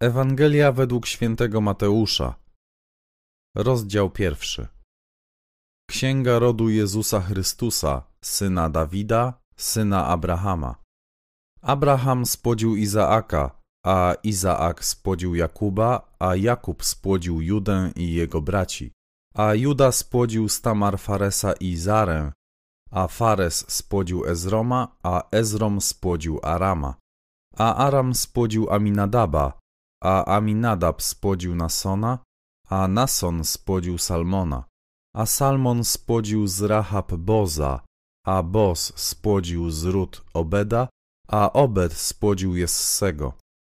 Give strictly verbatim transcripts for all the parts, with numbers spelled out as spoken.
Ewangelia według świętego Mateusza. Rozdział pierwszy. Księga rodu Jezusa Chrystusa, syna Dawida, syna Abrahama. Abraham spłodził Izaaka, a Izaak spłodził Jakuba, a Jakub spłodził Judę i jego braci. A Juda spłodził Stamar Faresa i Zarę, a Fares spłodził Ezroma, a Ezrom spłodził Arama. A Aram spłodził Aminadaba, a Aminadab spłodził Nasona, a Nason spłodził Salmona. A Salmon spłodził z Rahab Boza, a Boz spłodził z Rut Obeda, a Obed spłodził Jessego.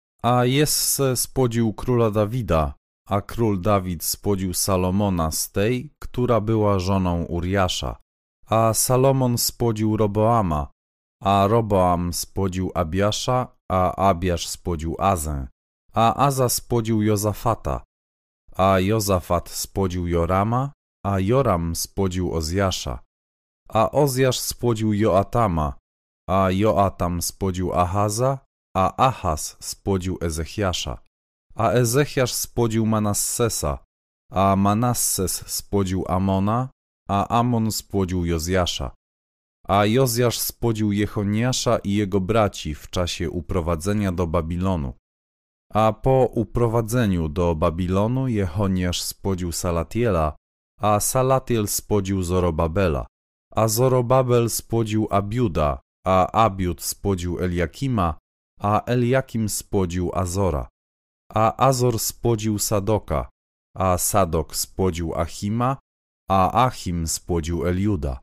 A Jesse spłodził króla Dawida, a król Dawid spłodził Salomona z tej, która była żoną Uriasza. A Salomon spłodził Roboama, a Roboam spłodził Abiasza, a Abiasz spłodził Azę. A Aza spłodził Jozafata, a Jozafat spłodził Jorama, a Joram spłodził Ozjasza. A Ozjasz spłodził Joatama, a Joatam spłodził Ahaza, a Ahaz spłodził Ezechiasza. A Ezechiasz spłodził Manassesa, a Manasses spłodził Amona, a Amon spłodził Jozjasza. A Jozjasz spłodził Jechoniasza i jego braci w czasie uprowadzenia do Babilonu. A po uprowadzeniu do Babilonu Jechoniasz spłodził Salatiela, a Salatiel spłodził Zorobabela. A Zorobabel spłodził Abiuda, a Abiud spłodził Eliakima, a Eliakim spłodził Azora. A Azor spłodził Sadoka, a Sadok spłodził Achima, a Achim spłodził Eliuda.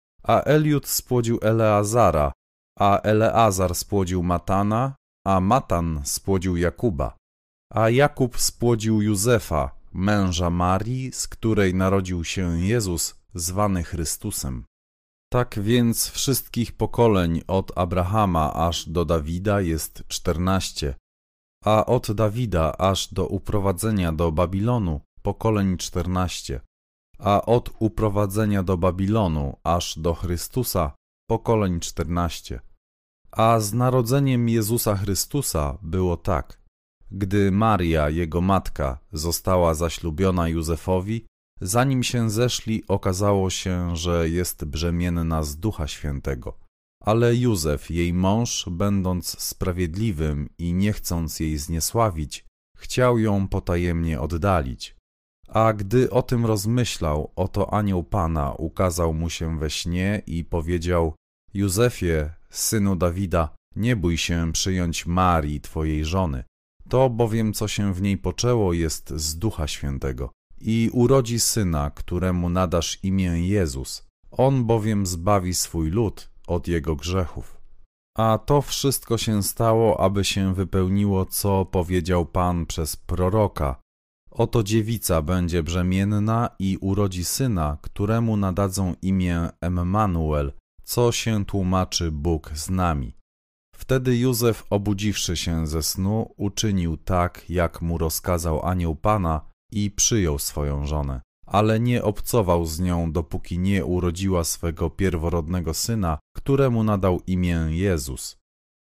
A Eliud spłodził Eleazara, a Eleazar spłodził Matana, a Matan spłodził Jakuba. A Jakub spłodził Józefa, męża Marii, z której narodził się Jezus, zwany Chrystusem. Tak więc wszystkich pokoleń od Abrahama aż do Dawida jest czternaście, a od Dawida aż do uprowadzenia do Babilonu pokoleń czternaście, a od uprowadzenia do Babilonu aż do Chrystusa pokoleń czternaście. A z narodzeniem Jezusa Chrystusa było tak. Gdy Maria, jego matka, została zaślubiona Józefowi, zanim się zeszli, okazało się, że jest brzemienna z Ducha Świętego. Ale Józef, jej mąż, będąc sprawiedliwym i nie chcąc jej zniesławić, chciał ją potajemnie oddalić. A gdy o tym rozmyślał, oto anioł Pana ukazał mu się we śnie i powiedział: Józefie, synu Dawida, nie bój się przyjąć Marii, twojej żony. To bowiem, co się w niej poczęło, jest z Ducha Świętego. I urodzi syna, któremu nadasz imię Jezus. On bowiem zbawi swój lud od jego grzechów. A to wszystko się stało, aby się wypełniło, co powiedział Pan przez proroka. Oto dziewica będzie brzemienna i urodzi syna, któremu nadadzą imię Emmanuel, co się tłumaczy Bóg z nami. Wtedy Józef, obudziwszy się ze snu, uczynił tak, jak mu rozkazał anioł Pana i przyjął swoją żonę, ale nie obcował z nią, dopóki nie urodziła swego pierworodnego syna, któremu nadał imię Jezus.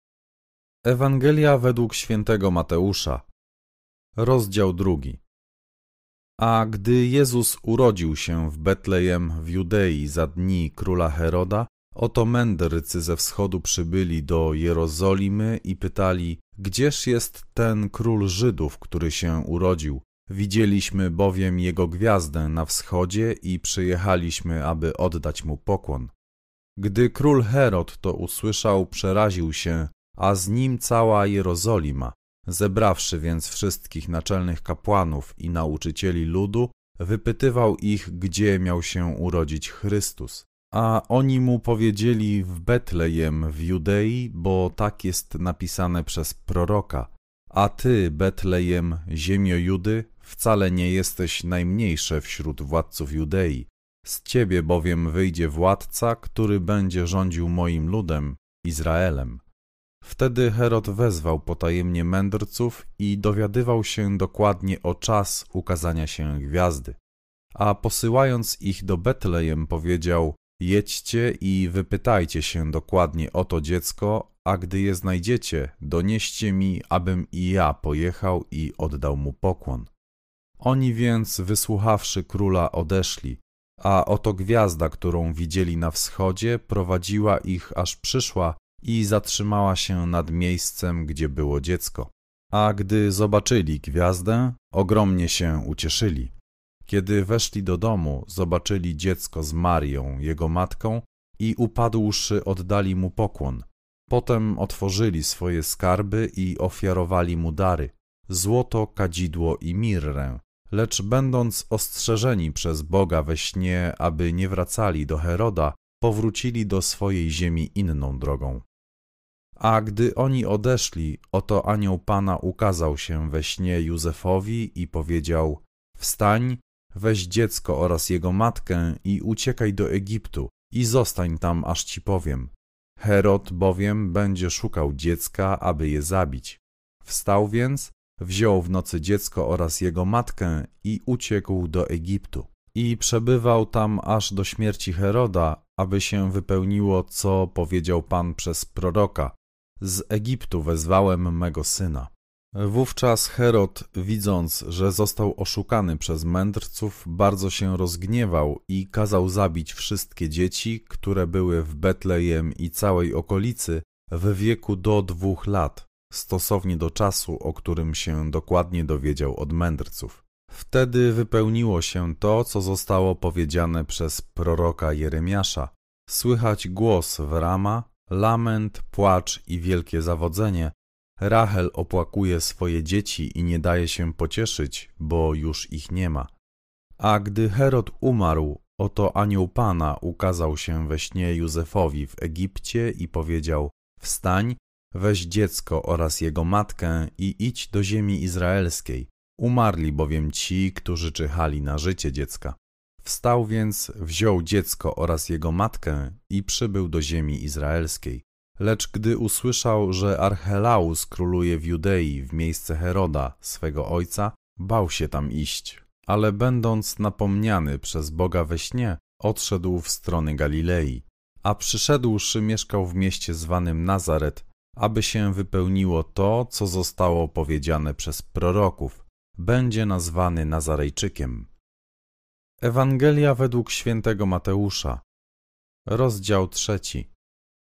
Ewangelia według świętego Mateusza. Rozdział drugi. A gdy Jezus urodził się w Betlejem w Judei za dni króla Heroda, oto mędrcy ze wschodu przybyli do Jerozolimy i pytali: Gdzież jest ten król Żydów, który się urodził? Widzieliśmy bowiem jego gwiazdę na wschodzie i przyjechaliśmy, aby oddać mu pokłon. Gdy król Herod to usłyszał, przeraził się, a z nim cała Jerozolima. Zebrawszy więc wszystkich naczelnych kapłanów i nauczycieli ludu, wypytywał ich, gdzie miał się urodzić Chrystus. A oni mu powiedzieli: w Betlejem w Judei, bo tak jest napisane przez proroka. A ty, Betlejem, ziemio Judy, wcale nie jesteś najmniejsze wśród władców Judei. Z ciebie bowiem wyjdzie władca, który będzie rządził moim ludem, Izraelem. Wtedy Herod wezwał potajemnie mędrców i dowiadywał się dokładnie o czas ukazania się gwiazdy. A posyłając ich do Betlejem, powiedział: jedźcie i wypytajcie się dokładnie o to dziecko, a gdy je znajdziecie, donieście mi, abym i ja pojechał i oddał mu pokłon. Oni więc, wysłuchawszy króla, odeszli, a oto gwiazda, którą widzieli na wschodzie, prowadziła ich, aż przyszła i zatrzymała się nad miejscem, gdzie było dziecko. A gdy zobaczyli gwiazdę, ogromnie się ucieszyli. Kiedy weszli do domu, zobaczyli dziecko z Marią, jego matką, i upadłszy oddali mu pokłon. Potem otworzyli swoje skarby i ofiarowali mu dary, złoto, kadzidło i mirrę. Lecz będąc ostrzeżeni przez Boga we śnie, aby nie wracali do Heroda, powrócili do swojej ziemi inną drogą. A gdy oni odeszli, oto anioł Pana ukazał się we śnie Józefowi i powiedział: wstań, weź dziecko oraz jego matkę i uciekaj do Egiptu i zostań tam, aż ci powiem. Herod bowiem będzie szukał dziecka, aby je zabić. Wstał więc, wziął w nocy dziecko oraz jego matkę i uciekł do Egiptu. I przebywał tam aż do śmierci Heroda, aby się wypełniło, co powiedział Pan przez proroka: z Egiptu wezwałem mego syna. Wówczas Herod, widząc, że został oszukany przez mędrców, bardzo się rozgniewał i kazał zabić wszystkie dzieci, które były w Betlejem i całej okolicy, w wieku do dwóch lat, stosownie do czasu, o którym się dokładnie dowiedział od mędrców. Wtedy wypełniło się to, co zostało powiedziane przez proroka Jeremiasza. Słychać głos w Rama, lament, płacz i wielkie zawodzenie. Rachel opłakuje swoje dzieci i nie daje się pocieszyć, bo już ich nie ma. A gdy Herod umarł, oto anioł Pana ukazał się we śnie Józefowi w Egipcie i powiedział: wstań, weź dziecko oraz jego matkę i idź do ziemi izraelskiej. Umarli bowiem ci, którzy czyhali na życie dziecka. Wstał więc, wziął dziecko oraz jego matkę i przybył do ziemi izraelskiej. Lecz gdy usłyszał, że Archelaus króluje w Judei w miejsce Heroda, swego ojca, bał się tam iść. Ale będąc napomniany przez Boga we śnie, odszedł w strony Galilei. A przyszedłszy mieszkał w mieście zwanym Nazaret, aby się wypełniło to, co zostało powiedziane przez proroków: będzie nazwany Nazarejczykiem. Ewangelia według świętego Mateusza, rozdział trzeci.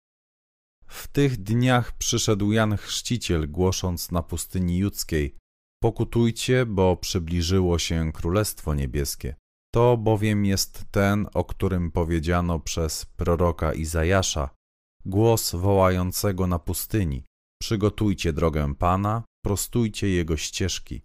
W tych dniach przyszedł Jan Chrzciciel, głosząc na pustyni judzkiej: pokutujcie, bo przybliżyło się Królestwo Niebieskie. To bowiem jest ten, o którym powiedziano przez proroka Izajasza: głos wołającego na pustyni: przygotujcie drogę Pana, prostujcie jego ścieżki.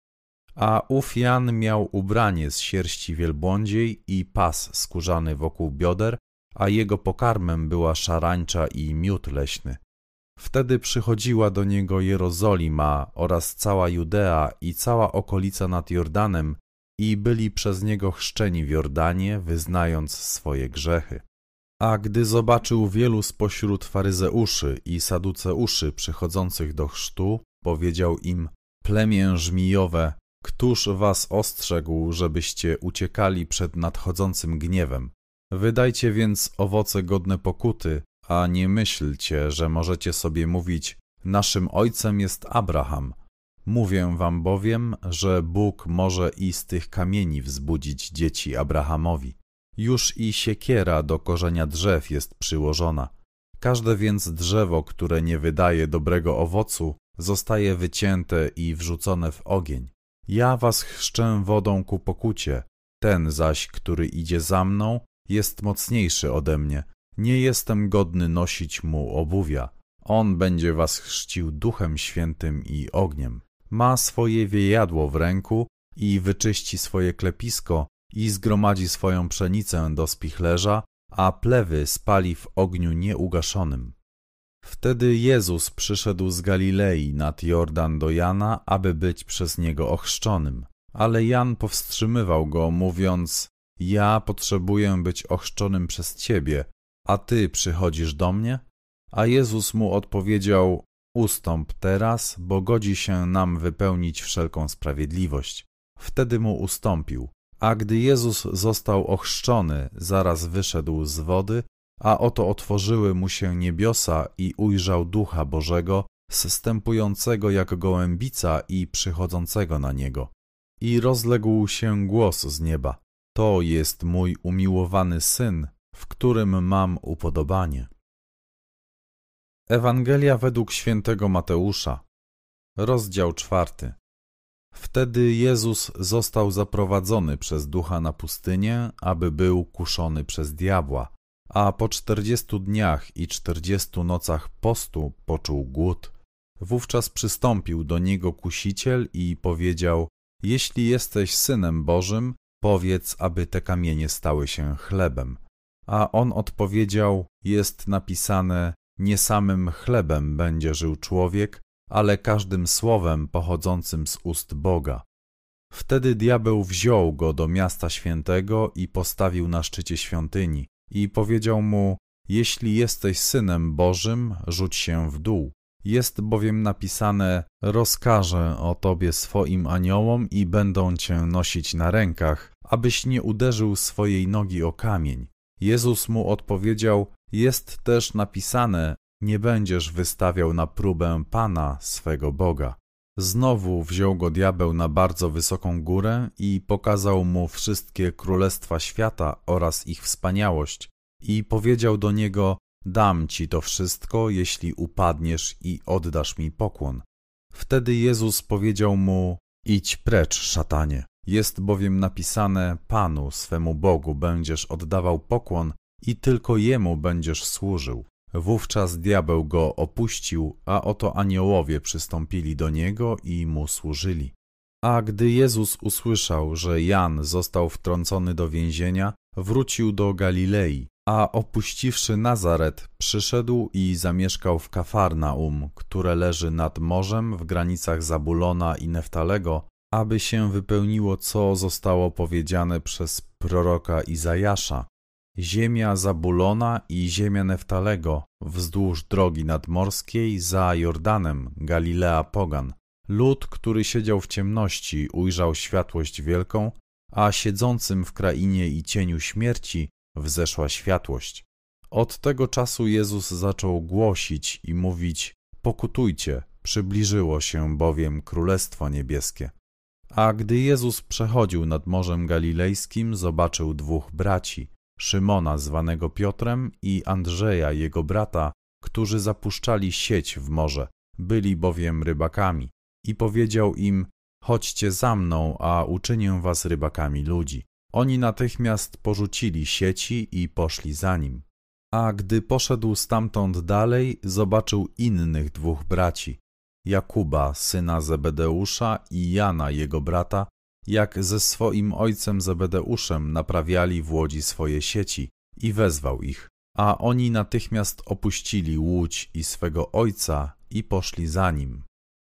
A ów Jan miał ubranie z sierści wielbłądziej i pas skórzany wokół bioder, a jego pokarmem była szarańcza i miód leśny. Wtedy przychodziła do niego Jerozolima oraz cała Judea i cała okolica nad Jordanem i byli przez niego chrzczeni w Jordanie, wyznając swoje grzechy. A gdy zobaczył wielu spośród faryzeuszy i saduceuszy przychodzących do chrztu, powiedział im: plemię żmijowe, któż was ostrzegł, żebyście uciekali przed nadchodzącym gniewem? Wydajcie więc owoce godne pokuty, a nie myślcie, że możecie sobie mówić: naszym ojcem jest Abraham. Mówię wam bowiem, że Bóg może i z tych kamieni wzbudzić dzieci Abrahamowi. Już i siekiera do korzenia drzew jest przyłożona. Każde więc drzewo, które nie wydaje dobrego owocu, zostaje wycięte i wrzucone w ogień. Ja was chrzczę wodą ku pokucie, ten zaś, który idzie za mną, jest mocniejszy ode mnie. Nie jestem godny nosić mu obuwia. On będzie was chrzcił Duchem Świętym i ogniem. Ma swoje wiejadło w ręku i wyczyści swoje klepisko i zgromadzi swoją pszenicę do spichlerza, a plewy spali w ogniu nieugaszonym. Wtedy Jezus przyszedł z Galilei nad Jordan do Jana, aby być przez niego ochrzczonym. Ale Jan powstrzymywał go, mówiąc: ja potrzebuję być ochrzczonym przez ciebie, a ty przychodzisz do mnie? A Jezus mu odpowiedział: ustąp teraz, bo godzi się nam wypełnić wszelką sprawiedliwość. Wtedy mu ustąpił. A gdy Jezus został ochrzczony, zaraz wyszedł z wody, a oto otworzyły mu się niebiosa i ujrzał Ducha Bożego, zstępującego jak gołębica i przychodzącego na niego. I rozległ się głos z nieba: To jest mój umiłowany Syn, w którym mam upodobanie. Ewangelia według świętego Mateusza, rozdział czwarty. Wtedy Jezus został zaprowadzony przez Ducha na pustynię, aby był kuszony przez diabła, a po czterdziestu dniach i czterdziestu nocach postu poczuł głód. Wówczas przystąpił do niego kusiciel i powiedział: Jeśli jesteś Synem Bożym, powiedz, aby te kamienie stały się chlebem. A on odpowiedział: Jest napisane: Nie samym chlebem będzie żył człowiek, ale każdym słowem pochodzącym z ust Boga. Wtedy diabeł wziął go do miasta świętego i postawił na szczycie świątyni i powiedział mu: Jeśli jesteś Synem Bożym, rzuć się w dół. Jest bowiem napisane: Rozkażę o tobie swoim aniołom i będą cię nosić na rękach, abyś nie uderzył swojej nogi o kamień. Jezus mu odpowiedział: Jest też napisane: Nie będziesz wystawiał na próbę Pana, swego Boga. Znowu wziął go diabeł na bardzo wysoką górę i pokazał mu wszystkie królestwa świata oraz ich wspaniałość i powiedział do niego: Dam ci to wszystko, jeśli upadniesz i oddasz mi pokłon. Wtedy Jezus powiedział mu: Idź precz, szatanie. Jest bowiem napisane: Panu, swemu Bogu, będziesz oddawał pokłon i tylko Jemu będziesz służył. Wówczas diabeł go opuścił, a oto aniołowie przystąpili do niego i mu służyli. A gdy Jezus usłyszał, że Jan został wtrącony do więzienia, wrócił do Galilei, a opuściwszy Nazaret, przyszedł i zamieszkał w Kafarnaum, które leży nad morzem w granicach Zabulona i Neftalego, aby się wypełniło, co zostało powiedziane przez proroka Izajasza. Ziemia Zabulona i ziemia Neftalego, wzdłuż drogi nadmorskiej, za Jordanem, Galilea pogan. Lud, który siedział w ciemności, ujrzał światłość wielką, a siedzącym w krainie i cieniu śmierci wzeszła światłość. Od tego czasu Jezus zaczął głosić i mówić: Pokutujcie, przybliżyło się bowiem Królestwo Niebieskie. A gdy Jezus przechodził nad Morzem Galilejskim, zobaczył dwóch braci, Szymona zwanego Piotrem i Andrzeja, jego brata, którzy zapuszczali sieć w morze, byli bowiem rybakami. I powiedział im: Chodźcie za mną, a uczynię was rybakami ludzi. Oni natychmiast porzucili sieci i poszli za nim. A gdy poszedł stamtąd dalej, zobaczył innych dwóch braci, Jakuba, syna Zebedeusza, i Jana, jego brata, jak ze swoim ojcem Zebedeuszem naprawiali w łodzi swoje sieci, i wezwał ich. A oni natychmiast opuścili łódź i swego ojca i poszli za nim.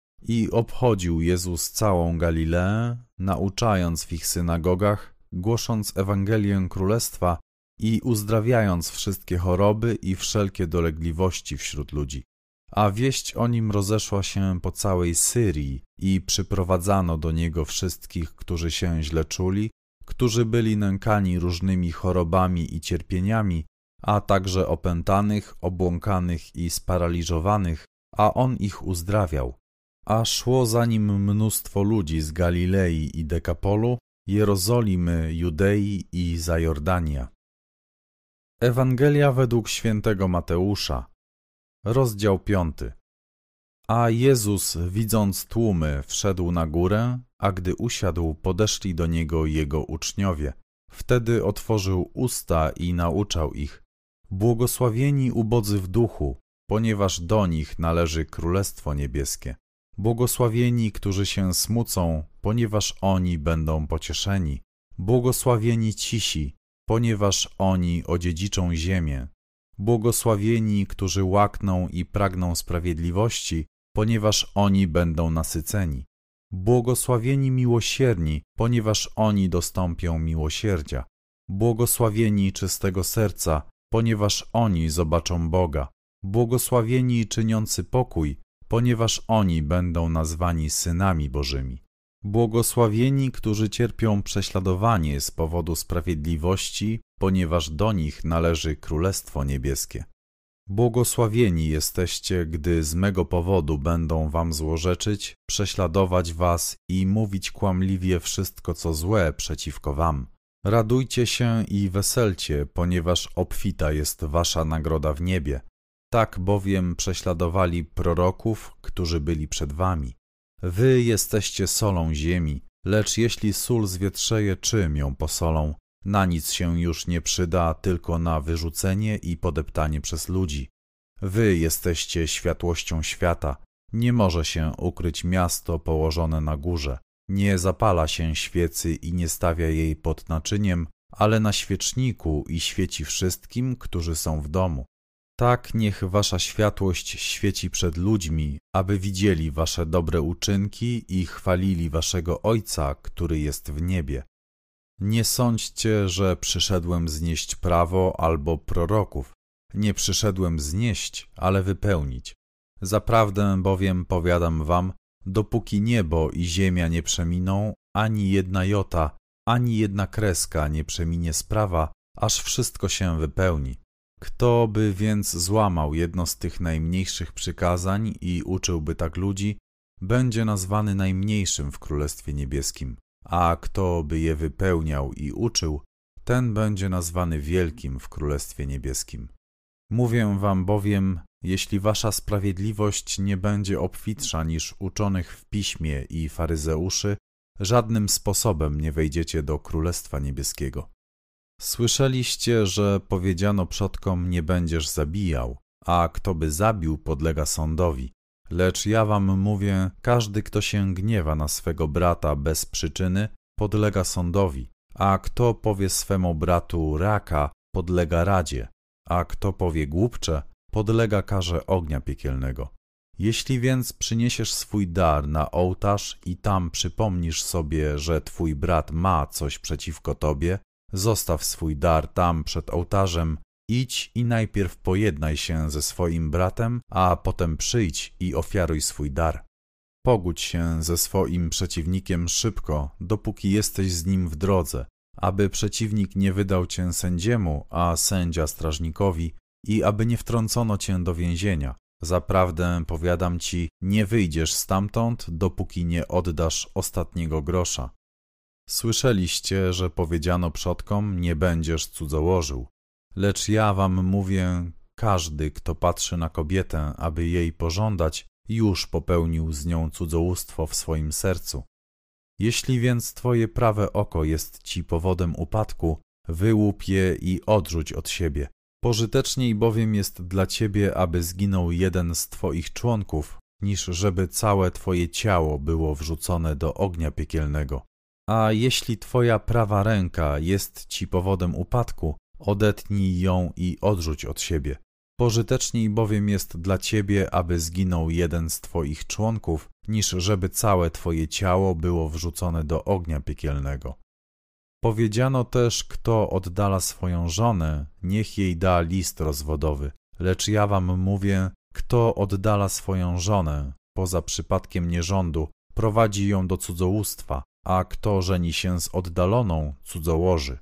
I obchodził Jezus całą Galileę, nauczając w ich synagogach, głosząc Ewangelię Królestwa i uzdrawiając wszystkie choroby i wszelkie dolegliwości wśród ludzi. A wieść o nim rozeszła się po całej Syrii i przyprowadzano do niego wszystkich, którzy się źle czuli, którzy byli nękani różnymi chorobami i cierpieniami, a także opętanych, obłąkanych i sparaliżowanych, a on ich uzdrawiał. A szło za nim mnóstwo ludzi z Galilei i Dekapolu, Jerozolimy, Judei i Zajordania. Ewangelia według świętego Mateusza, rozdział piąty. A Jezus, widząc tłumy, wszedł na górę, a gdy usiadł, podeszli do Niego Jego uczniowie. Wtedy otworzył usta i nauczał ich: Błogosławieni ubodzy w duchu, ponieważ do nich należy Królestwo Niebieskie. Błogosławieni, którzy się smucą, ponieważ oni będą pocieszeni. Błogosławieni cisi, ponieważ oni odziedziczą ziemię. Błogosławieni, którzy łakną i pragną sprawiedliwości, ponieważ oni będą nasyceni. Błogosławieni miłosierni, ponieważ oni dostąpią miłosierdzia. Błogosławieni czystego serca, ponieważ oni zobaczą Boga. Błogosławieni czyniący pokój, ponieważ oni będą nazwani synami Bożymi. Błogosławieni, którzy cierpią prześladowanie z powodu sprawiedliwości, ponieważ do nich należy Królestwo Niebieskie. Błogosławieni jesteście, gdy z mego powodu będą wam złorzeczyć, prześladować was i mówić kłamliwie wszystko, co złe przeciwko wam. Radujcie się i weselcie, ponieważ obfita jest wasza nagroda w niebie. Tak bowiem prześladowali proroków, którzy byli przed wami. Wy jesteście solą ziemi, lecz jeśli sól zwietrzeje, czym ją posolą? Na nic się już nie przyda, tylko na wyrzucenie i podeptanie przez ludzi. Wy jesteście światłością świata. Nie może się ukryć miasto położone na górze. Nie zapala się świecy i nie stawia jej pod naczyniem, ale na świeczniku i świeci wszystkim, którzy są w domu. Tak niech wasza światłość świeci przed ludźmi, aby widzieli wasze dobre uczynki i chwalili waszego Ojca, który jest w niebie. Nie sądźcie, że przyszedłem znieść prawo albo proroków. Nie przyszedłem znieść, ale wypełnić. Zaprawdę bowiem powiadam wam, dopóki niebo i ziemia nie przeminą, ani jedna jota, ani jedna kreska nie przeminie z prawa, aż wszystko się wypełni. Kto by więc złamał jedno z tych najmniejszych przykazań i uczyłby tak ludzi, będzie nazwany najmniejszym w Królestwie Niebieskim, a kto by je wypełniał i uczył, ten będzie nazwany wielkim w Królestwie Niebieskim. Mówię wam bowiem, jeśli wasza sprawiedliwość nie będzie obfitsza niż uczonych w piśmie i faryzeuszy, żadnym sposobem nie wejdziecie do Królestwa Niebieskiego. Słyszeliście, że powiedziano przodkom, nie będziesz zabijał, a kto by zabił, podlega sądowi. Lecz ja wam mówię, każdy, kto się gniewa na swego brata bez przyczyny, podlega sądowi, a kto powie swemu bratu raka, podlega radzie, a kto powie głupcze, podlega karze ognia piekielnego. Jeśli więc przyniesiesz swój dar na ołtarz i tam przypomnisz sobie, że twój brat ma coś przeciwko tobie, zostaw swój dar tam przed ołtarzem, idź i najpierw pojednaj się ze swoim bratem, a potem przyjdź i ofiaruj swój dar. Pogódź się ze swoim przeciwnikiem szybko, dopóki jesteś z nim w drodze, aby przeciwnik nie wydał cię sędziemu, a sędzia strażnikowi i aby nie wtrącono cię do więzienia. Zaprawdę powiadam ci, nie wyjdziesz stamtąd, dopóki nie oddasz ostatniego grosza. Słyszeliście, że powiedziano przodkom, nie będziesz cudzołożył. Lecz ja wam mówię, każdy, kto patrzy na kobietę, aby jej pożądać, już popełnił z nią cudzołóstwo w swoim sercu. Jeśli więc twoje prawe oko jest ci powodem upadku, wyłup je i odrzuć od siebie. Pożyteczniej bowiem jest dla ciebie, aby zginął jeden z twoich członków, niż żeby całe twoje ciało było wrzucone do ognia piekielnego. A jeśli twoja prawa ręka jest ci powodem upadku, odetnij ją i odrzuć od siebie. Pożyteczniej bowiem jest dla ciebie, aby zginął jeden z twoich członków, niż żeby całe twoje ciało było wrzucone do ognia piekielnego. Powiedziano też, kto oddala swoją żonę, niech jej da list rozwodowy. Lecz ja wam mówię, kto oddala swoją żonę, poza przypadkiem nierządu, prowadzi ją do cudzołóstwa, a kto żeni się z oddaloną, cudzołoży.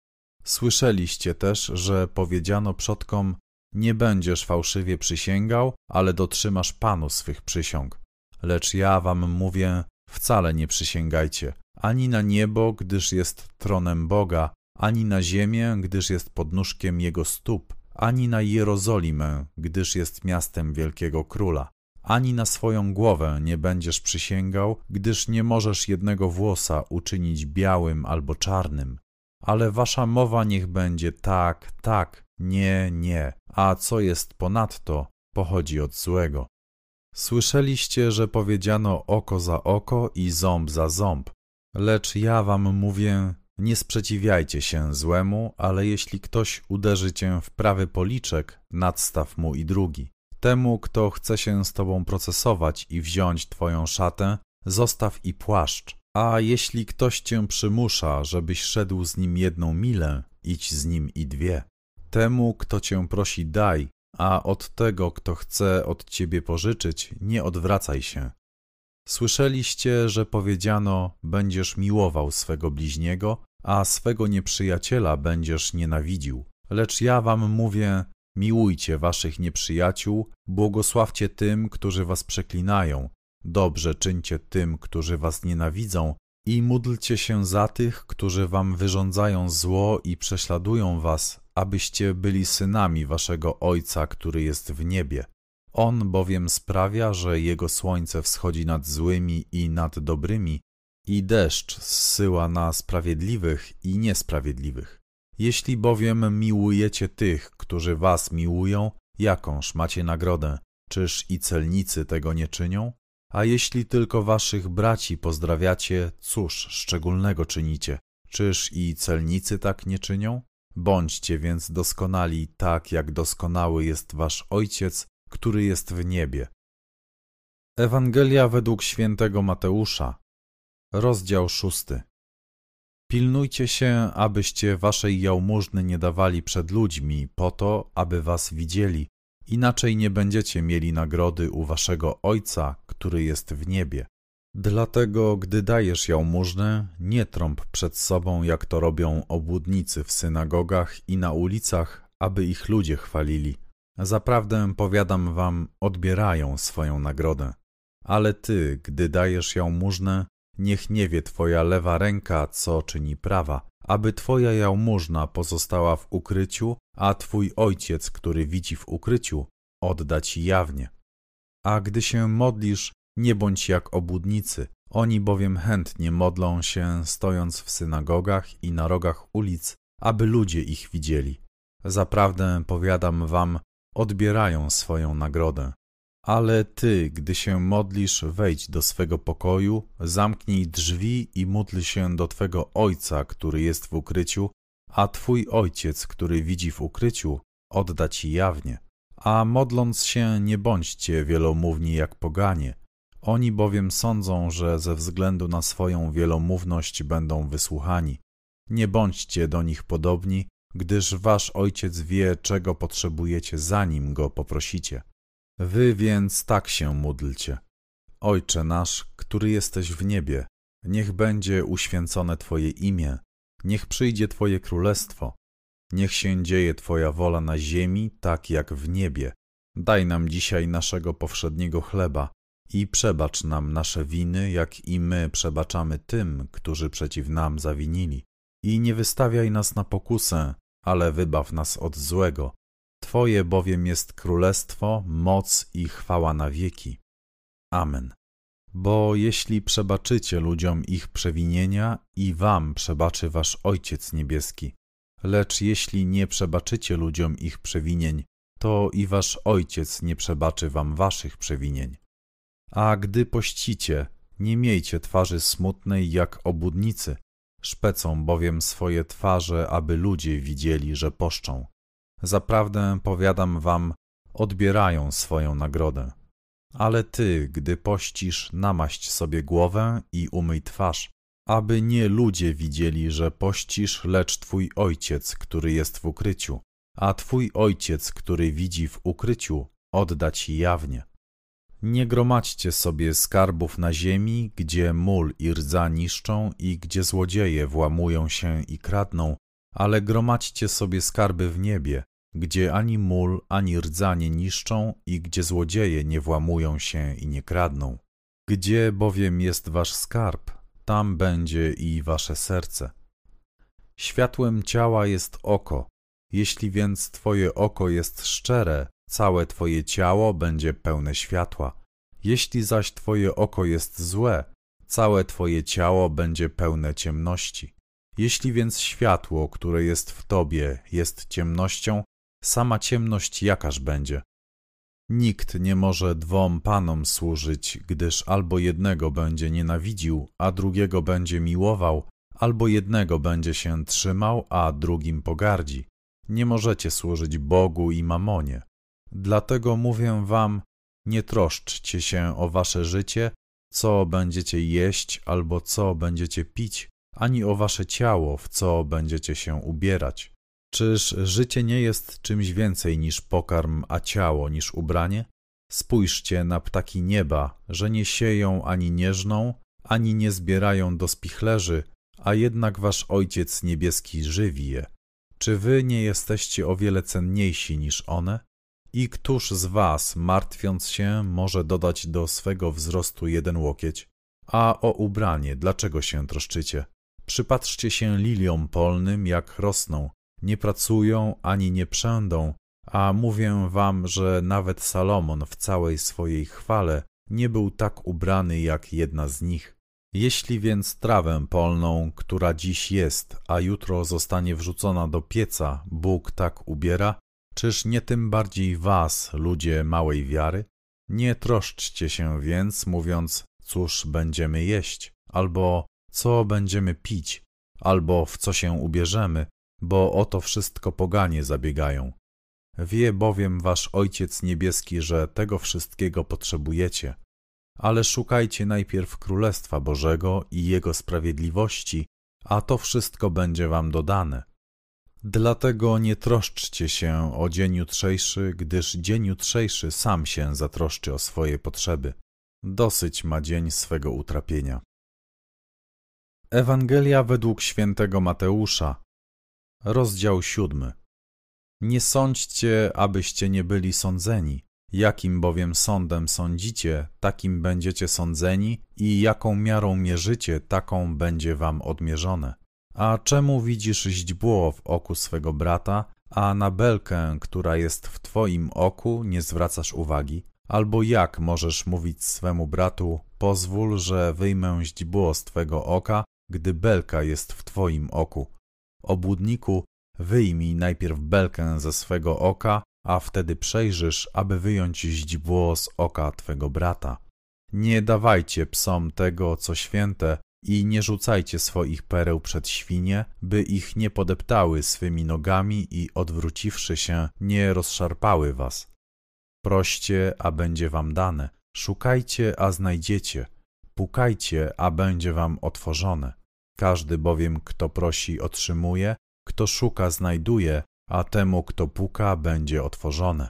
Słyszeliście też, że powiedziano przodkom, nie będziesz fałszywie przysięgał, ale dotrzymasz Panu swych przysiąg. Lecz ja wam mówię, wcale nie przysięgajcie, ani na niebo, gdyż jest tronem Boga, ani na ziemię, gdyż jest podnóżkiem Jego stóp, ani na Jerozolimę, gdyż jest miastem wielkiego króla. Ani na swoją głowę nie będziesz przysięgał, gdyż nie możesz jednego włosa uczynić białym albo czarnym. Ale wasza mowa niech będzie tak, tak, nie, nie, a co jest ponadto, pochodzi od złego. Słyszeliście, że powiedziano oko za oko i ząb za ząb. Lecz ja wam mówię, nie sprzeciwiajcie się złemu, ale jeśli ktoś uderzy cię w prawy policzek, nadstaw mu i drugi. Temu, kto chce się z tobą procesować i wziąć twoją szatę, zostaw i płaszcz. A jeśli ktoś cię przymusza, żebyś szedł z nim jedną milę, idź z nim i dwie. Temu, kto cię prosi, daj, a od tego, kto chce od ciebie pożyczyć, nie odwracaj się. Słyszeliście, że powiedziano: będziesz miłował swego bliźniego, a swego nieprzyjaciela będziesz nienawidził. Lecz ja wam mówię: miłujcie waszych nieprzyjaciół, błogosławcie tym, którzy was przeklinają, dobrze czyńcie tym, którzy was nienawidzą, i módlcie się za tych, którzy wam wyrządzają zło i prześladują was, abyście byli synami waszego Ojca, który jest w niebie. On bowiem sprawia, że Jego słońce wschodzi nad złymi i nad dobrymi, i deszcz zsyła na sprawiedliwych i niesprawiedliwych. Jeśli bowiem miłujecie tych, którzy was miłują, jakąż macie nagrodę? Czyż i celnicy tego nie czynią? A jeśli tylko waszych braci pozdrawiacie, cóż szczególnego czynicie? Czyż i celnicy tak nie czynią? Bądźcie więc doskonali, tak jak doskonały jest wasz Ojciec, który jest w niebie. Ewangelia według świętego Mateusza, rozdział szósty. Pilnujcie się, abyście waszej jałmużny nie dawali przed ludźmi, po to, aby was widzieli, inaczej nie będziecie mieli nagrody u waszego Ojca, który jest w niebie. Dlatego, gdy dajesz jałmużnę, nie trąb przed sobą, jak to robią obłudnicy w synagogach i na ulicach, aby ich ludzie chwalili. Zaprawdę, powiadam wam, odbierają swoją nagrodę. Ale ty, gdy dajesz jałmużnę, niech nie wie twoja lewa ręka, co czyni prawa, aby twoja jałmużna pozostała w ukryciu, a twój Ojciec, który widzi w ukryciu, odda ci jawnie. A gdy się modlisz, nie bądź jak obłudnicy, oni bowiem chętnie modlą się, stojąc w synagogach i na rogach ulic, aby ludzie ich widzieli. Zaprawdę, powiadam wam, odbierają swoją nagrodę. Ale ty, gdy się modlisz, wejdź do swego pokoju, zamknij drzwi i módl się do twego Ojca, który jest w ukryciu, a twój Ojciec, który widzi w ukryciu, odda ci jawnie. A modląc się, nie bądźcie wielomówni jak poganie. Oni bowiem sądzą, że ze względu na swoją wielomówność będą wysłuchani. Nie bądźcie do nich podobni, gdyż wasz Ojciec wie, czego potrzebujecie, zanim Go poprosicie. Wy więc tak się módlcie. Ojcze nasz, który jesteś w niebie, niech będzie uświęcone Twoje imię, niech przyjdzie Twoje królestwo, niech się dzieje Twoja wola na ziemi, tak jak w niebie. Daj nam dzisiaj naszego powszedniego chleba i przebacz nam nasze winy, jak i my przebaczamy tym, którzy przeciw nam zawinili. I nie wystawiaj nas na pokusę, ale wybaw nas od złego. Twoje bowiem jest królestwo, moc i chwała na wieki. Amen. Bo jeśli przebaczycie ludziom ich przewinienia, i wam przebaczy wasz Ojciec niebieski. Lecz jeśli nie przebaczycie ludziom ich przewinień, to i wasz Ojciec nie przebaczy wam waszych przewinień. A gdy pościcie, nie miejcie twarzy smutnej jak obłudnicy, szpecą bowiem swoje twarze, aby ludzie widzieli, że poszczą. Zaprawdę, powiadam wam, odbierają swoją nagrodę. Ale ty, gdy pościsz, namaść sobie głowę i umyj twarz, aby nie ludzie widzieli, że pościsz, lecz twój Ojciec, który jest w ukryciu, a twój Ojciec, który widzi w ukryciu, odda ci jawnie. Nie gromadźcie sobie skarbów na ziemi, gdzie mól i rdza niszczą i gdzie złodzieje włamują się i kradną, ale gromadźcie sobie skarby w niebie, gdzie ani mól, ani rdza nie niszczą i gdzie złodzieje nie włamują się i nie kradną. Gdzie bowiem jest wasz skarb, tam będzie i wasze serce. Światłem ciała jest oko. Jeśli więc twoje oko jest szczere, całe twoje ciało będzie pełne światła. Jeśli zaś twoje oko jest złe, całe twoje ciało będzie pełne ciemności. Jeśli więc światło, które jest w tobie, jest ciemnością, sama ciemność jakaż będzie? Nikt nie może dwom panom służyć, gdyż albo jednego będzie nienawidził, a drugiego będzie miłował, albo jednego będzie się trzymał, a drugim pogardzi. Nie możecie służyć Bogu i mamonie. Dlatego mówię wam, nie troszczcie się o wasze życie, co będziecie jeść albo co będziecie pić, ani o wasze ciało, w co będziecie się ubierać. Czyż życie nie jest czymś więcej niż pokarm, a ciało niż ubranie? Spójrzcie na ptaki nieba, że nie sieją ani nie żną, ani nie zbierają do spichlerzy, a jednak wasz Ojciec Niebieski żywi je. Czy wy nie jesteście o wiele cenniejsi niż one? I któż z was, martwiąc się, może dodać do swego wzrostu jeden łokieć? A o ubranie, dlaczego się troszczycie? Przypatrzcie się liliom polnym, jak rosną, nie pracują ani nie przędą, a mówię wam, że nawet Salomon w całej swojej chwale nie był tak ubrany jak jedna z nich. Jeśli więc trawę polną, która dziś jest, a jutro zostanie wrzucona do pieca, Bóg tak ubiera, czyż nie tym bardziej was, ludzie małej wiary? Nie troszczcie się więc, mówiąc, cóż będziemy jeść, albo co będziemy pić, albo w co się ubierzemy, bo o to wszystko poganie zabiegają. Wie bowiem wasz Ojciec Niebieski, że tego wszystkiego potrzebujecie. Ale szukajcie najpierw Królestwa Bożego i Jego sprawiedliwości, a to wszystko będzie wam dodane. Dlatego nie troszczcie się o dzień jutrzejszy, gdyż dzień jutrzejszy sam się zatroszczy o swoje potrzeby. Dosyć ma dzień swego utrapienia. Ewangelia według świętego Mateusza, rozdział siódmy. Nie sądźcie, abyście nie byli sądzeni. Jakim bowiem sądem sądzicie, takim będziecie sądzeni i jaką miarą mierzycie, taką będzie wam odmierzone. A czemu widzisz źdźbło w oku swego brata, a na belkę, która jest w twoim oku, nie zwracasz uwagi? Albo jak możesz mówić swemu bratu, pozwól, że wyjmę źdźbło z twego oka, gdy belka jest w twoim oku? Obłudniku, wyjmij najpierw belkę ze swego oka, a wtedy przejrzysz, aby wyjąć źdźbło z oka twego brata. Nie dawajcie psom tego, co święte, i nie rzucajcie swoich pereł przed świnie, by ich nie podeptały swymi nogami i odwróciwszy się, nie rozszarpały was. Proście, a będzie wam dane. Szukajcie, a znajdziecie. Pukajcie, a będzie wam otworzone. Każdy bowiem, kto prosi, otrzymuje, kto szuka, znajduje, a temu, kto puka, będzie otworzone.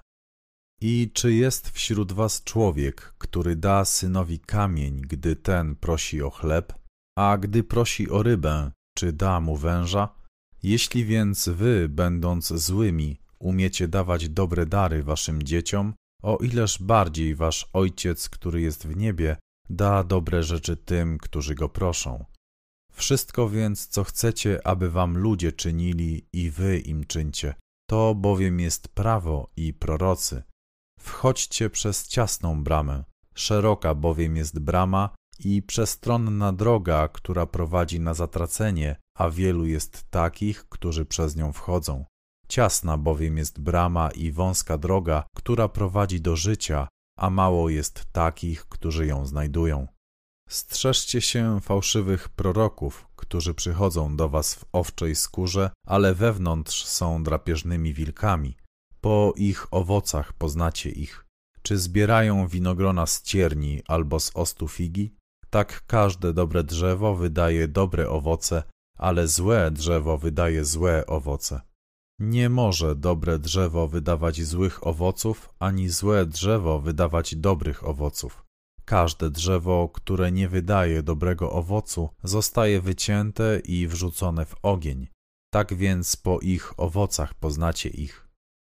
I czy jest wśród was człowiek, który da synowi kamień, gdy ten prosi o chleb, a gdy prosi o rybę, czy da mu węża? Jeśli więc wy, będąc złymi, umiecie dawać dobre dary waszym dzieciom, o ileż bardziej wasz Ojciec, który jest w niebie, da dobre rzeczy tym, którzy go proszą. Wszystko więc, co chcecie, aby wam ludzie czynili, i wy im czyńcie. To bowiem jest prawo i prorocy. Wchodźcie przez ciasną bramę, szeroka bowiem jest brama i przestronna droga, która prowadzi na zatracenie, a wielu jest takich, którzy przez nią wchodzą. Ciasna bowiem jest brama i wąska droga, która prowadzi do życia, a mało jest takich, którzy ją znajdują. Strzeżcie się fałszywych proroków, którzy przychodzą do was w owczej skórze, ale wewnątrz są drapieżnymi wilkami. Po ich owocach poznacie ich. Czy zbierają winogrona z cierni albo z ostu figi? Tak każde dobre drzewo wydaje dobre owoce, ale złe drzewo wydaje złe owoce. Nie może dobre drzewo wydawać złych owoców, ani złe drzewo wydawać dobrych owoców. Każde drzewo, które nie wydaje dobrego owocu, zostaje wycięte i wrzucone w ogień. Tak więc po ich owocach poznacie ich.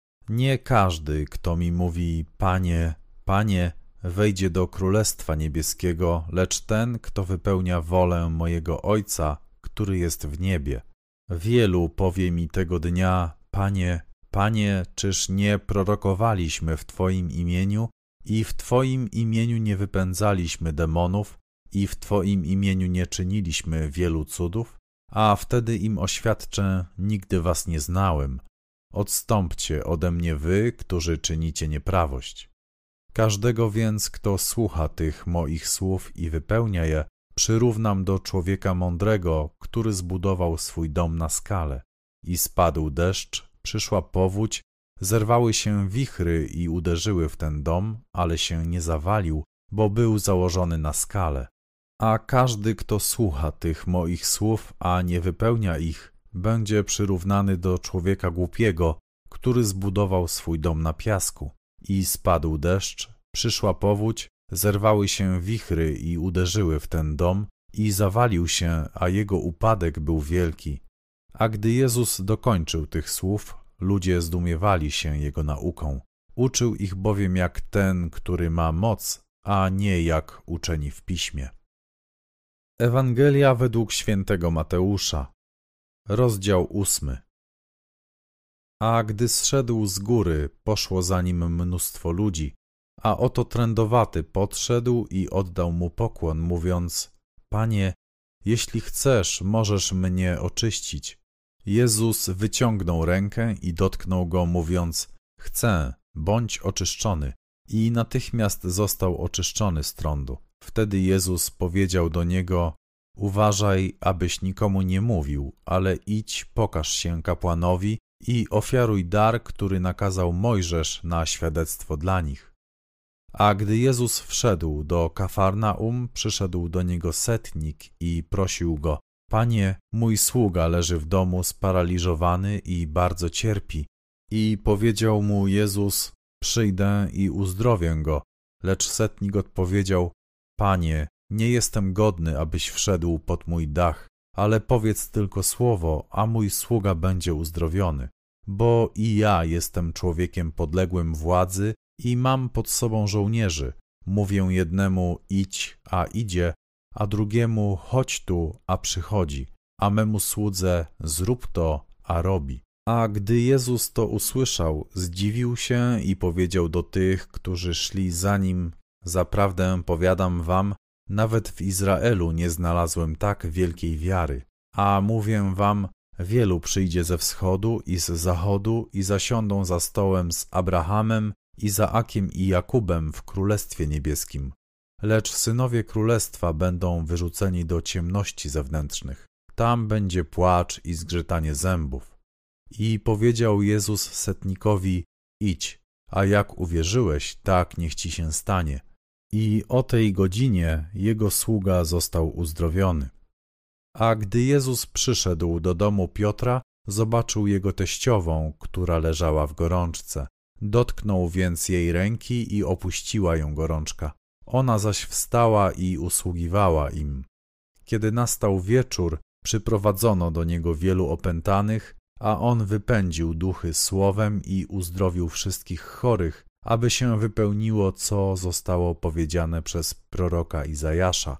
Nie każdy, kto mi mówi, Panie, Panie, wejdzie do Królestwa Niebieskiego, lecz ten, kto wypełnia wolę mojego Ojca, który jest w niebie. Wielu powie mi tego dnia, Panie, Panie, czyż nie prorokowaliśmy w Twoim imieniu i w Twoim imieniu nie wypędzaliśmy demonów i w Twoim imieniu nie czyniliśmy wielu cudów? A wtedy im oświadczę, nigdy was nie znałem. Odstąpcie ode mnie wy, którzy czynicie nieprawość. Każdego więc, kto słucha tych moich słów i wypełnia je, przyrównam do człowieka mądrego, który zbudował swój dom na skale. I spadł deszcz, przyszła powódź, zerwały się wichry i uderzyły w ten dom, ale się nie zawalił, bo był założony na skale. A każdy, kto słucha tych moich słów, a nie wypełnia ich, będzie przyrównany do człowieka głupiego, który zbudował swój dom na piasku. I spadł deszcz, przyszła powódź, zerwały się wichry i uderzyły w ten dom i zawalił się, a jego upadek był wielki. A gdy Jezus dokończył tych słów, ludzie zdumiewali się Jego nauką. Uczył ich bowiem jak ten, który ma moc, a nie jak uczeni w Piśmie. Ewangelia według świętego Mateusza, rozdział ósmy. A gdy zszedł z góry, poszło za nim mnóstwo ludzi, a oto trędowaty podszedł i oddał mu pokłon, mówiąc: Panie, jeśli chcesz, możesz mnie oczyścić. Jezus wyciągnął rękę i dotknął go, mówiąc: Chcę, bądź oczyszczony. I natychmiast został oczyszczony z trądu. Wtedy Jezus powiedział do niego: Uważaj, abyś nikomu nie mówił, ale idź, pokaż się kapłanowi i ofiaruj dar, który nakazał Mojżesz na świadectwo dla nich. A gdy Jezus wszedł do Kafarnaum, przyszedł do niego setnik i prosił go: Panie, mój sługa leży w domu sparaliżowany i bardzo cierpi. I powiedział mu Jezus: Przyjdę i uzdrowię go. Lecz setnik odpowiedział: Panie, nie jestem godny, abyś wszedł pod mój dach, ale powiedz tylko słowo, a mój sługa będzie uzdrowiony. Bo i ja jestem człowiekiem podległym władzy i mam pod sobą żołnierzy. Mówię jednemu: idź, a idzie, a drugiemu: chodź tu, a przychodzi, a memu słudze: zrób to, a robi. A gdy Jezus to usłyszał, zdziwił się i powiedział do tych, którzy szli za nim: Zaprawdę powiadam wam, nawet w Izraelu nie znalazłem tak wielkiej wiary. A mówię wam, wielu przyjdzie ze wschodu i z zachodu i zasiądą za stołem z Abrahamem, Izaakiem i Jakubem w Królestwie Niebieskim. Lecz synowie Królestwa będą wyrzuceni do ciemności zewnętrznych. Tam będzie płacz i zgrzytanie zębów. I powiedział Jezus setnikowi: idź, a jak uwierzyłeś, tak niech ci się stanie. I o tej godzinie jego sługa został uzdrowiony. A gdy Jezus przyszedł do domu Piotra, zobaczył jego teściową, która leżała w gorączce. Dotknął więc jej ręki i opuściła ją gorączka. Ona zaś wstała i usługiwała im. Kiedy nastał wieczór, przyprowadzono do niego wielu opętanych, a on wypędził duchy słowem i uzdrowił wszystkich chorych, aby się wypełniło, co zostało powiedziane przez proroka Izajasza.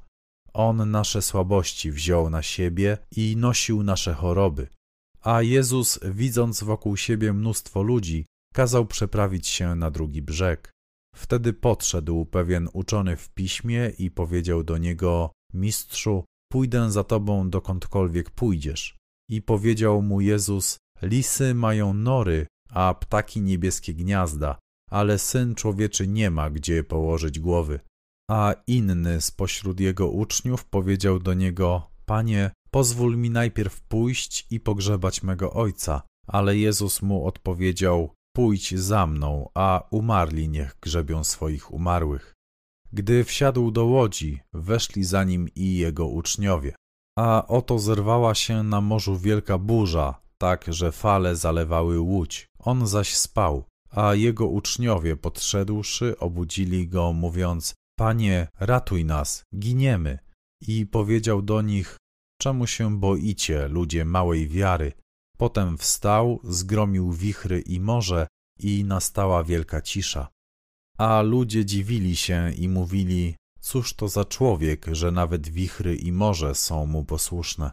On nasze słabości wziął na siebie i nosił nasze choroby. A Jezus, widząc wokół siebie mnóstwo ludzi, kazał przeprawić się na drugi brzeg. Wtedy podszedł pewien uczony w piśmie i powiedział do niego: Mistrzu, pójdę za tobą dokądkolwiek pójdziesz. I powiedział mu Jezus: lisy mają nory, a ptaki niebieskie gniazda, ale Syn Człowieczy nie ma gdzie położyć głowy. A inny spośród jego uczniów powiedział do niego: Panie, pozwól mi najpierw pójść i pogrzebać mego ojca. Ale Jezus mu odpowiedział: pójdź za mną, a umarli niech grzebią swoich umarłych. Gdy wsiadł do łodzi, weszli za nim i jego uczniowie. A oto zerwała się na morzu wielka burza, tak że fale zalewały łódź. On zaś spał, a jego uczniowie podszedłszy obudzili go, mówiąc: Panie, ratuj nas, giniemy. I powiedział do nich: czemu się boicie, ludzie małej wiary? Potem wstał, zgromił wichry i morze i nastała wielka cisza. A ludzie dziwili się i mówili: cóż to za człowiek, że nawet wichry i morze są mu posłuszne.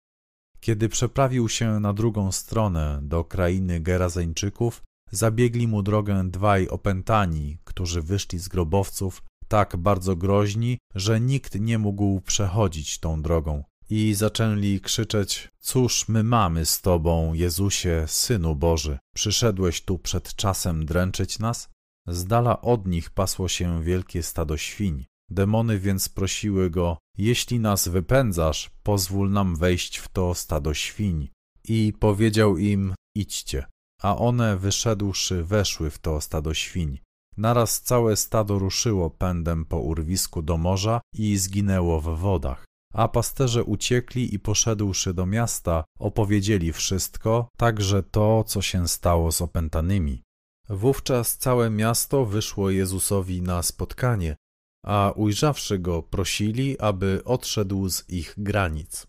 Kiedy przeprawił się na drugą stronę, do krainy Gerazeńczyków, zabiegli mu drogę dwaj opętani, którzy wyszli z grobowców, tak bardzo groźni, że nikt nie mógł przechodzić tą drogą. I zaczęli krzyczeć: cóż my mamy z Tobą, Jezusie, Synu Boży? Przyszedłeś tu przed czasem dręczyć nas? Z dala od nich pasło się wielkie stado świń. Demony więc prosiły go: jeśli nas wypędzasz, pozwól nam wejść w to stado świń. I powiedział im: idźcie. A one, wyszedłszy, weszły w to stado świń. Naraz całe stado ruszyło pędem po urwisku do morza i zginęło w wodach. A pasterze uciekli i poszedłszy do miasta, opowiedzieli wszystko, także to, co się stało z opętanymi. Wówczas całe miasto wyszło Jezusowi na spotkanie, a ujrzawszy Go prosili, aby odszedł z ich granic.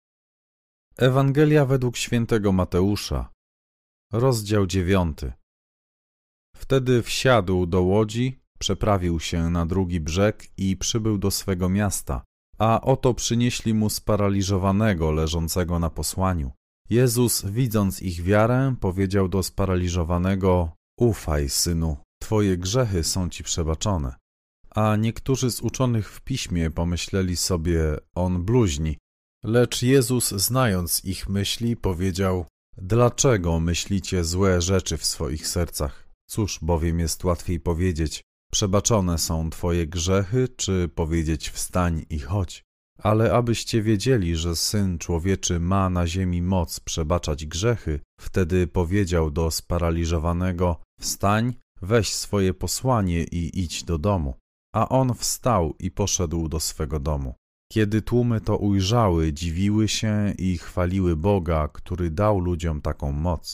Ewangelia według świętego Mateusza, rozdział dziewiąty. Wtedy wsiadł do łodzi, przeprawił się na drugi brzeg i przybył do swego miasta, a oto przynieśli mu sparaliżowanego leżącego na posłaniu. Jezus, widząc ich wiarę, powiedział do sparaliżowanego: Ufaj, synu, twoje grzechy są ci przebaczone. A niektórzy z uczonych w piśmie pomyśleli sobie: on bluźni. Lecz Jezus, znając ich myśli, powiedział: dlaczego myślicie złe rzeczy w swoich sercach? Cóż bowiem jest łatwiej powiedzieć: przebaczone są twoje grzechy, czy powiedzieć: wstań i chodź? Ale abyście wiedzieli, że Syn Człowieczy ma na ziemi moc przebaczać grzechy, wtedy powiedział do sparaliżowanego: wstań, weź swoje posłanie i idź do domu. A on wstał i poszedł do swego domu. Kiedy tłumy to ujrzały, dziwiły się i chwaliły Boga, który dał ludziom taką moc.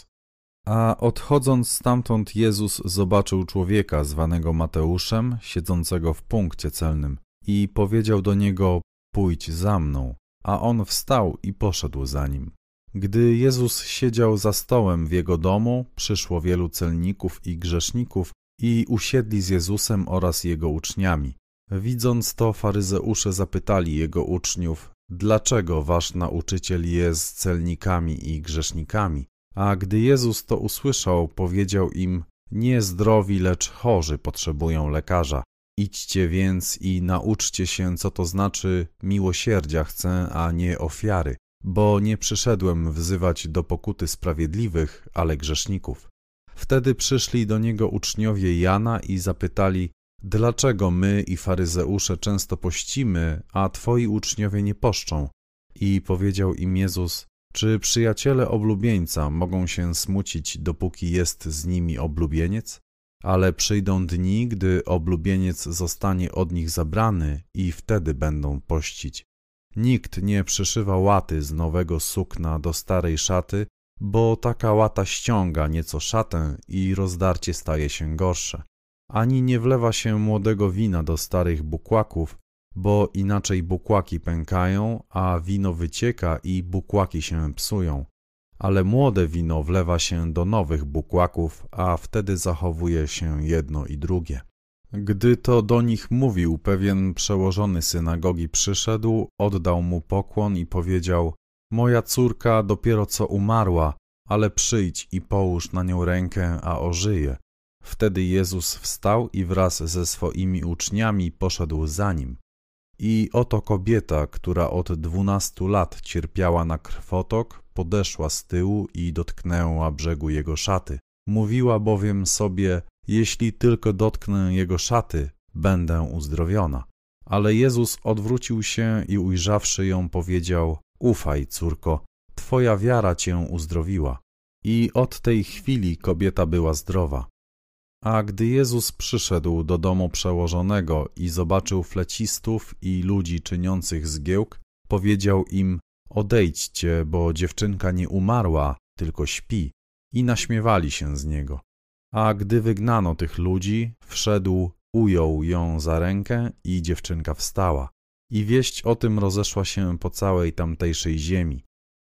A odchodząc stamtąd, Jezus zobaczył człowieka zwanego Mateuszem, siedzącego w punkcie celnym, i powiedział do niego: pójdź za mną. A on wstał i poszedł za nim. Gdy Jezus siedział za stołem w jego domu, przyszło wielu celników i grzeszników i usiedli z Jezusem oraz jego uczniami. Widząc to, faryzeusze zapytali jego uczniów: dlaczego wasz nauczyciel jest z celnikami i grzesznikami? A gdy Jezus to usłyszał, powiedział im: nie zdrowi, lecz chorzy potrzebują lekarza. Idźcie więc i nauczcie się, co to znaczy miłosierdzia chcę, a nie ofiary, bo nie przyszedłem wzywać do pokuty sprawiedliwych, ale grzeszników. Wtedy przyszli do niego uczniowie Jana i zapytali: dlaczego my i faryzeusze często pościmy, a twoi uczniowie nie poszczą? I powiedział im Jezus: czy przyjaciele oblubieńca mogą się smucić, dopóki jest z nimi oblubieniec? Ale przyjdą dni, gdy oblubieniec zostanie od nich zabrany i wtedy będą pościć. Nikt nie przyszywa łaty z nowego sukna do starej szaty, bo taka łata ściąga nieco szatę i rozdarcie staje się gorsze. Ani nie wlewa się młodego wina do starych bukłaków, bo inaczej bukłaki pękają, a wino wycieka i bukłaki się psują. Ale młode wino wlewa się do nowych bukłaków, a wtedy zachowuje się jedno i drugie. Gdy to do nich mówił, pewien przełożony synagogi przyszedł, oddał mu pokłon i powiedział: moja córka dopiero co umarła, ale przyjdź i połóż na nią rękę, a ożyje. Wtedy Jezus wstał i wraz ze swoimi uczniami poszedł za nim. I oto kobieta, która od dwunastu lat cierpiała na krwotok, podeszła z tyłu i dotknęła brzegu jego szaty. Mówiła bowiem sobie: jeśli tylko dotknę jego szaty, będę uzdrowiona. Ale Jezus odwrócił się i ujrzawszy ją, powiedział: ufaj, córko, twoja wiara cię uzdrowiła. I od tej chwili kobieta była zdrowa. A gdy Jezus przyszedł do domu przełożonego i zobaczył flecistów i ludzi czyniących zgiełk, powiedział im: odejdźcie, bo dziewczynka nie umarła, tylko śpi. I naśmiewali się z niego. A gdy wygnano tych ludzi, wszedł, ujął ją za rękę i dziewczynka wstała. I wieść o tym rozeszła się po całej tamtejszej ziemi.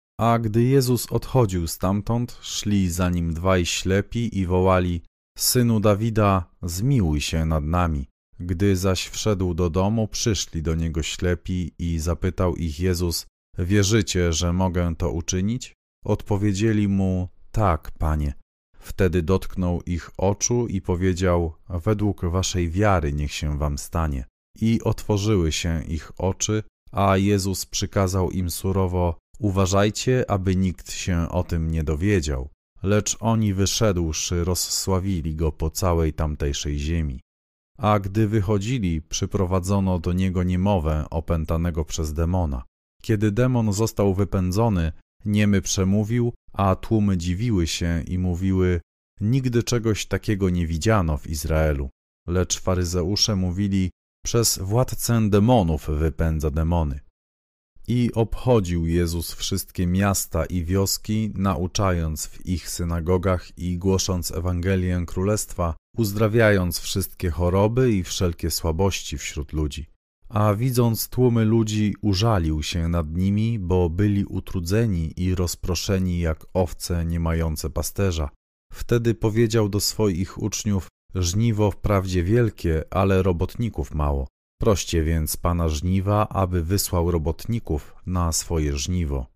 A gdy Jezus odchodził stamtąd, szli za nim dwaj ślepi i wołali: synu Dawida, zmiłuj się nad nami. Gdy zaś wszedł do domu, przyszli do niego ślepi i zapytał ich Jezus: wierzycie, że mogę to uczynić? Odpowiedzieli mu: tak, Panie. Wtedy dotknął ich oczu i powiedział: według waszej wiary niech się wam stanie. I otworzyły się ich oczy, a Jezus przykazał im surowo: uważajcie, aby nikt się o tym nie dowiedział. Lecz oni wyszedłszy, rozsławili go po całej tamtejszej ziemi. A gdy wychodzili, przyprowadzono do niego niemowę opętanego przez demona. Kiedy demon został wypędzony, niemy przemówił, a tłumy dziwiły się i mówiły: nigdy czegoś takiego nie widziano w Izraelu. Lecz faryzeusze mówili: przez władcę demonów wypędza demony. I obchodził Jezus wszystkie miasta i wioski, nauczając w ich synagogach i głosząc Ewangelię Królestwa, uzdrawiając wszystkie choroby i wszelkie słabości wśród ludzi. A widząc tłumy ludzi, użalił się nad nimi, bo byli utrudzeni i rozproszeni jak owce nie mające pasterza. Wtedy powiedział do swoich uczniów: żniwo wprawdzie wielkie, ale robotników mało. Proście więc Pana żniwa, aby wysłał robotników na swoje żniwo.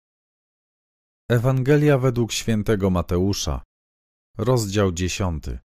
Ewangelia według świętego Mateusza, rozdział dziesiąty.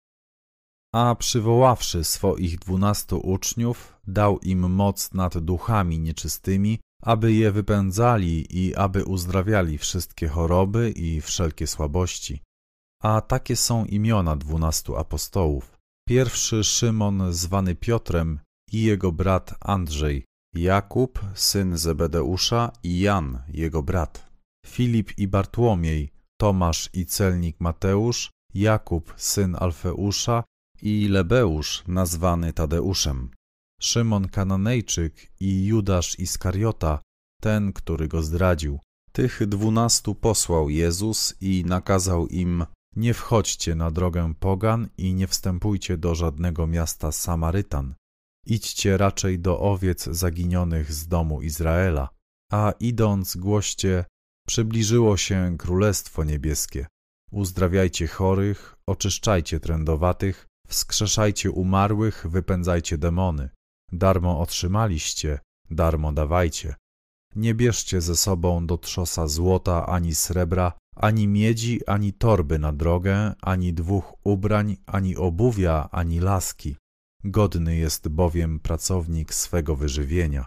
A przywoławszy swoich dwunastu uczniów, dał im moc nad duchami nieczystymi, aby je wypędzali i aby uzdrawiali wszystkie choroby i wszelkie słabości. A takie są imiona dwunastu apostołów. Pierwszy Szymon zwany Piotrem i jego brat Andrzej, Jakub, syn Zebedeusza i Jan, jego brat, Filip i Bartłomiej, Tomasz i celnik Mateusz, Jakub, syn Alfeusza i Lebeusz, nazwany Tadeuszem, Szymon Kananejczyk i Judasz Iskariota, ten, który go zdradził. Tych dwunastu posłał Jezus i nakazał im: nie wchodźcie na drogę pogan i nie wstępujcie do żadnego miasta Samarytan. Idźcie raczej do owiec zaginionych z domu Izraela. A idąc głoście: przybliżyło się Królestwo Niebieskie. Uzdrawiajcie chorych, oczyszczajcie trędowatych, wskrzeszajcie umarłych, wypędzajcie demony. Darmo otrzymaliście, darmo dawajcie. Nie bierzcie ze sobą do trzosa złota ani srebra, ani miedzi, ani torby na drogę, ani dwóch ubrań, ani obuwia, ani laski. Godny jest bowiem pracownik swego wyżywienia.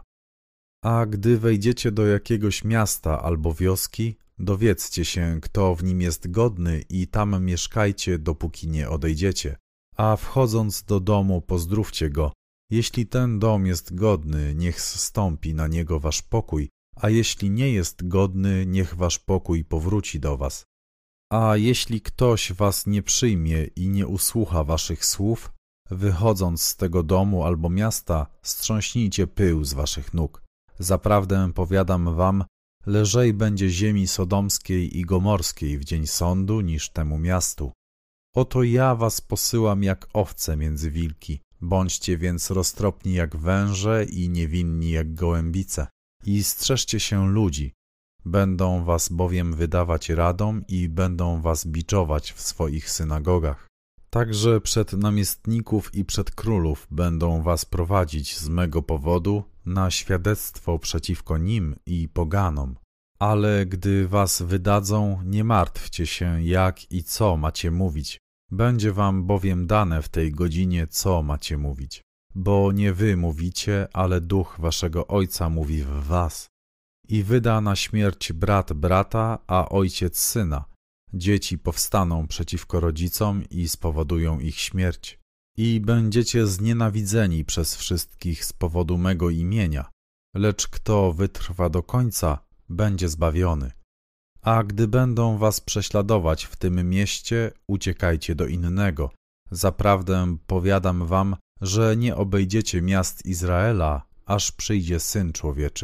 A gdy wejdziecie do jakiegoś miasta albo wioski, dowiedzcie się, kto w nim jest godny i tam mieszkajcie, dopóki nie odejdziecie. A wchodząc do domu, pozdrówcie go. Jeśli ten dom jest godny, niech zstąpi na niego wasz pokój, a jeśli nie jest godny, niech wasz pokój powróci do was. A jeśli ktoś was nie przyjmie i nie usłucha waszych słów, wychodząc z tego domu albo miasta, strząśnijcie pył z waszych nóg. Zaprawdę powiadam wam, lżej będzie ziemi sodomskiej i gomorskiej w dzień sądu niż temu miastu. Oto ja was posyłam jak owce między wilki. Bądźcie więc roztropni jak węże i niewinni jak gołębice. I strzeżcie się ludzi. Będą was bowiem wydawać radom i będą was biczować w swoich synagogach. Także przed namiestników i przed królów będą was prowadzić z mego powodu na świadectwo przeciwko nim i poganom. Ale gdy was wydadzą, nie martwcie się, jak i co macie mówić. Będzie wam bowiem dane w tej godzinie, co macie mówić. Bo nie wy mówicie, ale duch waszego Ojca mówi w was. I wyda na śmierć brat brata, a ojciec syna. Dzieci powstaną przeciwko rodzicom i spowodują ich śmierć. I będziecie znienawidzeni przez wszystkich z powodu mego imienia. Lecz kto wytrwa do końca, będzie zbawiony. A gdy będą was prześladować w tym mieście, uciekajcie do innego. Zaprawdę powiadam wam, że nie obejdziecie miast Izraela, aż przyjdzie Syn Człowieczy.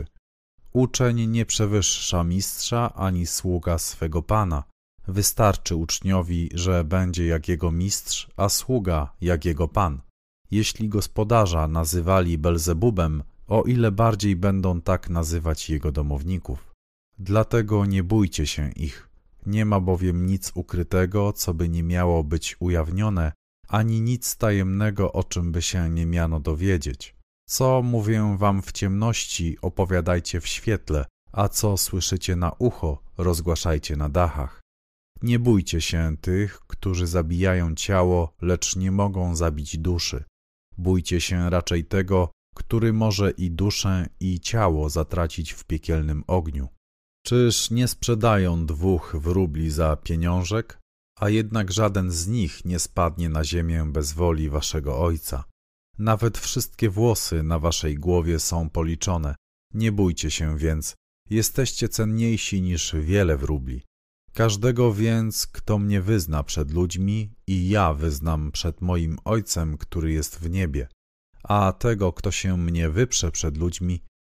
Uczeń nie przewyższa mistrza ani sługa swego pana. Wystarczy uczniowi, że będzie jak jego mistrz, a sługa jak jego pan. Jeśli gospodarza nazywali Belzebubem, o ile bardziej będą tak nazywać jego domowników. Dlatego nie bójcie się ich. Nie ma bowiem nic ukrytego, co by nie miało być ujawnione, ani nic tajemnego, o czym by się nie miano dowiedzieć. Co mówię wam w ciemności, opowiadajcie w świetle, a co słyszycie na ucho, rozgłaszajcie na dachach. Nie bójcie się tych, którzy zabijają ciało, lecz nie mogą zabić duszy. Bójcie się raczej tego, który może i duszę, i ciało zatracić w piekielnym ogniu. Czyż nie sprzedają dwóch wróbli za pieniążek, a jednak żaden z nich nie spadnie na ziemię bez woli waszego Ojca. Nawet wszystkie włosy na waszej głowie są policzone. Nie bójcie się więc, jesteście cenniejsi niż wiele wróbli. Każdego więc, kto mnie wyzna przed ludźmi, i ja wyznam przed moim Ojcem, który jest w niebie. A tego, kto się mnie wyprze przed ludźmi,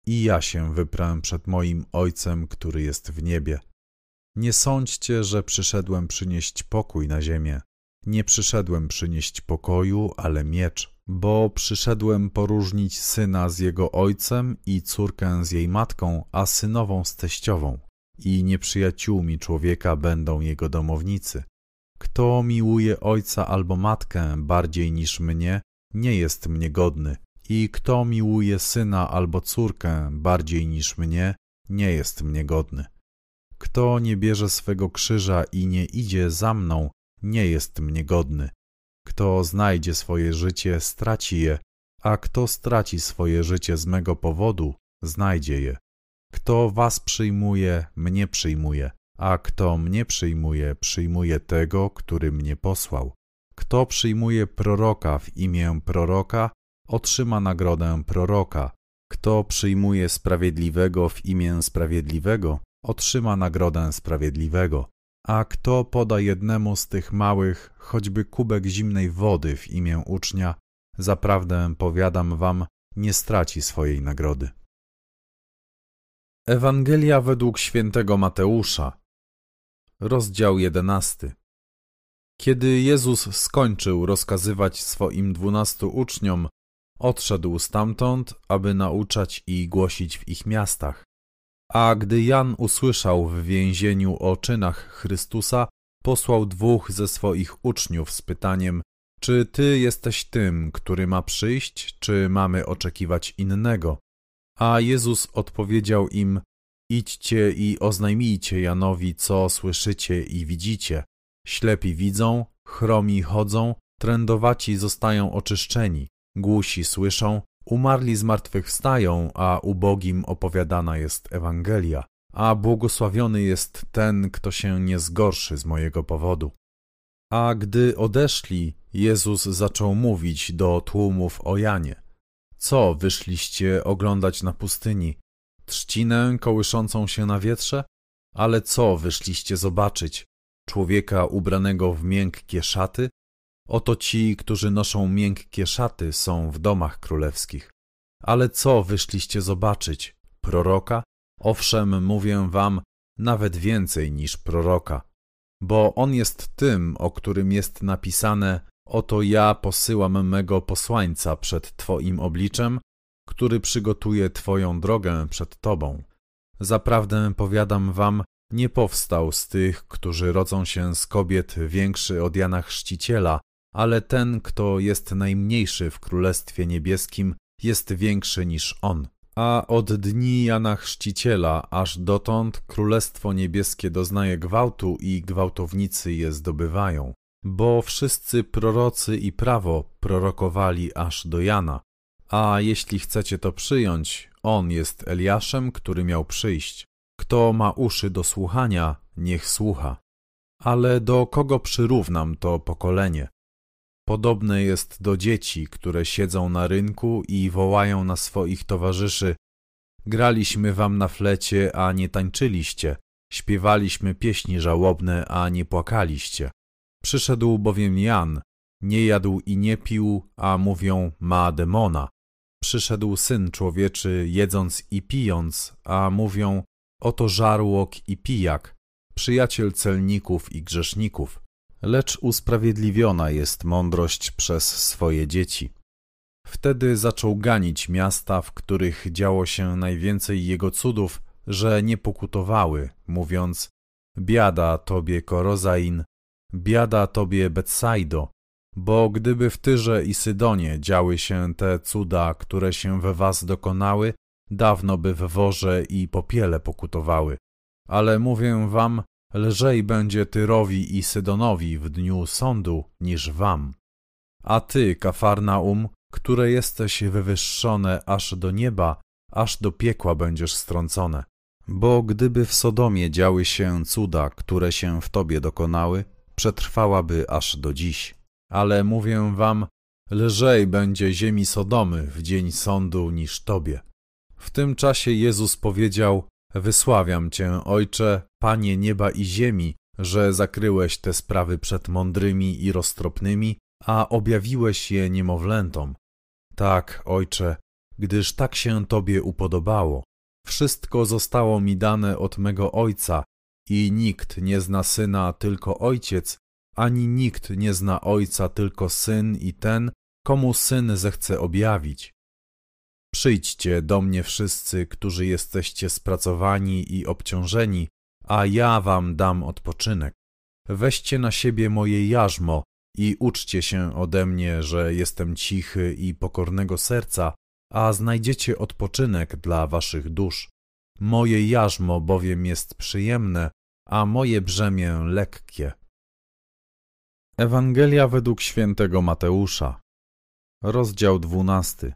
i ja się wyprę przed moim Ojcem, który jest w niebie. Nie sądźcie, że przyszedłem przynieść pokój na ziemię. Nie przyszedłem przynieść pokoju, ale miecz, bo przyszedłem poróżnić syna z jego ojcem i córkę z jej matką, a synową z teściową. I nieprzyjaciółmi człowieka będą jego domownicy. Kto miłuje ojca albo matkę bardziej niż mnie, nie jest mnie godny. I kto miłuje syna albo córkę bardziej niż mnie, nie jest mnie godny. Kto nie bierze swego krzyża i nie idzie za mną, nie jest mnie godny. Kto znajdzie swoje życie, straci je, a kto straci swoje życie z mego powodu, znajdzie je. Kto was przyjmuje, mnie przyjmuje, a kto mnie przyjmuje, przyjmuje tego, który mnie posłał. Kto przyjmuje proroka w imię proroka, otrzyma nagrodę proroka. Kto przyjmuje sprawiedliwego w imię sprawiedliwego, otrzyma nagrodę sprawiedliwego. A kto poda jednemu z tych małych, choćby kubek zimnej wody w imię ucznia, zaprawdę powiadam wam, nie straci swojej nagrody. Ewangelia według świętego Mateusza, rozdział jedenasty. Kiedy Jezus skończył rozkazywać swoim dwunastu uczniom, odszedł stamtąd, aby nauczać i głosić w ich miastach. A gdy Jan usłyszał w więzieniu o czynach Chrystusa, posłał dwóch ze swoich uczniów z pytaniem: czy ty jesteś tym, który ma przyjść, czy mamy oczekiwać innego? A Jezus odpowiedział im: idźcie i oznajmijcie Janowi, co słyszycie i widzicie. Ślepi widzą, chromi chodzą, trędowaci zostają oczyszczeni, głusi słyszą, umarli zmartwychwstają, a ubogim opowiadana jest Ewangelia, a błogosławiony jest ten, kto się nie zgorszy z mojego powodu. A gdy odeszli, Jezus zaczął mówić do tłumów o Janie. Co wyszliście oglądać na pustyni? Trzcinę kołyszącą się na wietrze? Ale co wyszliście zobaczyć? Człowieka ubranego w miękkie szaty? Oto ci, którzy noszą miękkie szaty, są w domach królewskich. Ale co wyszliście zobaczyć? Proroka? Owszem, mówię wam, nawet więcej niż proroka. Bo on jest tym, o którym jest napisane: oto ja posyłam mego posłańca przed twoim obliczem, który przygotuje twoją drogę przed tobą. Zaprawdę powiadam wam, nie powstał z tych, którzy rodzą się z kobiet, większy od Jana Chrzciciela, ale ten, kto jest najmniejszy w Królestwie Niebieskim, jest większy niż on. A od dni Jana Chrzciciela aż dotąd Królestwo Niebieskie doznaje gwałtu i gwałtownicy je zdobywają. Bo wszyscy prorocy i prawo prorokowali aż do Jana. A jeśli chcecie to przyjąć, on jest Eliaszem, który miał przyjść. Kto ma uszy do słuchania, niech słucha. Ale do kogo przyrównam to pokolenie? Podobne jest do dzieci, które siedzą na rynku i wołają na swoich towarzyszy: graliśmy wam na flecie, a nie tańczyliście, śpiewaliśmy pieśni żałobne, a nie płakaliście. Przyszedł bowiem Jan, nie jadł i nie pił, a mówią: ma demona. Przyszedł Syn Człowieczy, jedząc i pijąc, a mówią: oto żarłok i pijak, przyjaciel celników i grzeszników. Lecz usprawiedliwiona jest mądrość przez swoje dzieci. Wtedy zaczął ganić miasta, w których działo się najwięcej jego cudów, że nie pokutowały, mówiąc: biada tobie, Korozain, biada tobie, Betsaido, bo gdyby w Tyrze i Sydonie działy się te cuda, które się we was dokonały, dawno by w worze i popiele pokutowały. Ale mówię wam, lżej będzie Tyrowi i Sydonowi w dniu sądu niż wam. A ty, Kafarnaum, które jesteś wywyższone aż do nieba, aż do piekła będziesz strącone. Bo gdyby w Sodomie działy się cuda, które się w tobie dokonały, przetrwałaby aż do dziś. Ale mówię wam, lżej będzie ziemi Sodomy w dzień sądu niż tobie. W tym czasie Jezus powiedział: wysławiam cię, Ojcze, Panie nieba i ziemi, że zakryłeś te sprawy przed mądrymi i roztropnymi, a objawiłeś je niemowlętom. Tak, Ojcze, gdyż tak się Tobie upodobało. Wszystko zostało mi dane od mego Ojca i nikt nie zna Syna, tylko Ojciec, ani nikt nie zna Ojca, tylko Syn i ten, komu Syn zechce objawić. Przyjdźcie do mnie wszyscy, którzy jesteście spracowani i obciążeni, a ja wam dam odpoczynek. Weźcie na siebie moje jarzmo i uczcie się ode mnie, że jestem cichy i pokornego serca, a znajdziecie odpoczynek dla waszych dusz. Moje jarzmo bowiem jest przyjemne, a moje brzemię lekkie. Ewangelia według świętego Mateusza, rozdział dwunasty.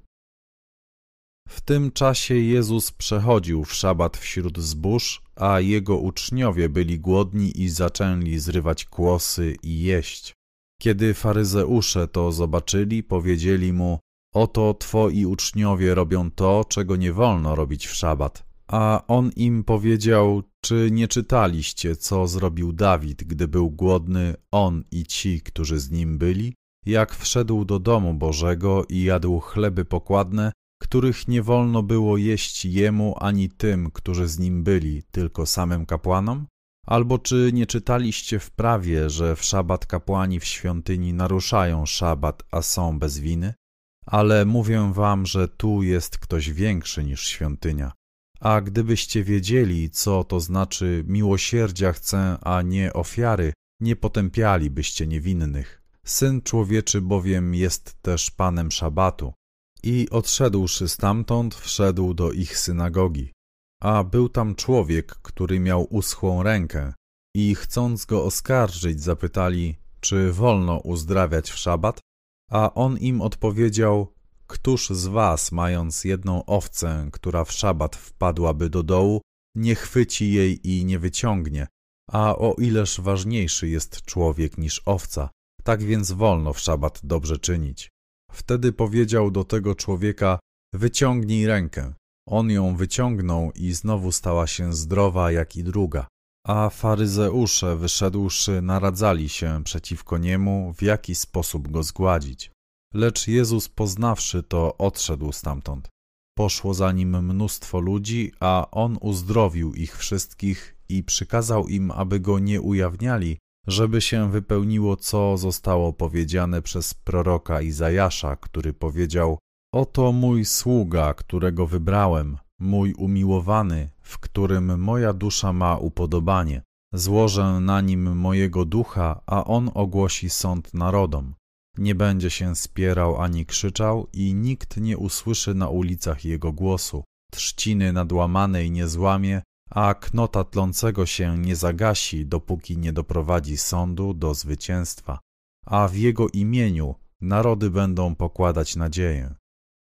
W tym czasie Jezus przechodził w szabat wśród zbóż, a Jego uczniowie byli głodni i zaczęli zrywać kłosy i jeść. Kiedy faryzeusze to zobaczyli, powiedzieli mu: oto twoi uczniowie robią to, czego nie wolno robić w szabat. A on im powiedział: czy nie czytaliście, co zrobił Dawid, gdy był głodny, on i ci, którzy z nim byli? Jak wszedł do domu Bożego i jadł chleby pokładne, których nie wolno było jeść jemu ani tym, którzy z nim byli, tylko samym kapłanom? Albo czy nie czytaliście w prawie, że w szabat kapłani w świątyni naruszają szabat, a są bez winy? Ale mówię wam, że tu jest ktoś większy niż świątynia. A gdybyście wiedzieli, co to znaczy miłosierdzia chcę, a nie ofiary, nie potępialibyście niewinnych. Syn Człowieczy bowiem jest też Panem szabatu. I odszedłszy stamtąd, wszedł do ich synagogi. A był tam człowiek, który miał uschłą rękę i chcąc go oskarżyć, zapytali, czy wolno uzdrawiać w szabat? A on im odpowiedział: któż z was, mając jedną owcę, która w szabat wpadłaby do dołu, nie chwyci jej i nie wyciągnie? A o ileż ważniejszy jest człowiek niż owca, tak więc wolno w szabat dobrze czynić. Wtedy powiedział do tego człowieka: wyciągnij rękę. On ją wyciągnął i znowu stała się zdrowa jak i druga. A faryzeusze, wyszedłszy, naradzali się przeciwko niemu, w jaki sposób go zgładzić. Lecz Jezus, poznawszy to, odszedł stamtąd. Poszło za nim mnóstwo ludzi, a on uzdrowił ich wszystkich i przykazał im, aby go nie ujawniali, żeby się wypełniło, co zostało powiedziane przez proroka Izajasza, który powiedział: oto mój sługa, którego wybrałem, mój umiłowany, w którym moja dusza ma upodobanie. Złożę na nim mojego ducha, a on ogłosi sąd narodom. Nie będzie się spierał ani krzyczał i nikt nie usłyszy na ulicach jego głosu. Trzciny nadłamanej nie złamie, a knota tlącego się nie zagasi, dopóki nie doprowadzi sądu do zwycięstwa. A w jego imieniu narody będą pokładać nadzieję.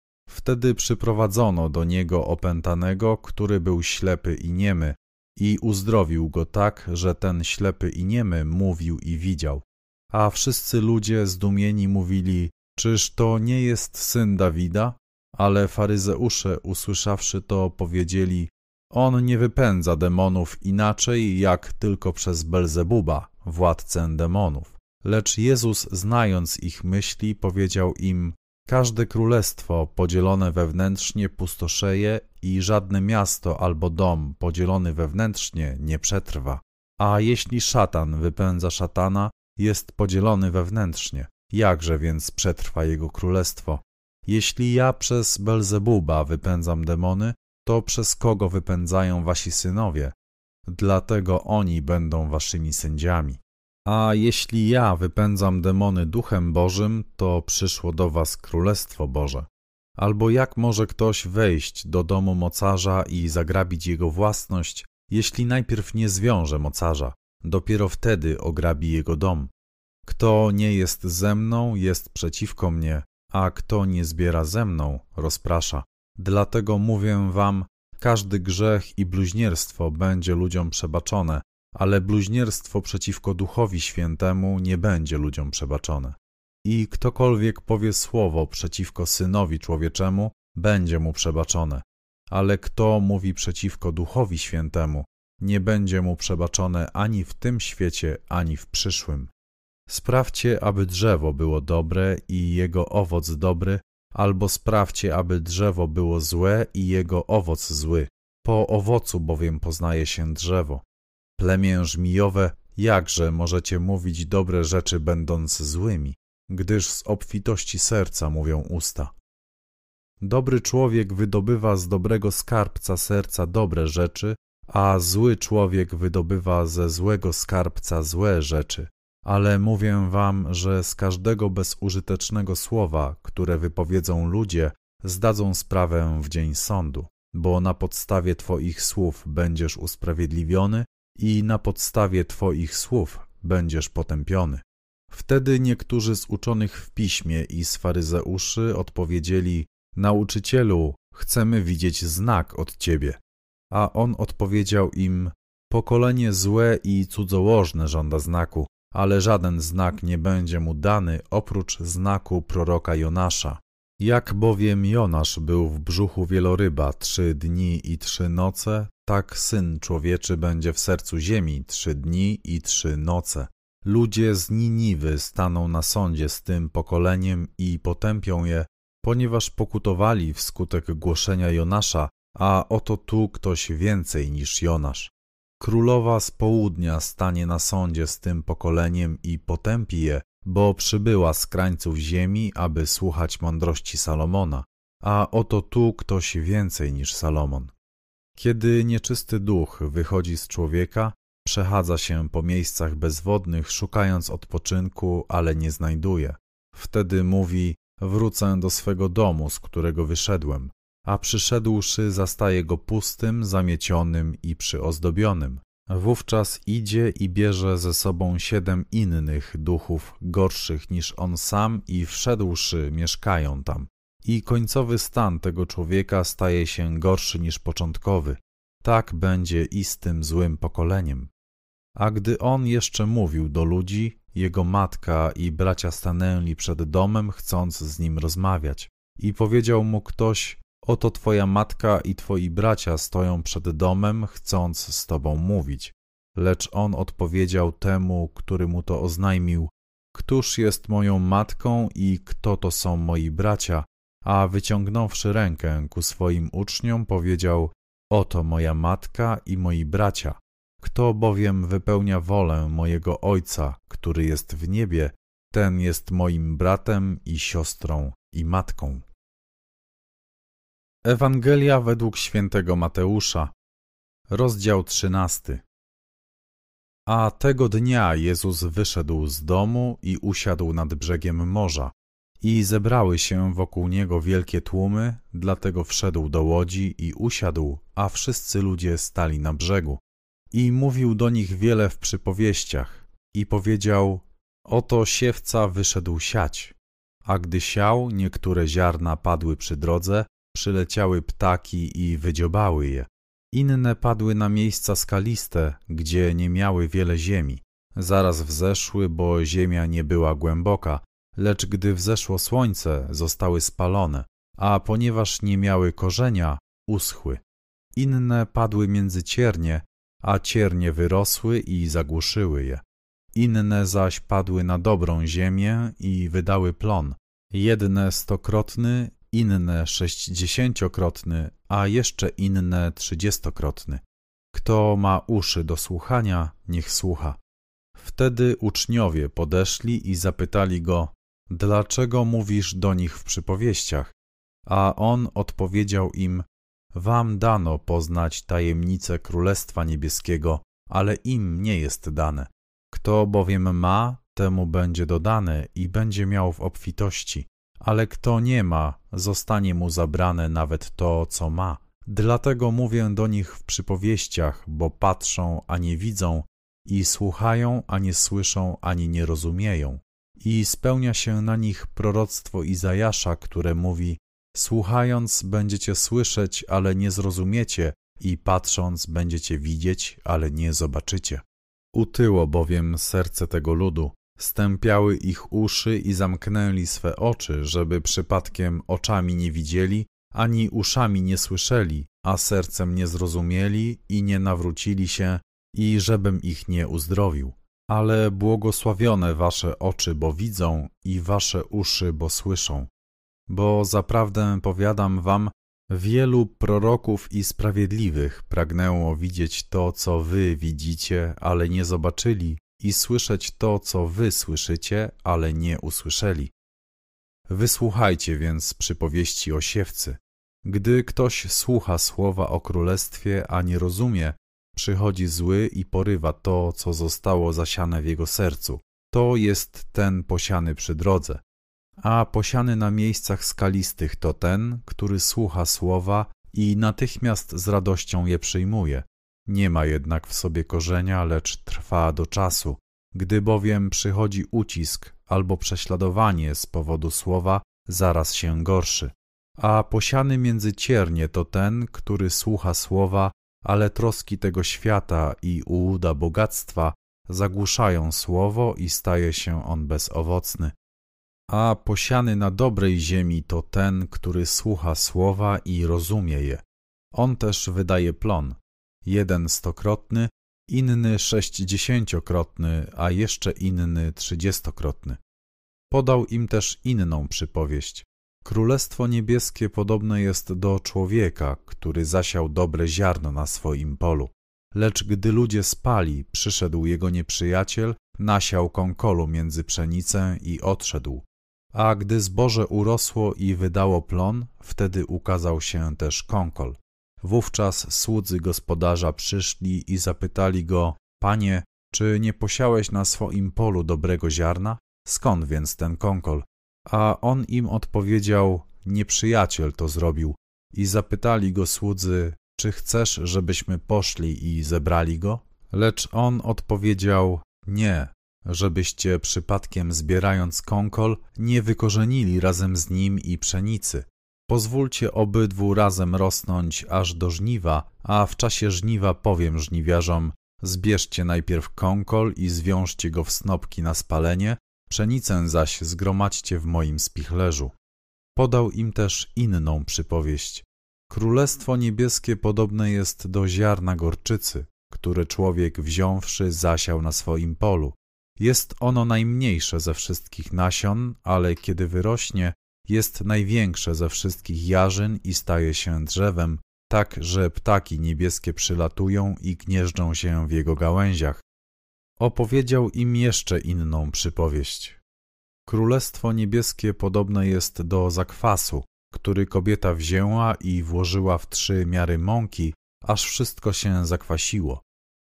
Wtedy przyprowadzono do niego opętanego, który był ślepy i niemy, i uzdrowił go tak, że ten ślepy i niemy mówił i widział. A wszyscy ludzie zdumieni mówili: czyż to nie jest syn Dawida? Ale faryzeusze, usłyszawszy to, powiedzieli: on nie wypędza demonów inaczej, jak tylko przez Belzebuba, władcę demonów. Lecz Jezus, znając ich myśli, powiedział im: każde królestwo podzielone wewnętrznie pustoszeje i żadne miasto albo dom podzielony wewnętrznie nie przetrwa. A jeśli szatan wypędza szatana, jest podzielony wewnętrznie. Jakże więc przetrwa jego królestwo? Jeśli ja przez Belzebuba wypędzam demony, to przez kogo wypędzają wasi synowie? Dlatego oni będą waszymi sędziami. A jeśli ja wypędzam demony duchem Bożym, to przyszło do was Królestwo Boże. Albo jak może ktoś wejść do domu mocarza i zagrabić jego własność, jeśli najpierw nie zwiąże mocarza? Dopiero wtedy ograbi jego dom. Kto nie jest ze mną, jest przeciwko mnie, a kto nie zbiera ze mną, rozprasza. Dlatego mówię wam, każdy grzech i bluźnierstwo będzie ludziom przebaczone, ale bluźnierstwo przeciwko Duchowi Świętemu nie będzie ludziom przebaczone. I ktokolwiek powie słowo przeciwko Synowi Człowieczemu, będzie mu przebaczone, ale kto mówi przeciwko Duchowi Świętemu, nie będzie mu przebaczone ani w tym świecie, ani w przyszłym. Sprawdźcie, aby drzewo było dobre i jego owoc dobry, albo sprawdźcie, aby drzewo było złe i jego owoc zły. Po owocu bowiem poznaje się drzewo. Plemię żmijowe, jakże możecie mówić dobre rzeczy będąc złymi, gdyż z obfitości serca mówią usta. Dobry człowiek wydobywa z dobrego skarbca serca dobre rzeczy, a zły człowiek wydobywa ze złego skarbca złe rzeczy. Ale mówię wam, że z każdego bezużytecznego słowa, które wypowiedzą ludzie, zdadzą sprawę w dzień sądu, bo na podstawie twoich słów będziesz usprawiedliwiony i na podstawie twoich słów będziesz potępiony. Wtedy niektórzy z uczonych w piśmie i z faryzeuszy odpowiedzieli: Nauczycielu, chcemy widzieć znak od ciebie. A on odpowiedział im: Pokolenie złe i cudzołożne żąda znaku, ale żaden znak nie będzie mu dany oprócz znaku proroka Jonasza. Jak bowiem Jonasz był w brzuchu wieloryba trzy dni i trzy noce, tak Syn Człowieczy będzie w sercu ziemi trzy dni i trzy noce. Ludzie z Niniwy staną na sądzie z tym pokoleniem i potępią je, ponieważ pokutowali wskutek głoszenia Jonasza, a oto tu ktoś więcej niż Jonasz. Królowa z południa stanie na sądzie z tym pokoleniem i potępi je, bo przybyła z krańców ziemi, aby słuchać mądrości Salomona, a oto tu ktoś więcej niż Salomon. Kiedy nieczysty duch wychodzi z człowieka, przechadza się po miejscach bezwodnych, szukając odpoczynku, ale nie znajduje. Wtedy mówi: wrócę do swego domu, z którego wyszedłem, a przyszedłszy zastaje go pustym, zamiecionym i przyozdobionym. Wówczas idzie i bierze ze sobą siedem innych duchów, gorszych niż on sam, i wszedłszy mieszkają tam. I końcowy stan tego człowieka staje się gorszy niż początkowy. Tak będzie i z tym złym pokoleniem. A gdy on jeszcze mówił do ludzi, jego matka i bracia stanęli przed domem, chcąc z nim rozmawiać. I powiedział mu ktoś: oto twoja matka i twoi bracia stoją przed domem, chcąc z tobą mówić. Lecz on odpowiedział temu, który mu to oznajmił: któż jest moją matką i kto to są moi bracia? A wyciągnąwszy rękę ku swoim uczniom, powiedział: oto moja matka i moi bracia. Kto bowiem wypełnia wolę mojego Ojca, który jest w niebie, ten jest moim bratem i siostrą i matką. Ewangelia według świętego Mateusza, rozdział trzynasty. A tego dnia Jezus wyszedł z domu i usiadł nad brzegiem morza. I zebrały się wokół Niego wielkie tłumy, dlatego wszedł do łodzi i usiadł, a wszyscy ludzie stali na brzegu. I mówił do nich wiele w przypowieściach. I powiedział: oto siewca wyszedł siać. A gdy siał, niektóre ziarna padły przy drodze, przyleciały ptaki i wydziobały je. Inne padły na miejsca skaliste, gdzie nie miały wiele ziemi. Zaraz wzeszły, bo ziemia nie była głęboka, lecz gdy wzeszło słońce, zostały spalone, a ponieważ nie miały korzenia, uschły. Inne padły między ciernie, a ciernie wyrosły i zagłuszyły je. Inne zaś padły na dobrą ziemię i wydały plon, jedne stokrotny, inne sześćdziesięciokrotny, a jeszcze inne trzydziestokrotny. Kto ma uszy do słuchania, niech słucha. Wtedy uczniowie podeszli i zapytali go: dlaczego mówisz do nich w przypowieściach? A on odpowiedział im: wam dano poznać tajemnicę Królestwa Niebieskiego, ale im nie jest dane. Kto bowiem ma, temu będzie dodane i będzie miał w obfitości, ale kto nie ma, zostanie mu zabrane nawet to, co ma. Dlatego mówię do nich w przypowieściach, bo patrzą, a nie widzą, i słuchają, a nie słyszą, ani nie rozumieją. I spełnia się na nich proroctwo Izajasza, które mówi: słuchając będziecie słyszeć, ale nie zrozumiecie, i patrząc będziecie widzieć, ale nie zobaczycie. Utyło bowiem serce tego ludu, stępiały ich uszy i zamknęli swe oczy, żeby przypadkiem oczami nie widzieli, ani uszami nie słyszeli, a sercem nie zrozumieli i nie nawrócili się, i żebym ich nie uzdrowił. Ale błogosławione wasze oczy, bo widzą, i wasze uszy, bo słyszą. Bo zaprawdę powiadam wam, wielu proroków i sprawiedliwych pragnęło widzieć to, co wy widzicie, ale nie zobaczyli, i słyszeć to, co wy słyszycie, ale nie usłyszeli. Wysłuchajcie więc przypowieści o siewcy. Gdy ktoś słucha słowa o królestwie, a nie rozumie, przychodzi zły i porywa to, co zostało zasiane w jego sercu. To jest ten posiany przy drodze. A posiany na miejscach skalistych to ten, który słucha słowa i natychmiast z radością je przyjmuje. Nie ma jednak w sobie korzenia, lecz trwa do czasu. Gdy bowiem przychodzi ucisk albo prześladowanie z powodu słowa, zaraz się gorszy. A posiany między ciernie to ten, który słucha słowa, ale troski tego świata i ułuda bogactwa zagłuszają słowo i staje się on bezowocny. A posiany na dobrej ziemi to ten, który słucha słowa i rozumie je. On też wydaje plon. Jeden stokrotny, inny sześćdziesięciokrotny, a jeszcze inny trzydziestokrotny. Podał im też inną przypowieść. Królestwo niebieskie podobne jest do człowieka, który zasiał dobre ziarno na swoim polu. Lecz gdy ludzie spali, przyszedł jego nieprzyjaciel, nasiał kąkolu między pszenicę i odszedł. A gdy zboże urosło i wydało plon, wtedy ukazał się też kąkol. Wówczas słudzy gospodarza przyszli i zapytali go: Panie, czy nie posiałeś na swoim polu dobrego ziarna? Skąd więc ten kąkol? A on im odpowiedział: Nieprzyjaciel to zrobił. I zapytali go słudzy: Czy chcesz, żebyśmy poszli i zebrali go? Lecz on odpowiedział: Nie, żebyście przypadkiem zbierając kąkol nie wykorzenili razem z nim i pszenicy. Pozwólcie obydwu razem rosnąć aż do żniwa, a w czasie żniwa powiem żniwiarzom: zbierzcie najpierw kąkol i zwiążcie go w snopki na spalenie, pszenicę zaś zgromadźcie w moim spichlerzu. Podał im też inną przypowieść. Królestwo niebieskie podobne jest do ziarna gorczycy, które człowiek wziąwszy zasiał na swoim polu. Jest ono najmniejsze ze wszystkich nasion, ale kiedy wyrośnie, jest największe ze wszystkich jarzyn i staje się drzewem, tak że ptaki niebieskie przylatują i gnieżdżą się w jego gałęziach. Opowiedział im jeszcze inną przypowieść. Królestwo niebieskie podobne jest do zakwasu, który kobieta wzięła i włożyła w trzy miary mąki, aż wszystko się zakwasiło.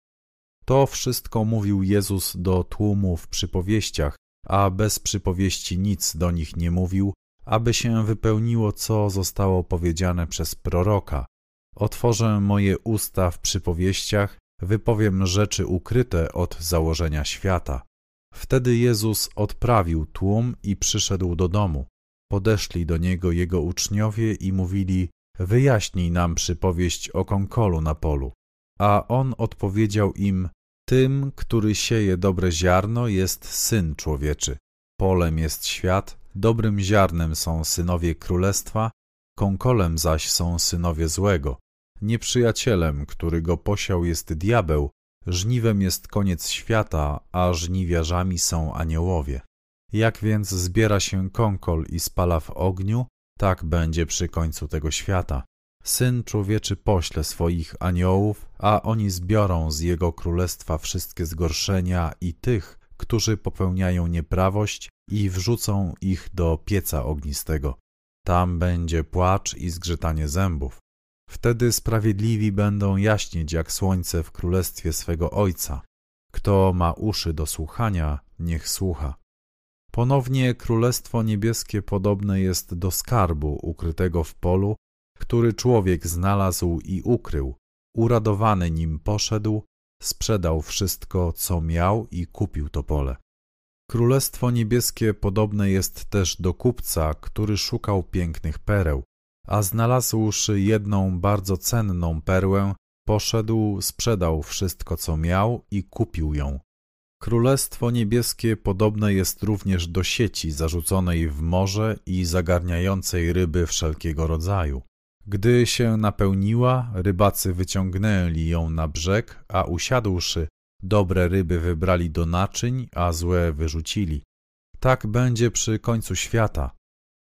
To wszystko mówił Jezus do tłumu w przypowieściach, a bez przypowieści nic do nich nie mówił, aby się wypełniło, co zostało powiedziane przez proroka. Otworzę moje usta w przypowieściach, wypowiem rzeczy ukryte od założenia świata. Wtedy Jezus odprawił tłum i przyszedł do domu. Podeszli do niego jego uczniowie i mówili: wyjaśnij nam przypowieść o kąkolu na polu. A on odpowiedział im: tym, który sieje dobre ziarno, jest Syn Człowieczy. Polem jest świat, dobrym ziarnem są synowie królestwa, kąkolem zaś są synowie złego. Nieprzyjacielem, który go posiał, jest diabeł, żniwem jest koniec świata, a żniwiarzami są aniołowie. Jak więc zbiera się kąkol i spala w ogniu, tak będzie przy końcu tego świata. Syn Człowieczy pośle swoich aniołów, a oni zbiorą z jego królestwa wszystkie zgorszenia i tych, którzy popełniają nieprawość, i wrzucą ich do pieca ognistego. Tam będzie płacz i zgrzytanie zębów. Wtedy sprawiedliwi będą jaśnieć jak słońce w królestwie swego Ojca. Kto ma uszy do słuchania, niech słucha. Ponownie Królestwo Niebieskie podobne jest do skarbu ukrytego w polu, który człowiek znalazł i ukrył. Uradowany nim poszedł, sprzedał wszystko, co miał, i kupił to pole. Królestwo Niebieskie podobne jest też do kupca, który szukał pięknych pereł, a znalazłszy jedną bardzo cenną perłę, poszedł, sprzedał wszystko, co miał, i kupił ją. Królestwo Niebieskie podobne jest również do sieci zarzuconej w morze i zagarniającej ryby wszelkiego rodzaju. Gdy się napełniła, rybacy wyciągnęli ją na brzeg, a usiadłszy, dobre ryby wybrali do naczyń, a złe wyrzucili. Tak będzie przy końcu świata.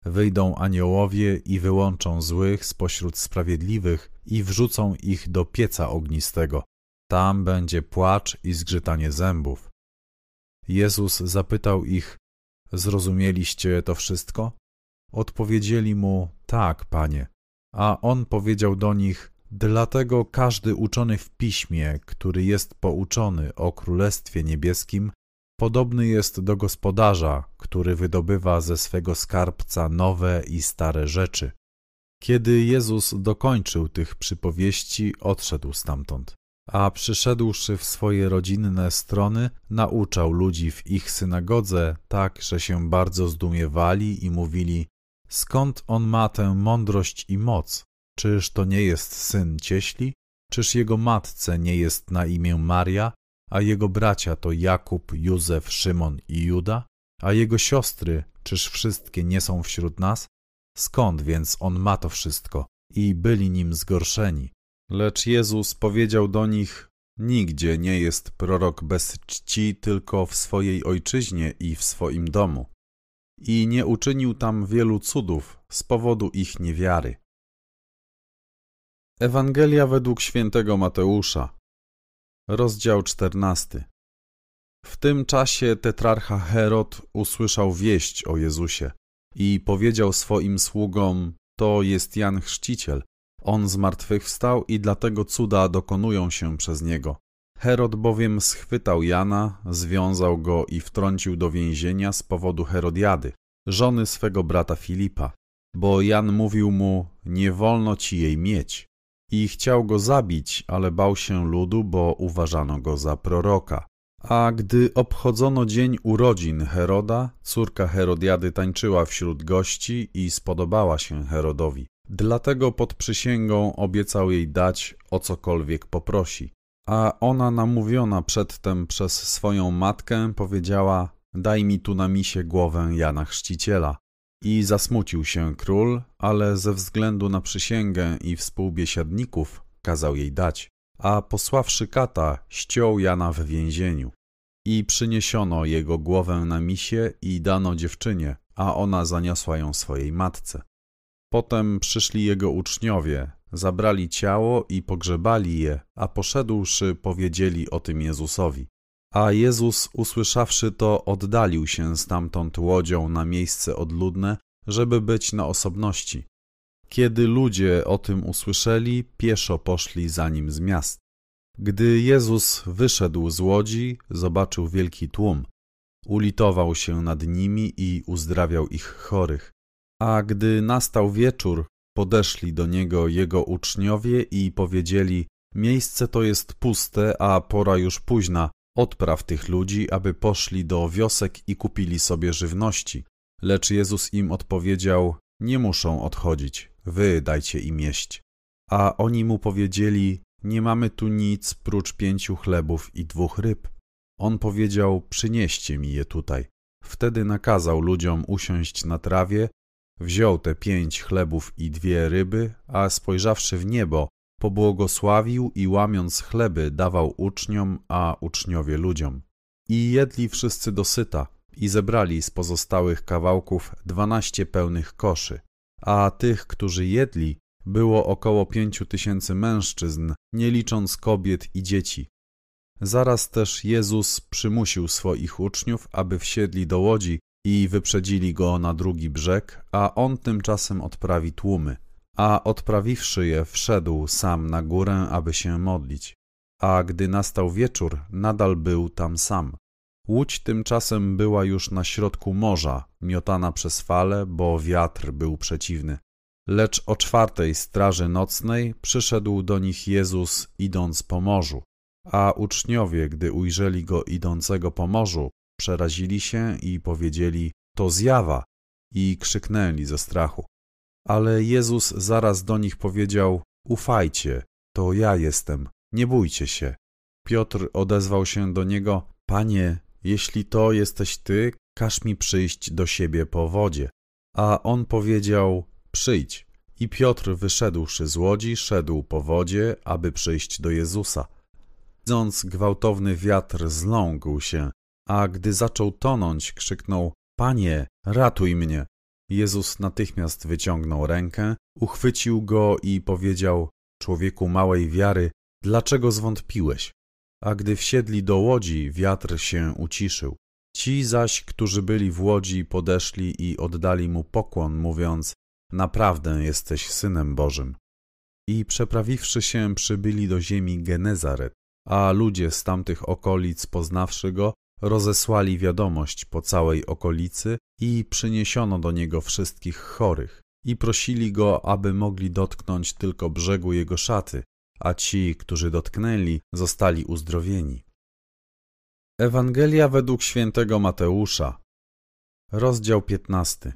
Wyjdą aniołowie i wyłączą złych spośród sprawiedliwych i wrzucą ich do pieca ognistego. Tam będzie płacz i zgrzytanie zębów. Jezus zapytał ich: zrozumieliście to wszystko? Odpowiedzieli mu: tak, Panie. A on powiedział do nich: dlatego każdy uczony w piśmie, który jest pouczony o Królestwie Niebieskim, podobny jest do gospodarza, który wydobywa ze swego skarbca nowe i stare rzeczy. Kiedy Jezus dokończył tych przypowieści, odszedł stamtąd, a przyszedłszy w swoje rodzinne strony, nauczał ludzi w ich synagodze tak, że się bardzo zdumiewali i mówili: skąd on ma tę mądrość i moc? Czyż to nie jest syn cieśli? Czyż jego matce nie jest na imię Maria, a jego bracia to Jakub, Józef, Szymon i Juda? A jego siostry, czyż wszystkie nie są wśród nas? Skąd więc on ma to wszystko? I byli nim zgorszeni. Lecz Jezus powiedział do nich: nigdzie nie jest prorok bez czci, tylko w swojej ojczyźnie i w swoim domu. I nie uczynił tam wielu cudów z powodu ich niewiary. Ewangelia według świętego Mateusza, rozdział czternasty. W tym czasie tetrarcha Herod usłyszał wieść o Jezusie i powiedział swoim sługom: to jest Jan Chrzciciel. On zmartwychwstał i dlatego cuda dokonują się przez niego. Herod bowiem schwytał Jana, związał go i wtrącił do więzienia z powodu Herodiady, żony swego brata Filipa, bo Jan mówił mu: nie wolno ci jej mieć. I chciał go zabić, ale bał się ludu, bo uważano go za proroka. A gdy obchodzono dzień urodzin Heroda, córka Herodiady tańczyła wśród gości i spodobała się Herodowi. Dlatego pod przysięgą obiecał jej dać, o cokolwiek poprosi. A ona, namówiona przedtem przez swoją matkę, powiedziała: daj mi tu na misie głowę Jana Chrzciciela. I zasmucił się król, ale ze względu na przysięgę i współbiesiadników kazał jej dać. A posławszy kata, ściął Jana w więzieniu. I przyniesiono jego głowę na misie i dano dziewczynie, a ona zaniosła ją swojej matce. Potem przyszli jego uczniowie, zabrali ciało i pogrzebali je, a poszedłszy powiedzieli o tym Jezusowi. A Jezus, usłyszawszy to, oddalił się stamtąd łodzią na miejsce odludne, żeby być na osobności. Kiedy ludzie o tym usłyszeli, pieszo poszli za nim z miast. Gdy Jezus wyszedł z łodzi, zobaczył wielki tłum. Ulitował się nad nimi i uzdrawiał ich chorych. A gdy nastał wieczór, podeszli do niego jego uczniowie i powiedzieli: miejsce to jest puste, a pora już późna. Odpraw tych ludzi, aby poszli do wiosek i kupili sobie żywności. Lecz Jezus im odpowiedział: nie muszą odchodzić, wy dajcie im jeść. A oni mu powiedzieli: nie mamy tu nic prócz pięciu chlebów i dwóch ryb. On powiedział: przynieście mi je tutaj. Wtedy nakazał ludziom usiąść na trawie, wziął te pięć chlebów i dwie ryby, a spojrzawszy w niebo, pobłogosławił i łamiąc chleby dawał uczniom, a uczniowie ludziom. I jedli wszyscy dosyta i zebrali z pozostałych kawałków dwanaście pełnych koszy, a tych, którzy jedli, było około pięciu tysięcy mężczyzn, nie licząc kobiet i dzieci. Zaraz też Jezus przymusił swoich uczniów, aby wsiedli do łodzi i wyprzedzili go na drugi brzeg, a on tymczasem odprawi tłumy. A odprawiwszy je, wszedł sam na górę, aby się modlić. A gdy nastał wieczór, nadal był tam sam. Łódź tymczasem była już na środku morza, miotana przez fale, bo wiatr był przeciwny. Lecz o czwartej straży nocnej przyszedł do nich Jezus, idąc po morzu. A uczniowie, gdy ujrzeli go idącego po morzu, przerazili się i powiedzieli: to zjawa, i krzyknęli ze strachu. Ale Jezus zaraz do nich powiedział: ufajcie, to ja jestem, nie bójcie się. Piotr odezwał się do niego: Panie, jeśli to jesteś Ty, każ mi przyjść do siebie po wodzie. A on powiedział: przyjdź. I Piotr, wyszedłszy z łodzi, szedł po wodzie, aby przyjść do Jezusa. Widząc gwałtowny wiatr, zląkł się, a gdy zaczął tonąć, krzyknął: Panie, ratuj mnie! Jezus natychmiast wyciągnął rękę, uchwycił go i powiedział: człowieku małej wiary, dlaczego zwątpiłeś? A gdy wsiedli do łodzi, wiatr się uciszył. Ci zaś, którzy byli w łodzi, podeszli i oddali mu pokłon, mówiąc: naprawdę jesteś Synem Bożym. I przeprawiwszy się, przybyli do ziemi Genezaret, a ludzie z tamtych okolic, poznawszy go, rozesłali wiadomość po całej okolicy i przyniesiono do niego wszystkich chorych i prosili go, aby mogli dotknąć tylko brzegu jego szaty, a ci, którzy dotknęli, zostali uzdrowieni. Ewangelia według świętego Mateusza, rozdział piętnasty.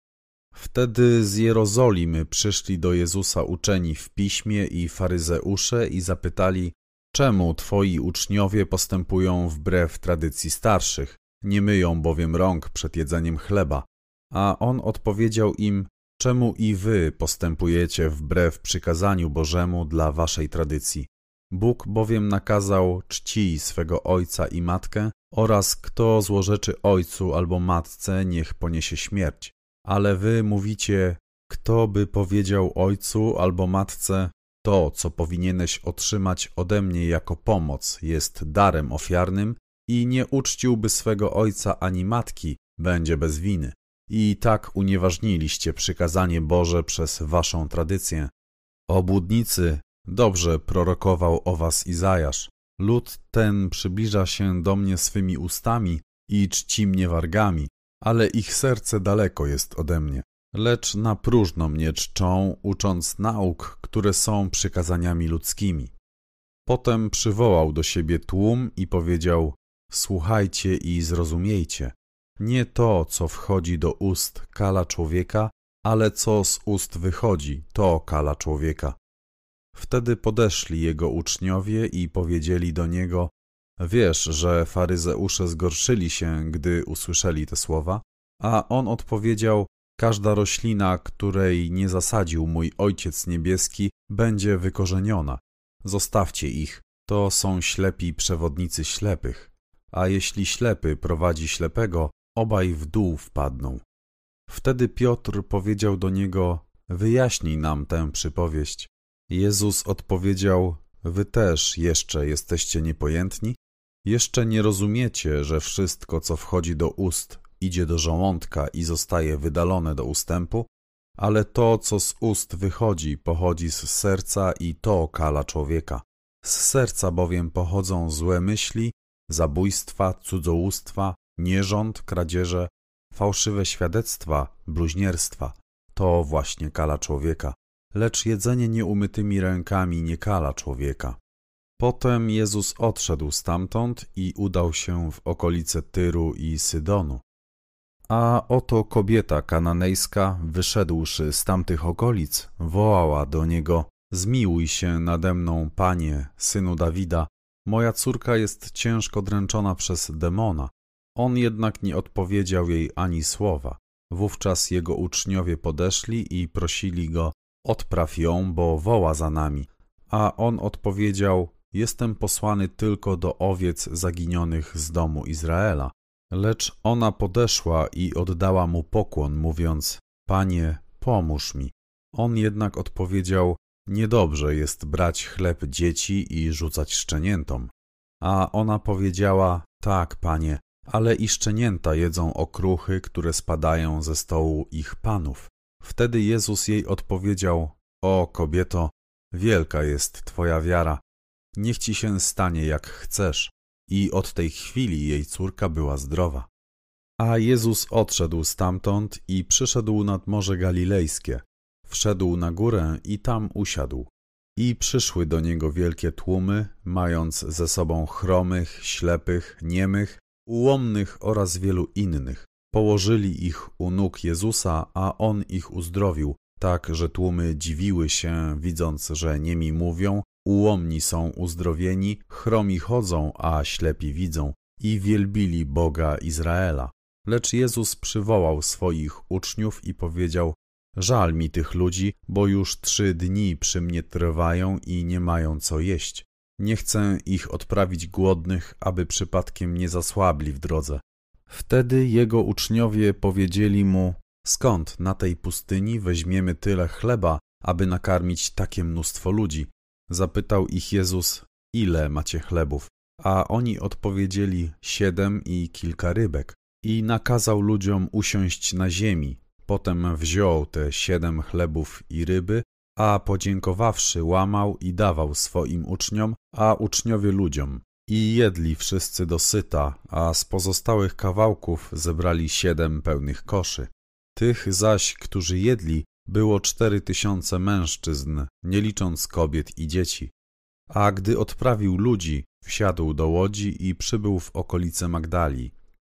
Wtedy z Jerozolimy przyszli do Jezusa uczeni w piśmie i faryzeusze i zapytali: czemu twoi uczniowie postępują wbrew tradycji starszych, nie myją bowiem rąk przed jedzeniem chleba? A on odpowiedział im: czemu i wy postępujecie wbrew przykazaniu Bożemu dla waszej tradycji? Bóg bowiem nakazał: czcij swego ojca i matkę oraz kto złorzeczy ojcu albo matce, niech poniesie śmierć. Ale wy mówicie: kto by powiedział ojcu albo matce: to, co powinieneś otrzymać ode mnie jako pomoc, jest darem ofiarnym, i nie uczciłby swego ojca ani matki, będzie bez winy. I tak unieważniliście przykazanie Boże przez waszą tradycję. Obłudnicy, dobrze prorokował o was Izajasz. Lud ten przybliża się do mnie swymi ustami i czci mnie wargami, ale ich serce daleko jest ode mnie. Lecz na próżno mnie czczą, ucząc nauk, które są przykazaniami ludzkimi. Potem przywołał do siebie tłum i powiedział: słuchajcie i zrozumiejcie. Nie to, co wchodzi do ust, kala człowieka, ale co z ust wychodzi, to kala człowieka. Wtedy podeszli jego uczniowie i powiedzieli do niego: wiesz, że faryzeusze zgorszyli się, gdy usłyszeli te słowa? A on odpowiedział: każda roślina, której nie zasadził mój Ojciec Niebieski, będzie wykorzeniona. Zostawcie ich, to są ślepi przewodnicy ślepych. A jeśli ślepy prowadzi ślepego, obaj w dół wpadną. Wtedy Piotr powiedział do niego: wyjaśnij nam tę przypowieść. Jezus odpowiedział: wy też jeszcze jesteście niepojętni? Jeszcze nie rozumiecie, że wszystko, co wchodzi do ust, idzie do żołądka i zostaje wydalone do ustępu? Ale to, co z ust wychodzi, pochodzi z serca i to kala człowieka. Z serca bowiem pochodzą złe myśli, zabójstwa, cudzołóstwa, nierząd, kradzieże, fałszywe świadectwa, bluźnierstwa. To właśnie kala człowieka. Lecz jedzenie nieumytymi rękami nie kala człowieka. Potem Jezus odszedł stamtąd i udał się w okolice Tyru i Sydonu. A oto kobieta kananejska, wyszedłszy z tamtych okolic, wołała do niego: zmiłuj się nade mną, Panie, Synu Dawida, moja córka jest ciężko dręczona przez demona. On jednak nie odpowiedział jej ani słowa. Wówczas jego uczniowie podeszli i prosili go: odpraw ją, bo woła za nami. A on odpowiedział: jestem posłany tylko do owiec zaginionych z domu Izraela. Lecz ona podeszła i oddała mu pokłon, mówiąc: Panie, pomóż mi. On jednak odpowiedział: niedobrze jest brać chleb dzieci i rzucać szczeniętom. A ona powiedziała: tak, Panie, ale i szczenięta jedzą okruchy, które spadają ze stołu ich panów. Wtedy Jezus jej odpowiedział: o kobieto, wielka jest twoja wiara, niech ci się stanie jak chcesz. I od tej chwili jej córka była zdrowa. A Jezus odszedł stamtąd i przyszedł nad Morze Galilejskie. Wszedł na górę i tam usiadł. I przyszły do niego wielkie tłumy, mając ze sobą chromych, ślepych, niemych, ułomnych oraz wielu innych. Położyli ich u nóg Jezusa, a On ich uzdrowił, tak, że tłumy dziwiły się, widząc, że niemi mówią, ułomni są uzdrowieni, chromi chodzą, a ślepi widzą, i wielbili Boga Izraela. Lecz Jezus przywołał swoich uczniów i powiedział: żal mi tych ludzi, bo już trzy dni przy mnie trwają i nie mają co jeść. Nie chcę ich odprawić głodnych, aby przypadkiem nie zasłabli w drodze. Wtedy jego uczniowie powiedzieli mu: Skąd na tej pustyni weźmiemy tyle chleba, aby nakarmić takie mnóstwo ludzi? Zapytał ich Jezus, ile macie chlebów? A oni odpowiedzieli, siedem i kilka rybek. I nakazał ludziom usiąść na ziemi. Potem wziął te siedem chlebów i ryby, a podziękowawszy łamał i dawał swoim uczniom, a uczniowie ludziom. I jedli wszyscy dosyta, a z pozostałych kawałków zebrali siedem pełnych koszy. Tych zaś, którzy jedli, było cztery tysiące mężczyzn, nie licząc kobiet i dzieci. A gdy odprawił ludzi, wsiadł do łodzi i przybył w okolice Magdalii.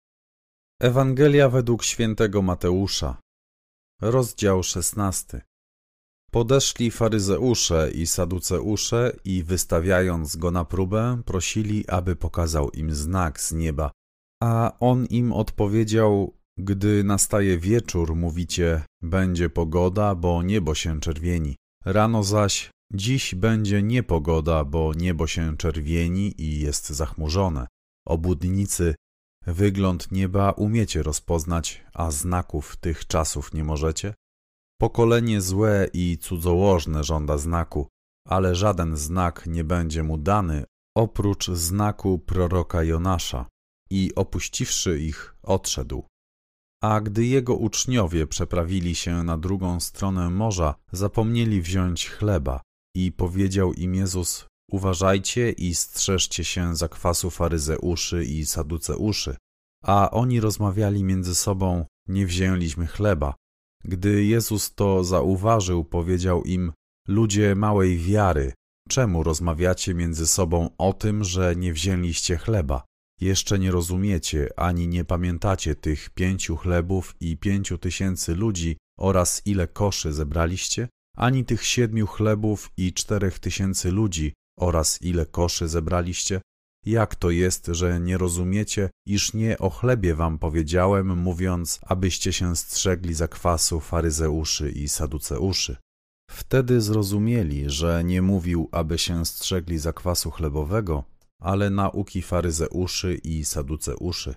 Ewangelia według świętego Mateusza, rozdział szesnasty. Podeszli faryzeusze i saduceusze i wystawiając go na próbę, prosili, aby pokazał im znak z nieba. A on im odpowiedział, gdy nastaje wieczór, mówicie, będzie pogoda, bo niebo się czerwieni. Rano zaś, dziś będzie niepogoda, bo niebo się czerwieni i jest zachmurzone. Obłudnicy, wygląd nieba umiecie rozpoznać, a znaków tych czasów nie możecie? Pokolenie złe i cudzołożne żąda znaku, ale żaden znak nie będzie mu dany, oprócz znaku proroka Jonasza. I opuściwszy ich, odszedł. A gdy jego uczniowie przeprawili się na drugą stronę morza, zapomnieli wziąć chleba. I powiedział im Jezus, uważajcie i strzeżcie się zakwasu faryzeuszy i saduceuszy. A oni rozmawiali między sobą, nie wzięliśmy chleba. Gdy Jezus to zauważył, powiedział im, ludzie małej wiary, czemu rozmawiacie między sobą o tym, że nie wzięliście chleba? Jeszcze nie rozumiecie, ani nie pamiętacie tych pięciu chlebów i pięciu tysięcy ludzi oraz ile koszy zebraliście? Ani tych siedmiu chlebów i czterech tysięcy ludzi oraz ile koszy zebraliście? Jak to jest, że nie rozumiecie, iż nie o chlebie wam powiedziałem, mówiąc, abyście się strzegli zakwasu faryzeuszy i saduceuszy? Wtedy zrozumieli, że nie mówił, aby się strzegli zakwasu chlebowego, ale nauki faryzeuszy i saduceuszy.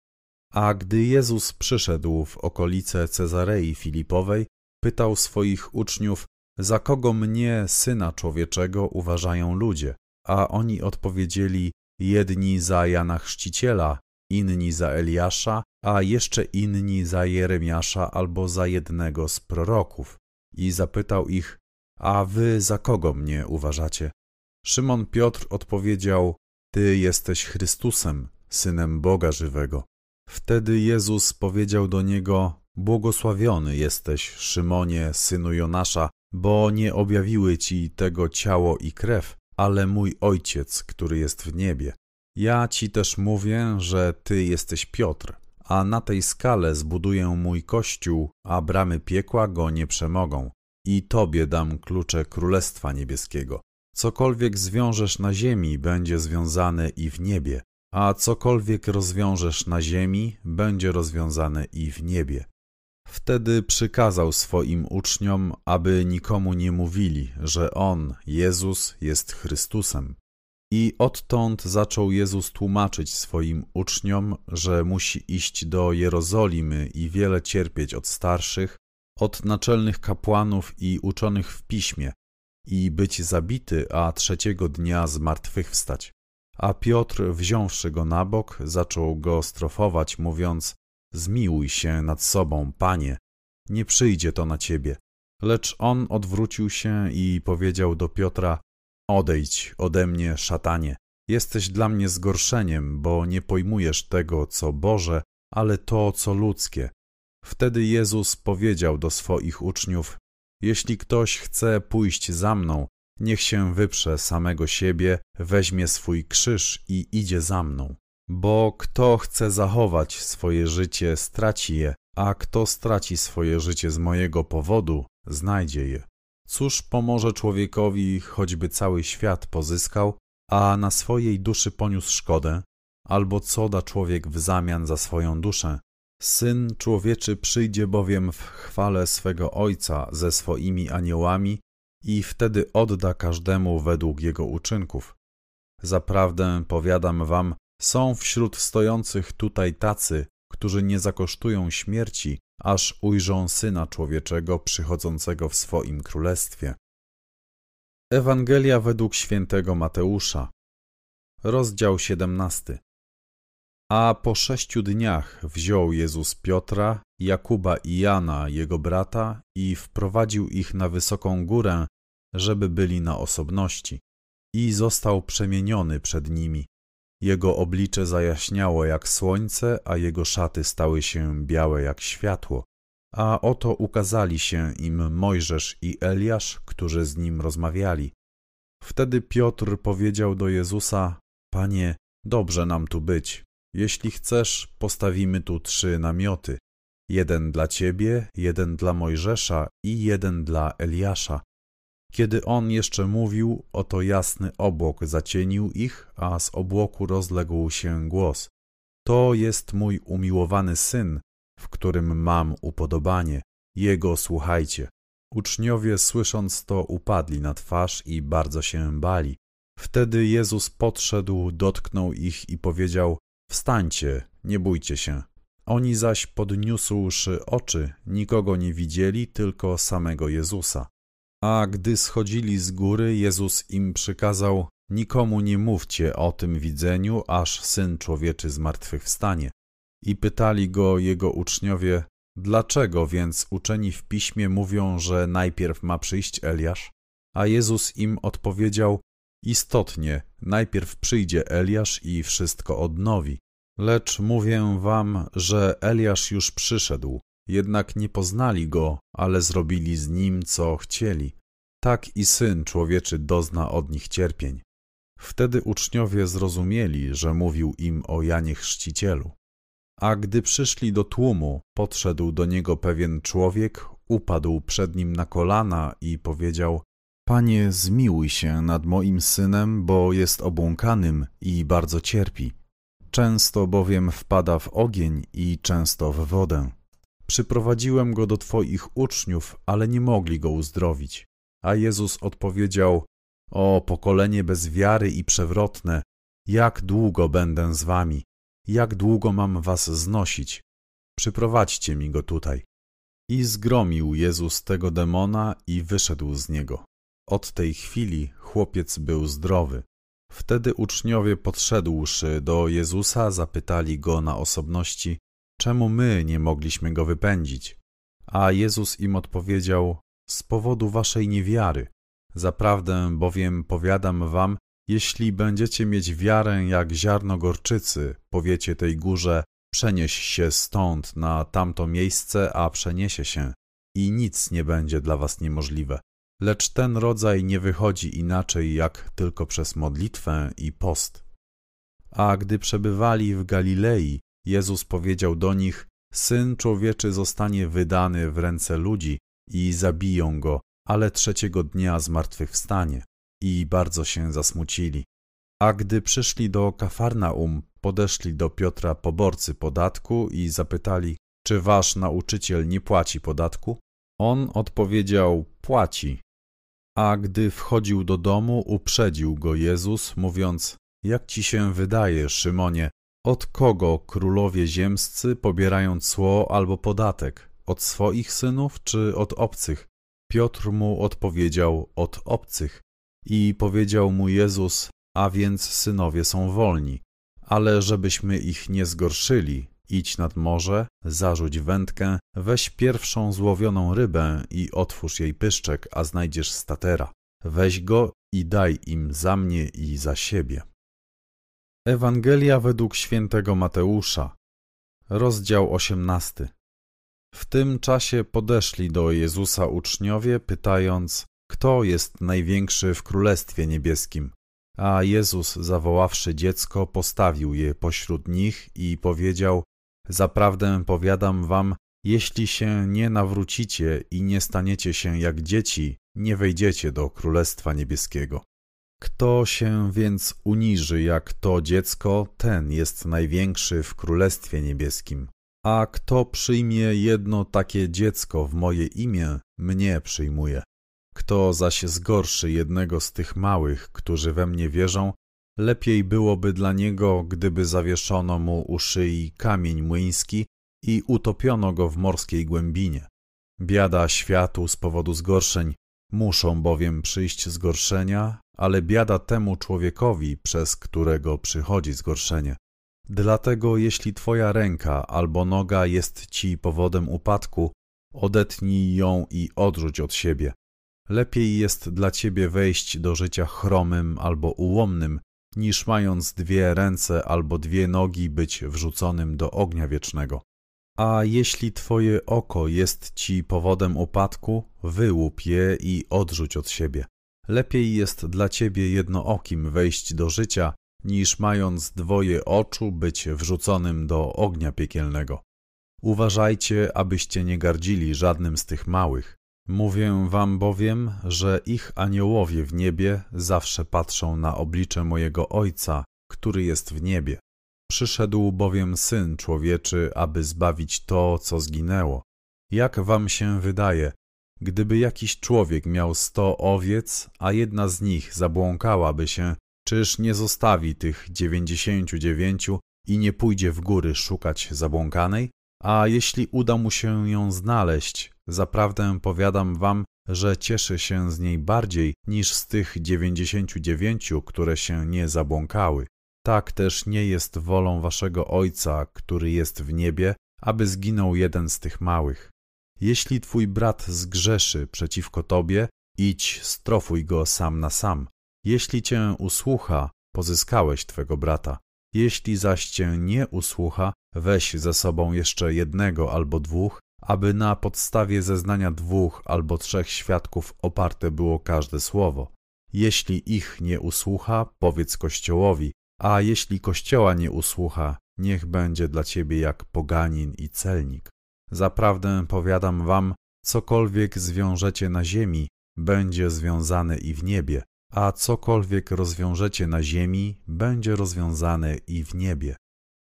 A gdy Jezus przyszedł w okolice Cezarei Filipowej, pytał swoich uczniów, za kogo mnie, Syna Człowieczego, uważają ludzie? A oni odpowiedzieli, jedni za Jana Chrzciciela, inni za Eliasza, a jeszcze inni za Jeremiasza albo za jednego z proroków. I zapytał ich, a wy za kogo mnie uważacie? Szymon Piotr odpowiedział, ty jesteś Chrystusem, Synem Boga żywego. Wtedy Jezus powiedział do niego, błogosławiony jesteś, Szymonie, synu Jonasza, bo nie objawiły ci tego ciało i krew, ale mój Ojciec, który jest w niebie. Ja ci też mówię, że ty jesteś Piotr, a na tej skale zbuduję mój kościół, a bramy piekła go nie przemogą. I tobie dam klucze Królestwa Niebieskiego. Cokolwiek zwiążesz na ziemi, będzie związane i w niebie, a cokolwiek rozwiążesz na ziemi, będzie rozwiązane i w niebie. Wtedy przykazał swoim uczniom, aby nikomu nie mówili, że On, Jezus, jest Chrystusem. I odtąd zaczął Jezus tłumaczyć swoim uczniom, że musi iść do Jerozolimy i wiele cierpieć od starszych, od naczelnych kapłanów i uczonych w piśmie, i być zabity, a trzeciego dnia zmartwychwstać. A Piotr, wziąwszy go na bok, zaczął go strofować, mówiąc, zmiłuj się nad sobą, Panie, nie przyjdzie to na ciebie. Lecz on odwrócił się i powiedział do Piotra, odejdź ode mnie, szatanie, jesteś dla mnie zgorszeniem, bo nie pojmujesz tego, co Boże, ale to, co ludzkie. Wtedy Jezus powiedział do swoich uczniów, jeśli ktoś chce pójść za mną, niech się wyprze samego siebie, weźmie swój krzyż i idzie za mną. Bo kto chce zachować swoje życie, straci je, a kto straci swoje życie z mojego powodu, znajdzie je. Cóż pomoże człowiekowi, choćby cały świat pozyskał, a na swojej duszy poniósł szkodę? Albo co da człowiek w zamian za swoją duszę? Syn Człowieczy przyjdzie bowiem w chwale swego Ojca ze swoimi aniołami i wtedy odda każdemu według jego uczynków. Zaprawdę, powiadam wam, są wśród stojących tutaj tacy, którzy nie zakosztują śmierci, aż ujrzą Syna Człowieczego przychodzącego w swoim królestwie. Ewangelia według świętego Mateusza, rozdział siedemnasty. A po sześciu dniach wziął Jezus Piotra, Jakuba i Jana, jego brata, i wprowadził ich na wysoką górę, żeby byli na osobności. I został przemieniony przed nimi. Jego oblicze zajaśniało jak słońce, a jego szaty stały się białe jak światło. A oto ukazali się im Mojżesz i Eliasz, którzy z nim rozmawiali. Wtedy Piotr powiedział do Jezusa: Panie, dobrze nam tu być. Jeśli chcesz, postawimy tu trzy namioty. Jeden dla Ciebie, jeden dla Mojżesza i jeden dla Eliasza. Kiedy on jeszcze mówił, oto jasny obłok zacienił ich, a z obłoku rozległ się głos: To jest mój umiłowany Syn, w którym mam upodobanie. Jego słuchajcie. Uczniowie, słysząc to, upadli na twarz i bardzo się bali. Wtedy Jezus podszedł, dotknął ich i powiedział: Wstańcie, nie bójcie się. Oni zaś, podniósłszy oczy, nikogo nie widzieli, tylko samego Jezusa. A gdy schodzili z góry, Jezus im przykazał: Nikomu nie mówcie o tym widzeniu, aż Syn Człowieczy zmartwychwstanie. I pytali go jego uczniowie: Dlaczego więc uczeni w piśmie mówią, że najpierw ma przyjść Eliasz? A Jezus im odpowiedział: Istotnie, najpierw przyjdzie Eliasz i wszystko odnowi. Lecz mówię wam, że Eliasz już przyszedł, jednak nie poznali go, ale zrobili z nim, co chcieli. Tak i Syn Człowieczy dozna od nich cierpień. Wtedy uczniowie zrozumieli, że mówił im o Janie Chrzcicielu. A gdy przyszli do tłumu, podszedł do niego pewien człowiek, upadł przed nim na kolana i powiedział: Panie, zmiłuj się nad moim synem, bo jest obłąkanym i bardzo cierpi. Często bowiem wpada w ogień i często w wodę. Przyprowadziłem go do Twoich uczniów, ale nie mogli go uzdrowić. A Jezus odpowiedział: O pokolenie bez wiary i przewrotne, jak długo będę z wami? Jak długo mam was znosić? Przyprowadźcie mi go tutaj. I zgromił Jezus tego demona i wyszedł z niego. Od tej chwili chłopiec był zdrowy. Wtedy uczniowie, podszedłszy do Jezusa, zapytali go na osobności: Czemu my nie mogliśmy go wypędzić? A Jezus im odpowiedział: Z powodu waszej niewiary. Zaprawdę bowiem powiadam wam, jeśli będziecie mieć wiarę jak ziarno gorczycy, powiecie tej górze: przenieś się stąd na tamto miejsce, a przeniesie się, i nic nie będzie dla was niemożliwe. Lecz ten rodzaj nie wychodzi inaczej jak tylko przez modlitwę i post. A gdy przebywali w Galilei, Jezus powiedział do nich: Syn Człowieczy zostanie wydany w ręce ludzi i zabiją go, ale trzeciego dnia zmartwychwstanie. I bardzo się zasmucili. A gdy przyszli do Kafarnaum, podeszli do Piotra poborcy podatku i zapytali: Czy wasz nauczyciel nie płaci podatku? On odpowiedział: Płaci. A gdy wchodził do domu, uprzedził go Jezus, mówiąc: Jak ci się wydaje, Szymonie, od kogo królowie ziemscy pobierają cło albo podatek? Od swoich synów czy od obcych? Piotr mu odpowiedział: Od obcych. I powiedział mu Jezus: A więc synowie są wolni. Ale żebyśmy ich nie zgorszyli, idź nad morze, zarzuć wędkę, weź pierwszą złowioną rybę i otwórz jej pyszczek, a znajdziesz statera. Weź go i daj im za mnie i za siebie. Ewangelia według świętego Mateusza, rozdział osiemnasty. W tym czasie podeszli do Jezusa uczniowie, pytając: Kto jest największy w Królestwie Niebieskim? A Jezus, zawoławszy dziecko, postawił je pośród nich i powiedział: Zaprawdę powiadam wam, jeśli się nie nawrócicie i nie staniecie się jak dzieci, nie wejdziecie do Królestwa Niebieskiego. Kto się więc uniży jak to dziecko, ten jest największy w Królestwie Niebieskim. A kto przyjmie jedno takie dziecko w moje imię, mnie przyjmuje. Kto zaś zgorszy jednego z tych małych, którzy we mnie wierzą, lepiej byłoby dla niego, gdyby zawieszono mu u szyi kamień młyński i utopiono go w morskiej głębinie. Biada światu z powodu zgorszeń, muszą bowiem przyjść zgorszenia, ale biada temu człowiekowi, przez którego przychodzi zgorszenie. Dlatego jeśli twoja ręka albo noga jest ci powodem upadku, odetnij ją i odrzuć od siebie. Lepiej jest dla ciebie wejść do życia chromym albo ułomnym, niż mając dwie ręce albo dwie nogi być wrzuconym do ognia wiecznego. A jeśli twoje oko jest ci powodem upadku, wyłup je i odrzuć od siebie. Lepiej jest dla ciebie jednookim wejść do życia, niż mając dwoje oczu być wrzuconym do ognia piekielnego. Uważajcie, abyście nie gardzili żadnym z tych małych. Mówię wam bowiem, że ich aniołowie w niebie zawsze patrzą na oblicze mojego Ojca, który jest w niebie. Przyszedł bowiem Syn Człowieczy, aby zbawić to, co zginęło. Jak wam się wydaje, gdyby jakiś człowiek miał sto owiec, a jedna z nich zabłąkałaby się, czyż nie zostawi tych dziewięćdziesięciu dziewięciu i nie pójdzie w góry szukać zabłąkanej? A jeśli uda mu się ją znaleźć, zaprawdę powiadam wam, że cieszy się z niej bardziej niż z tych dziewięćdziesięciu dziewięciu, które się nie zabłąkały. Tak też nie jest wolą waszego Ojca, który jest w niebie, aby zginął jeden z tych małych. Jeśli twój brat zgrzeszy przeciwko tobie, idź, strofuj go sam na sam. Jeśli cię usłucha, pozyskałeś twego brata. Jeśli zaś cię nie usłucha, weź ze sobą jeszcze jednego albo dwóch, aby na podstawie zeznania dwóch albo trzech świadków oparte było każde słowo. Jeśli ich nie usłucha, powiedz Kościołowi, a jeśli Kościoła nie usłucha, niech będzie dla ciebie jak poganin i celnik. Zaprawdę powiadam wam, cokolwiek zwiążecie na ziemi, będzie związane i w niebie, a cokolwiek rozwiążecie na ziemi, będzie rozwiązane i w niebie.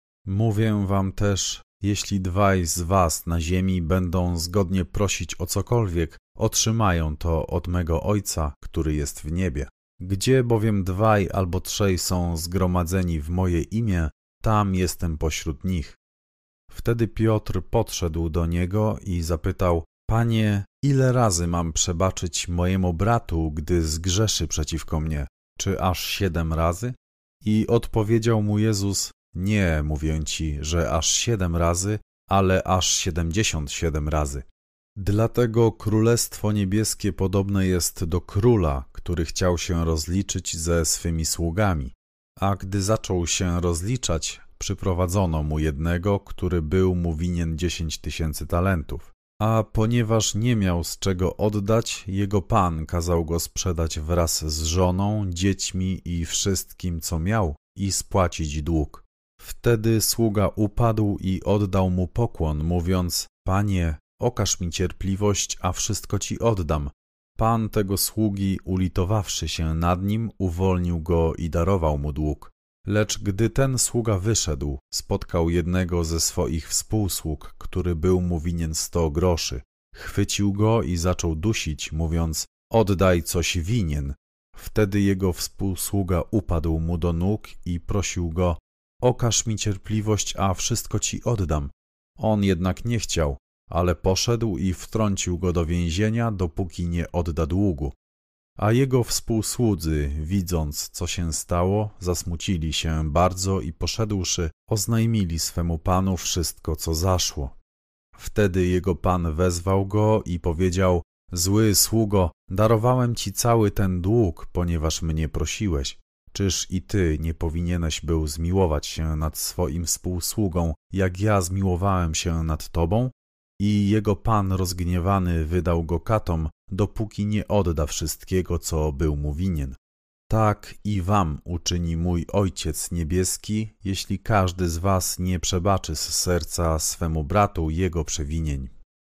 Mówię wam też, jeśli dwaj z was na ziemi będą zgodnie prosić o cokolwiek, otrzymają to od mego Ojca, który jest w niebie. Gdzie bowiem dwaj albo trzej są zgromadzeni w moje imię, tam jestem pośród nich. Wtedy Piotr podszedł do niego i zapytał: Panie, ile razy mam przebaczyć mojemu bratu, gdy zgrzeszy przeciwko mnie? Czy aż siedem razy? I odpowiedział mu Jezus: Nie, mówię ci, że aż siedem razy, ale aż siedemdziesiąt siedem razy. Dlatego Królestwo Niebieskie podobne jest do króla, który chciał się rozliczyć ze swymi sługami. A gdy zaczął się rozliczać, przyprowadzono mu jednego, który był mu winien dziesięć tysięcy talentów. A ponieważ nie miał z czego oddać, jego pan kazał go sprzedać wraz z żoną, dziećmi i wszystkim, co miał, i spłacić dług. Wtedy sługa upadł i oddał mu pokłon, mówiąc: Panie, okaż mi cierpliwość, a wszystko ci oddam. Pan tego sługi, ulitowawszy się nad nim, uwolnił go i darował mu dług. Lecz gdy ten sługa wyszedł, spotkał jednego ze swoich współsług, który był mu winien sto groszy. Chwycił go i zaczął dusić, mówiąc: Oddaj coś winien. Wtedy jego współsługa upadł mu do nóg i prosił go: Okaż mi cierpliwość, a wszystko ci oddam. On jednak nie chciał, ale poszedł i wtrącił go do więzienia, dopóki nie odda długu. A jego współsłudzy, widząc, co się stało, zasmucili się bardzo i poszedłszy, oznajmili swemu panu wszystko, co zaszło. Wtedy jego pan wezwał go i powiedział: Zły sługo, darowałem ci cały ten dług, ponieważ mnie prosiłeś. Czyż i ty nie powinieneś był zmiłować się nad swoim współsługą, jak ja zmiłowałem się nad tobą? I jego pan rozgniewany wydał go katom, dopóki nie odda wszystkiego, co był mu winien. Tak i wam uczyni mój Ojciec Niebieski, jeśli każdy z was nie przebaczy z serca swemu bratu jego przewinień.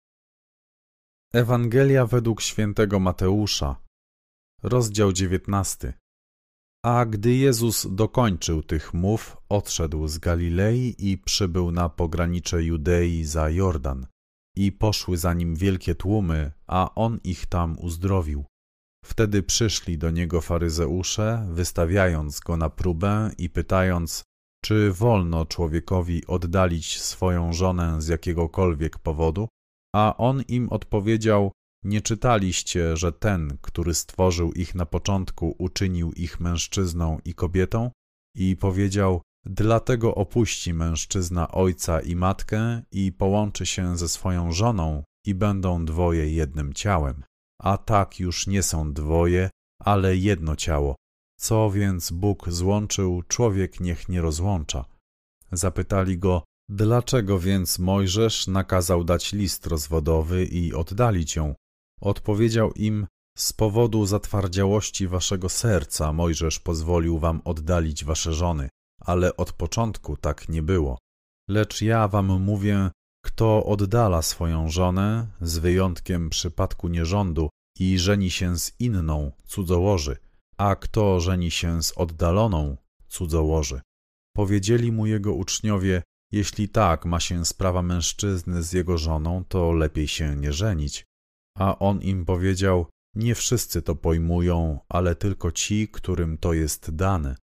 Ewangelia według świętego Mateusza, rozdział dziewiętnasty. A gdy Jezus dokończył tych mów, odszedł z Galilei i przybył na pogranicze Judei za Jordan. I poszły za nim wielkie tłumy, a on ich tam uzdrowił. Wtedy przyszli do niego faryzeusze, wystawiając go na próbę i pytając: Czy wolno człowiekowi oddalić swoją żonę z jakiegokolwiek powodu? A on im odpowiedział: nie czytaliście, że ten, który stworzył ich na początku, uczynił ich mężczyzną i kobietą? I powiedział: dlatego opuści mężczyzna ojca i matkę i połączy się ze swoją żoną i będą dwoje jednym ciałem. A tak już nie są dwoje, ale jedno ciało. Co więc Bóg złączył, człowiek niech nie rozłącza. Zapytali go: dlaczego więc Mojżesz nakazał dać list rozwodowy i oddalić ją? Odpowiedział im: z powodu zatwardziałości waszego serca Mojżesz pozwolił wam oddalić wasze żony, ale od początku tak nie było. Lecz ja wam mówię, kto oddala swoją żonę, z wyjątkiem przypadku nierządu, i żeni się z inną, cudzołoży, a kto żeni się z oddaloną, cudzołoży. Powiedzieli mu jego uczniowie: jeśli tak ma się sprawa mężczyzny z jego żoną, to lepiej się nie żenić. A on im powiedział: nie wszyscy to pojmują, ale tylko ci, którym to jest dane.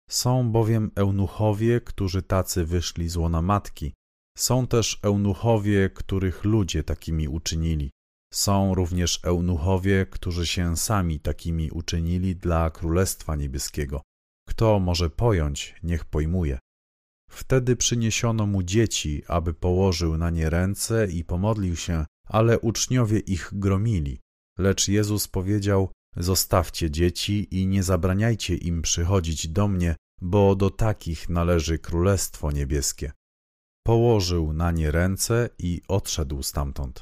Są bowiem eunuchowie, którzy tacy wyszli z łona matki. Są też eunuchowie, których ludzie takimi uczynili. Są również eunuchowie, którzy się sami takimi uczynili dla Królestwa Niebieskiego. Kto może pojąć, niech pojmuje. Wtedy przyniesiono mu dzieci, aby położył na nie ręce i pomodlił się, ale uczniowie ich gromili. Lecz Jezus powiedział: zostawcie dzieci i nie zabraniajcie im przychodzić do mnie, bo do takich należy Królestwo Niebieskie. Położył na nie ręce i odszedł stamtąd.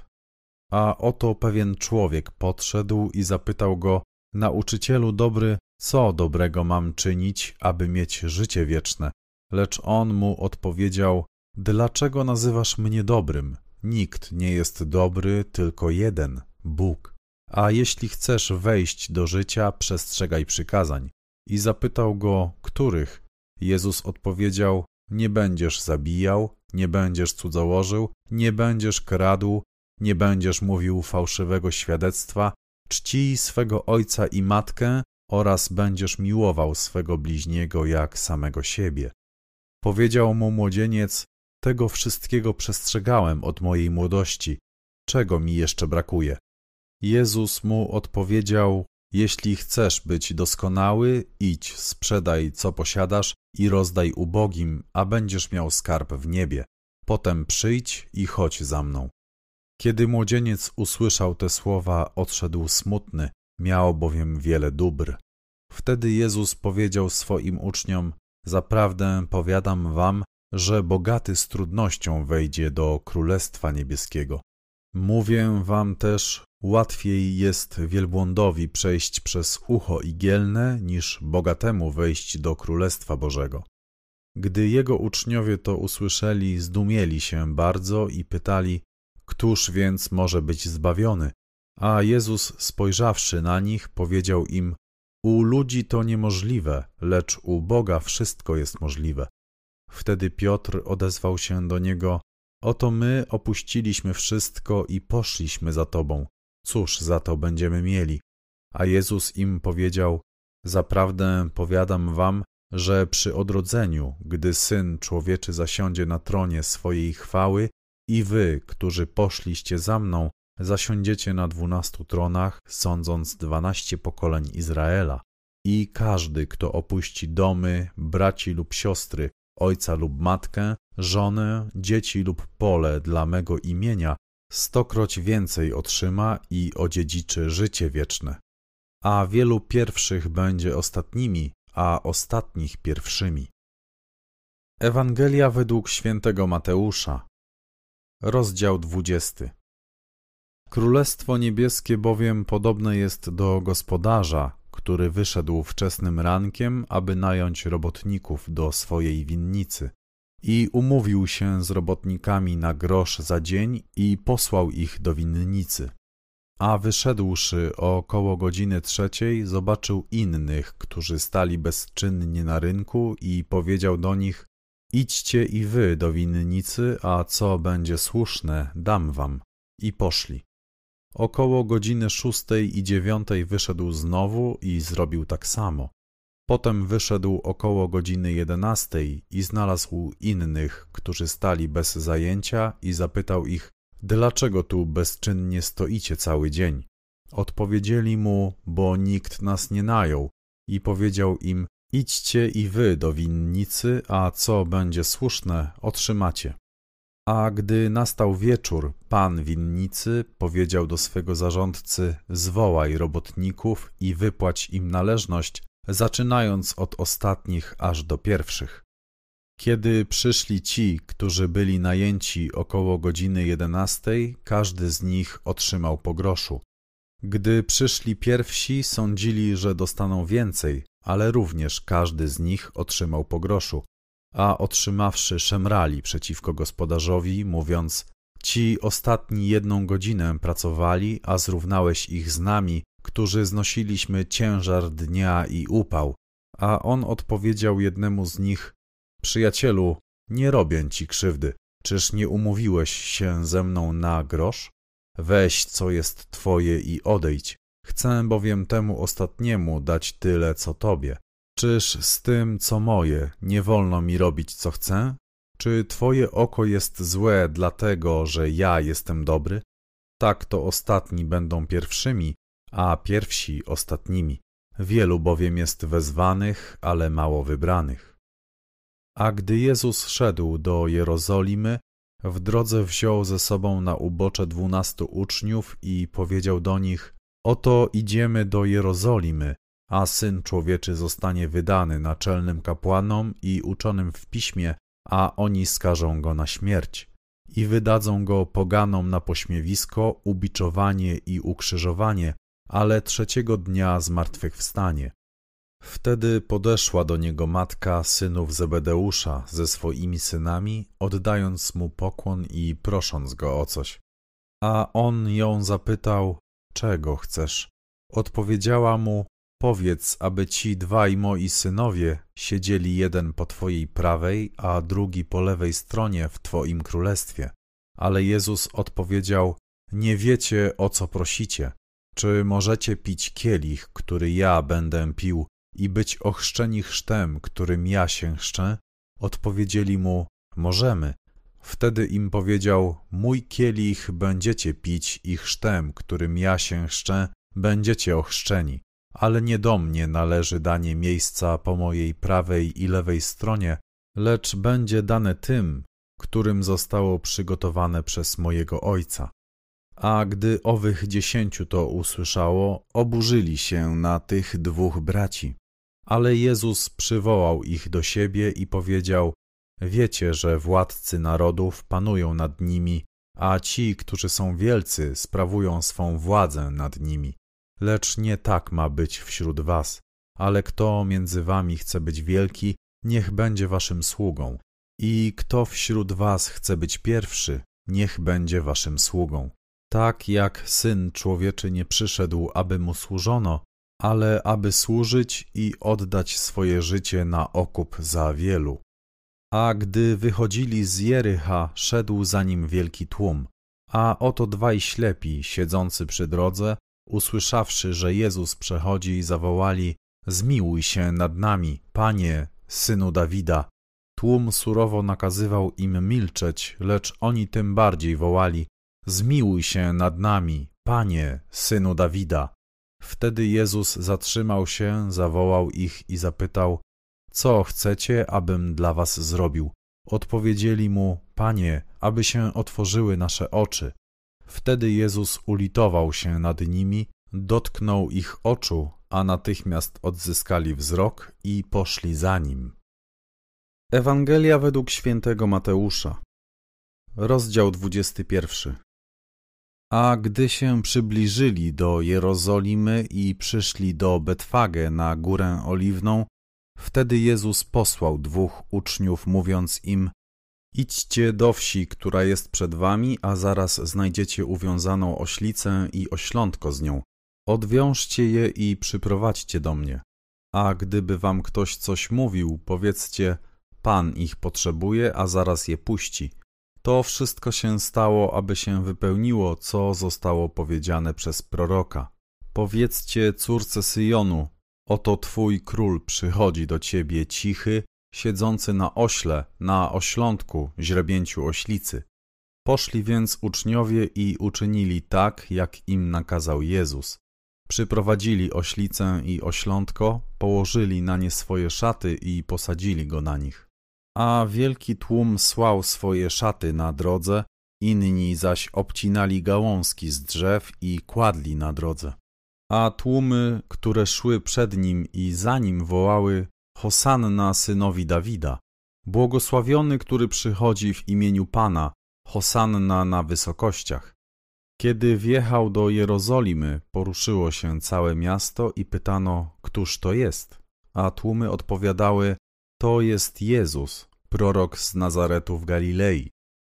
A oto pewien człowiek podszedł i zapytał go: nauczycielu dobry, co dobrego mam czynić, aby mieć życie wieczne? Lecz on mu odpowiedział: dlaczego nazywasz mnie dobrym? Nikt nie jest dobry, tylko jeden, Bóg. A jeśli chcesz wejść do życia, przestrzegaj przykazań. I zapytał go: których? Jezus odpowiedział: nie będziesz zabijał, nie będziesz cudzołożył, nie będziesz kradł, nie będziesz mówił fałszywego świadectwa, czcij swego ojca i matkę oraz będziesz miłował swego bliźniego jak samego siebie. Powiedział mu młodzieniec: tego wszystkiego przestrzegałem od mojej młodości. Czego mi jeszcze brakuje? Jezus mu odpowiedział: jeśli chcesz być doskonały, idź, sprzedaj co posiadasz i rozdaj ubogim, a będziesz miał skarb w niebie. Potem przyjdź i chodź za mną. Kiedy młodzieniec usłyszał te słowa, odszedł smutny, miał bowiem wiele dóbr. Wtedy Jezus powiedział swoim uczniom: zaprawdę powiadam wam, że bogaty z trudnością wejdzie do Królestwa Niebieskiego. Mówię wam też, łatwiej jest wielbłądowi przejść przez ucho igielne, niż bogatemu wejść do Królestwa Bożego. Gdy jego uczniowie to usłyszeli, zdumieli się bardzo i pytali: któż więc może być zbawiony? A Jezus, spojrzawszy na nich, powiedział im: u ludzi to niemożliwe, lecz u Boga wszystko jest możliwe. Wtedy Piotr odezwał się do niego: oto my opuściliśmy wszystko i poszliśmy za Tobą. Cóż za to będziemy mieli? A Jezus im powiedział: zaprawdę powiadam wam, że przy odrodzeniu, gdy Syn Człowieczy zasiądzie na tronie swojej chwały, i wy, którzy poszliście za mną, zasiądziecie na dwunastu tronach, sądząc dwanaście pokoleń Izraela. I każdy, kto opuści domy, braci lub siostry, ojca lub matkę, żonę, dzieci lub pole dla mego imienia, stokroć więcej otrzyma i odziedziczy życie wieczne. A wielu pierwszych będzie ostatnimi, a ostatnich pierwszymi. Ewangelia według świętego Mateusza, rozdział dwudziesty. Królestwo Niebieskie bowiem podobne jest do gospodarza, który wyszedł wczesnym rankiem, aby nająć robotników do swojej winnicy. I umówił się z robotnikami na grosz za dzień i posłał ich do winnicy. A wyszedłszy o około godziny trzeciej, zobaczył innych, którzy stali bezczynnie na rynku, i powiedział do nich: idźcie i wy do winnicy, a co będzie słuszne, dam wam. I poszli. Około godziny szóstej i dziewiątej wyszedł znowu i zrobił tak samo. Potem wyszedł około godziny jedenastej i znalazł innych, którzy stali bez zajęcia, i zapytał ich: dlaczego tu bezczynnie stoicie cały dzień? Odpowiedzieli mu: bo nikt nas nie najął. I powiedział im: idźcie i wy do winnicy, a co będzie słuszne, otrzymacie. A gdy nastał wieczór, pan winnicy powiedział do swego zarządcy: zwołaj robotników i wypłać im należność, zaczynając od ostatnich aż do pierwszych. Kiedy przyszli ci, którzy byli najęci około godziny jedenastej, każdy z nich otrzymał po groszu. Gdy przyszli pierwsi, sądzili, że dostaną więcej, ale również każdy z nich otrzymał po groszu, a otrzymawszy szemrali przeciwko gospodarzowi, mówiąc: ci ostatni jedną godzinę pracowali, a zrównałeś ich z nami, którzy znosiliśmy ciężar dnia i upał. A on odpowiedział jednemu z nich: przyjacielu, nie robię ci krzywdy. Czyż nie umówiłeś się ze mną na grosz? Weź, co jest twoje, i odejdź. Chcę bowiem temu ostatniemu dać tyle, co tobie. Czyż z tym, co moje, nie wolno mi robić, co chcę? Czy twoje oko jest złe dlatego, że ja jestem dobry? Tak to ostatni będą pierwszymi, a pierwsi ostatnimi. Wielu bowiem jest wezwanych, ale mało wybranych. A gdy Jezus szedł do Jerozolimy, w drodze wziął ze sobą na ubocze dwunastu uczniów i powiedział do nich: oto idziemy do Jerozolimy, a Syn Człowieczy zostanie wydany naczelnym kapłanom i uczonym w piśmie, a oni skażą go na śmierć i wydadzą go poganom na pośmiewisko, ubiczowanie i ukrzyżowanie, ale trzeciego dnia zmartwychwstanie. Wtedy podeszła do niego matka synów Zebedeusza ze swoimi synami, oddając mu pokłon i prosząc go o coś. A on ją zapytał: czego chcesz? Odpowiedziała mu: powiedz, aby ci dwaj moi synowie siedzieli jeden po twojej prawej, a drugi po lewej stronie w twoim królestwie. Ale Jezus odpowiedział: nie wiecie, o co prosicie. Czy możecie pić kielich, który ja będę pił, i być ochrzczeni chrztem, którym ja się chrzczę? Odpowiedzieli mu: możemy. Wtedy im powiedział: mój kielich będziecie pić i chrztem, którym ja się chrzczę, będziecie ochrzczeni, ale nie do mnie należy danie miejsca po mojej prawej i lewej stronie, lecz będzie dane tym, którym zostało przygotowane przez mojego Ojca. A gdy owych dziesięciu to usłyszało, oburzyli się na tych dwóch braci. Ale Jezus przywołał ich do siebie i powiedział: wiecie, że władcy narodów panują nad nimi, a ci, którzy są wielcy, sprawują swą władzę nad nimi. Lecz nie tak ma być wśród was, ale kto między wami chce być wielki, niech będzie waszym sługą. I kto wśród was chce być pierwszy, niech będzie waszym sługą. Tak jak Syn Człowieczy nie przyszedł, aby mu służono, ale aby służyć i oddać swoje życie na okup za wielu. A gdy wychodzili z Jericha, szedł za nim wielki tłum. A oto dwaj ślepi, siedzący przy drodze, usłyszawszy, że Jezus przechodzi, zawołali: zmiłuj się nad nami, Panie, Synu Dawida. Tłum surowo nakazywał im milczeć, lecz oni tym bardziej wołali: zmiłuj się nad nami, Panie, Synu Dawida. Wtedy Jezus zatrzymał się, zawołał ich i zapytał: co chcecie, abym dla was zrobił? Odpowiedzieli mu: Panie, aby się otworzyły nasze oczy. Wtedy Jezus ulitował się nad nimi, dotknął ich oczu, a natychmiast odzyskali wzrok i poszli za nim. Ewangelia według świętego Mateusza, rozdział dwudziesty pierwszy. A gdy się przybliżyli do Jerozolimy i przyszli do Betfagę na Górę Oliwną, wtedy Jezus posłał dwóch uczniów, mówiąc im: idźcie do wsi, która jest przed wami, a zaraz znajdziecie uwiązaną oślicę i oślątko z nią. Odwiążcie je i przyprowadźcie do mnie. A gdyby wam ktoś coś mówił, powiedzcie: Pan ich potrzebuje, a zaraz je puści. To wszystko się stało, aby się wypełniło, co zostało powiedziane przez proroka. Powiedzcie córce Syjonu: Oto twój król przychodzi do ciebie cichy, siedzący na ośle, na oślątku, źrebięciu oślicy. Poszli więc uczniowie i uczynili tak, jak im nakazał Jezus. Przyprowadzili oślicę i oślątko, położyli na nie swoje szaty i posadzili go na nich. A wielki tłum słał swoje szaty na drodze, inni zaś obcinali gałązki z drzew i kładli na drodze. A tłumy, które szły przed nim i za nim, wołały: Hosanna synowi Dawida, błogosławiony, który przychodzi w imieniu Pana, Hosanna na wysokościach. Kiedy wjechał do Jerozolimy, poruszyło się całe miasto i pytano, któż to jest? A tłumy odpowiadały: to jest Jezus, prorok z Nazaretu w Galilei.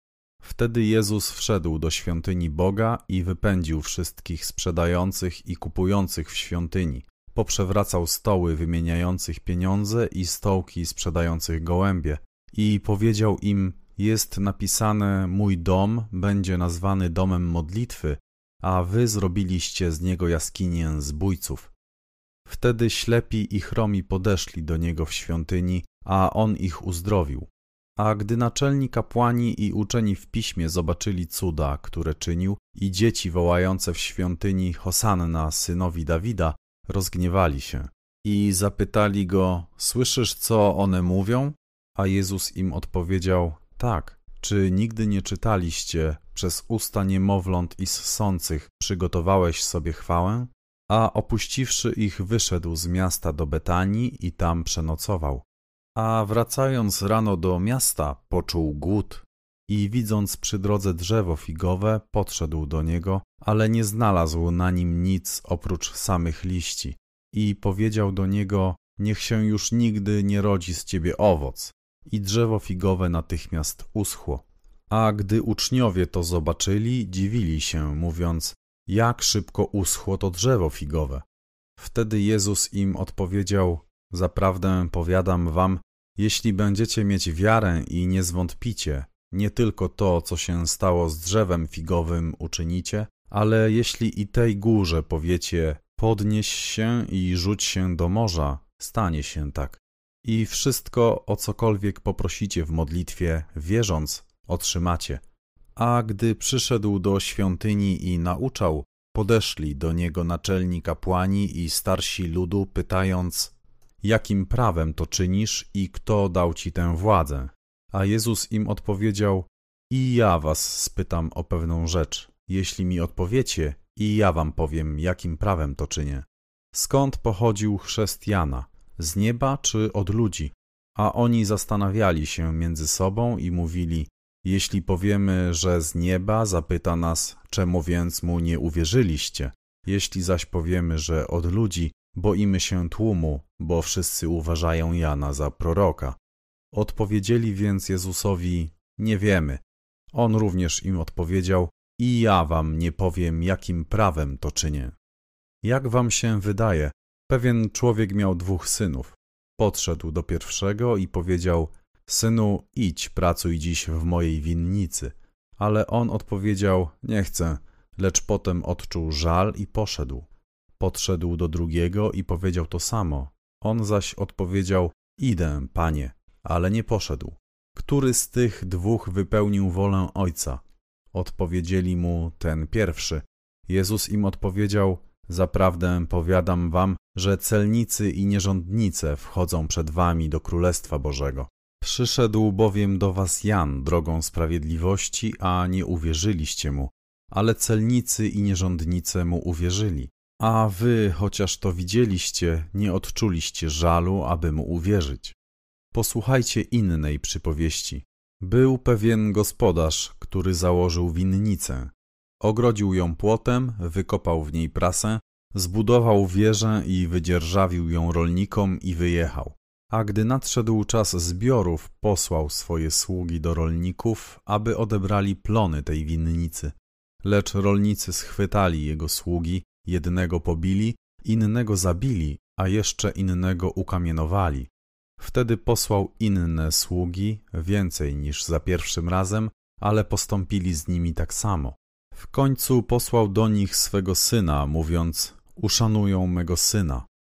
Wtedy Jezus wszedł do świątyni Boga i wypędził wszystkich sprzedających i kupujących w świątyni. Poprzewracał stoły wymieniających pieniądze i stołki sprzedających gołębie. I powiedział im: jest napisane, mój dom będzie nazwany domem modlitwy, a wy zrobiliście z niego jaskinię zbójców. Wtedy ślepi i chromi podeszli do niego w świątyni, a on ich uzdrowił. A gdy naczelni kapłani i uczeni w piśmie zobaczyli cuda, które czynił, i dzieci wołające w świątyni Hosanna synowi Dawida, rozgniewali się i zapytali go: słyszysz, co one mówią? A Jezus im odpowiedział: tak, czy nigdy nie czytaliście: przez usta niemowląt i ssących przygotowałeś sobie chwałę? A opuściwszy ich, wyszedł z miasta do Betanii i tam przenocował. A wracając rano do miasta, poczuł głód i widząc przy drodze drzewo figowe, podszedł do niego, ale nie znalazł na nim nic oprócz samych liści. I powiedział do niego: niech się już nigdy nie rodzi z ciebie owoc. I drzewo figowe natychmiast uschło. A gdy uczniowie to zobaczyli, dziwili się, mówiąc: jak szybko uschło to drzewo figowe. Wtedy Jezus im odpowiedział: zaprawdę powiadam wam, jeśli będziecie mieć wiarę i nie zwątpicie, nie tylko to, co się stało z drzewem figowym, uczynicie, ale jeśli i tej górze powiecie: podnieś się i rzuć się do morza, stanie się tak. I wszystko, o cokolwiek poprosicie w modlitwie, wierząc, otrzymacie. A gdy przyszedł do świątyni i nauczał, podeszli do niego naczelni kapłani i starsi ludu, pytając: jakim prawem to czynisz i kto dał ci tę władzę? A Jezus im odpowiedział: i ja was spytam o pewną rzecz. Jeśli mi odpowiecie, i ja wam powiem, jakim prawem to czynię. Skąd pochodził chrzest Jana? Z nieba czy od ludzi? A oni zastanawiali się między sobą i mówili: jeśli powiemy, że z nieba, zapyta nas, czemu więc mu nie uwierzyliście? Jeśli zaś powiemy, że od ludzi, boimy się tłumu, bo wszyscy uważają Jana za proroka. Odpowiedzieli więc Jezusowi: nie wiemy. On również im odpowiedział: i ja wam nie powiem, jakim prawem to czynię. Jak wam się wydaje, pewien człowiek miał dwóch synów. Podszedł do pierwszego i powiedział: synu, idź, pracuj dziś w mojej winnicy. Ale on odpowiedział: nie chcę, lecz potem odczuł żal i poszedł. Podszedł do drugiego i powiedział to samo. On zaś odpowiedział: idę, panie, ale nie poszedł. Który z tych dwóch wypełnił wolę ojca? Odpowiedzieli mu: ten pierwszy. Jezus im odpowiedział: zaprawdę powiadam wam, że celnicy i nierządnice wchodzą przed wami do Królestwa Bożego. Przyszedł bowiem do was Jan drogą sprawiedliwości, a nie uwierzyliście mu, ale celnicy i nierządnice mu uwierzyli. A wy, chociaż to widzieliście, nie odczuliście żalu, aby mu uwierzyć. Posłuchajcie innej przypowieści. Był pewien gospodarz, który założył winnicę. Ogrodził ją płotem, wykopał w niej prasę, zbudował wieżę i wydzierżawił ją rolnikom i wyjechał. A gdy nadszedł czas zbiorów, posłał swoje sługi do rolników, aby odebrali plony tej winnicy. Lecz rolnicy schwytali jego sługi, jednego pobili, innego zabili, a jeszcze innego ukamienowali. Wtedy posłał inne sługi, więcej niż za pierwszym razem, ale postąpili z nimi tak samo. W końcu posłał do nich swego syna, mówiąc: uszanują mego syna.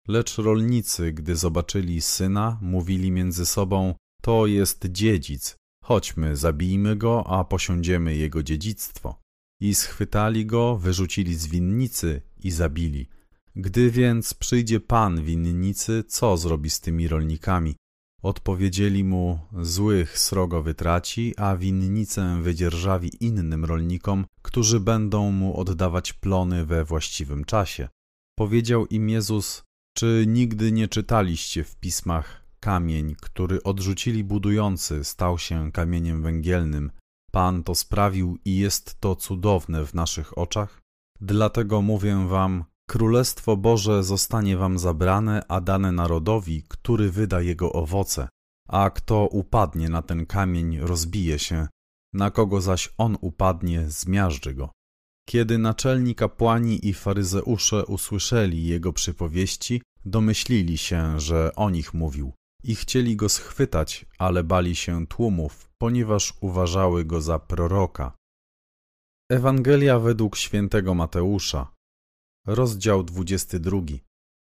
Lecz rolnicy, gdy zobaczyli syna, mówili między sobą: to jest dziedzic, chodźmy, zabijmy go, a posiądziemy jego dziedzictwo. I schwytali go, wyrzucili z winnicy i zabili. Gdy więc przyjdzie pan winnicy, co zrobi z tymi rolnikami? Odpowiedzieli mu: złych srogo wytraci, a winnicę wydzierżawi innym rolnikom, którzy będą mu oddawać plony we właściwym czasie. Powiedział im Jezus: czy nigdy nie czytaliście w pismach: kamień, który odrzucili budujący, stał się kamieniem węgielnym. Pan to sprawił i jest to cudowne w naszych oczach? Dlatego mówię wam, Królestwo Boże zostanie wam zabrane, a dane narodowi, który wyda jego owoce. A kto upadnie na ten kamień, rozbije się, na kogo zaś on upadnie, zmiażdży go. Kiedy naczelni kapłani i faryzeusze usłyszeli jego przypowieści, domyślili się, że o nich mówił i chcieli go schwytać, ale bali się tłumów, ponieważ uważały go za proroka. Ewangelia według świętego Mateusza, rozdział dwudziesty drugi.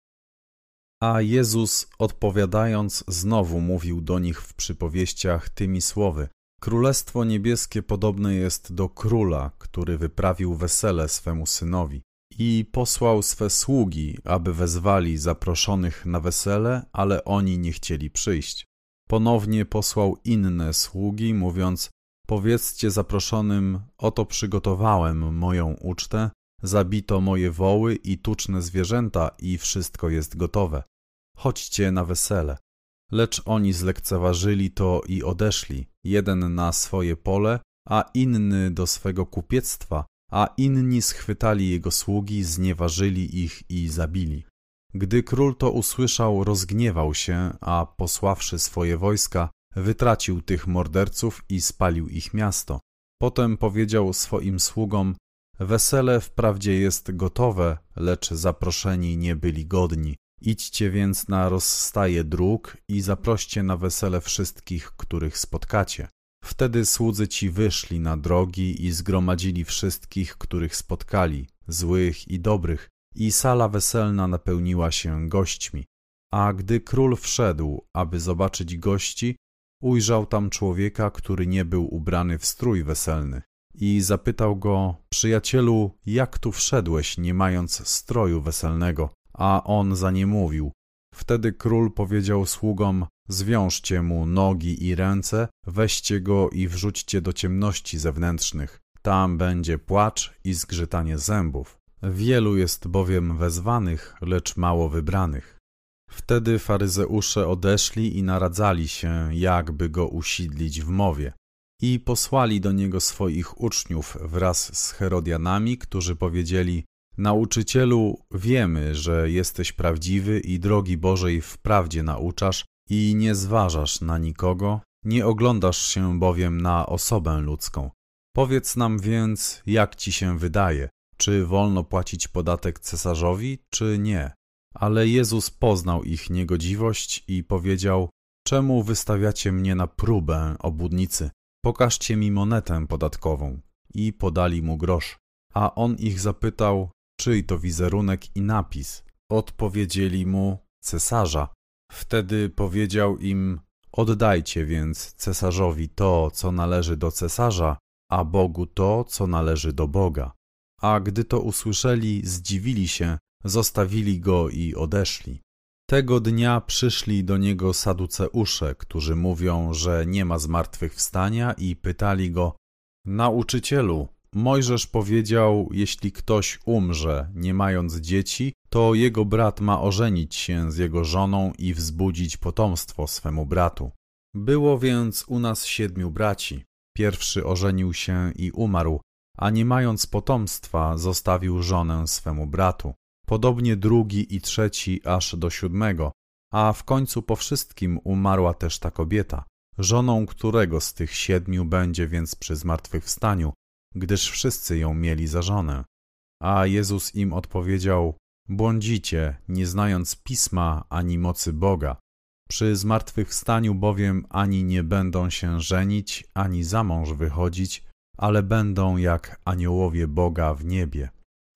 A Jezus, odpowiadając, znowu mówił do nich w przypowieściach tymi słowy: Królestwo niebieskie podobne jest do króla, który wyprawił wesele swemu synowi i posłał swe sługi, aby wezwali zaproszonych na wesele, ale oni nie chcieli przyjść. Ponownie posłał inne sługi, mówiąc: powiedzcie zaproszonym: oto przygotowałem moją ucztę, zabito moje woły i tuczne zwierzęta i wszystko jest gotowe. Chodźcie na wesele. Lecz oni zlekceważyli to i odeszli, jeden na swoje pole, a inny do swego kupiectwa, a inni schwytali jego sługi, znieważyli ich i zabili. Gdy król to usłyszał, rozgniewał się, a posławszy swoje wojska, wytracił tych morderców i spalił ich miasto. Potem powiedział swoim sługom: wesele wprawdzie jest gotowe, lecz zaproszeni nie byli godni. Idźcie więc na rozstaje dróg i zaproście na wesele wszystkich, których spotkacie. Wtedy słudzy ci wyszli na drogi i zgromadzili wszystkich, których spotkali, złych i dobrych, i sala weselna napełniła się gośćmi. A gdy król wszedł, aby zobaczyć gości, ujrzał tam człowieka, który nie był ubrany w strój weselny. I zapytał go: przyjacielu, jak tu wszedłeś, nie mając stroju weselnego? A on za nie mówił. Wtedy król powiedział sługom: zwiążcie mu nogi i ręce, weźcie go i wrzućcie do ciemności zewnętrznych. Tam będzie płacz i zgrzytanie zębów. Wielu jest bowiem wezwanych, lecz mało wybranych. Wtedy faryzeusze odeszli i naradzali się, jakby go usidlić w mowie. I posłali do niego swoich uczniów wraz z Herodianami, którzy powiedzieli: nauczycielu, wiemy, że jesteś prawdziwy i drogi Bożej wprawdzie nauczasz i nie zważasz na nikogo, nie oglądasz się bowiem na osobę ludzką. Powiedz nam więc, jak ci się wydaje, czy wolno płacić podatek cesarzowi, czy nie? Ale Jezus poznał ich niegodziwość i powiedział: czemu wystawiacie mnie na próbę, obłudnicy? Pokażcie mi monetę podatkową. I podali mu grosz. A on ich zapytał: czyj to wizerunek i napis? Odpowiedzieli mu: cesarza. Wtedy powiedział im: oddajcie więc cesarzowi to, co należy do cesarza, a Bogu to, co należy do Boga. A gdy to usłyszeli, zdziwili się, zostawili go i odeszli. Tego dnia przyszli do niego saduceusze, którzy mówią, że nie ma zmartwychwstania, i pytali go: nauczycielu, Mojżesz powiedział, jeśli ktoś umrze, nie mając dzieci, to jego brat ma ożenić się z jego żoną i wzbudzić potomstwo swemu bratu. Było więc u nas siedmiu braci. Pierwszy ożenił się i umarł, a nie mając potomstwa, zostawił żonę swemu bratu. Podobnie drugi i trzeci aż do siódmego, a w końcu po wszystkim umarła też ta kobieta. Żoną którego z tych siedmiu będzie więc przy zmartwychwstaniu, gdyż wszyscy ją mieli za żonę. A Jezus im odpowiedział: błądzicie, nie znając Pisma ani mocy Boga. Przy zmartwychwstaniu bowiem ani nie będą się żenić, ani za mąż wychodzić, ale będą jak aniołowie Boga w niebie.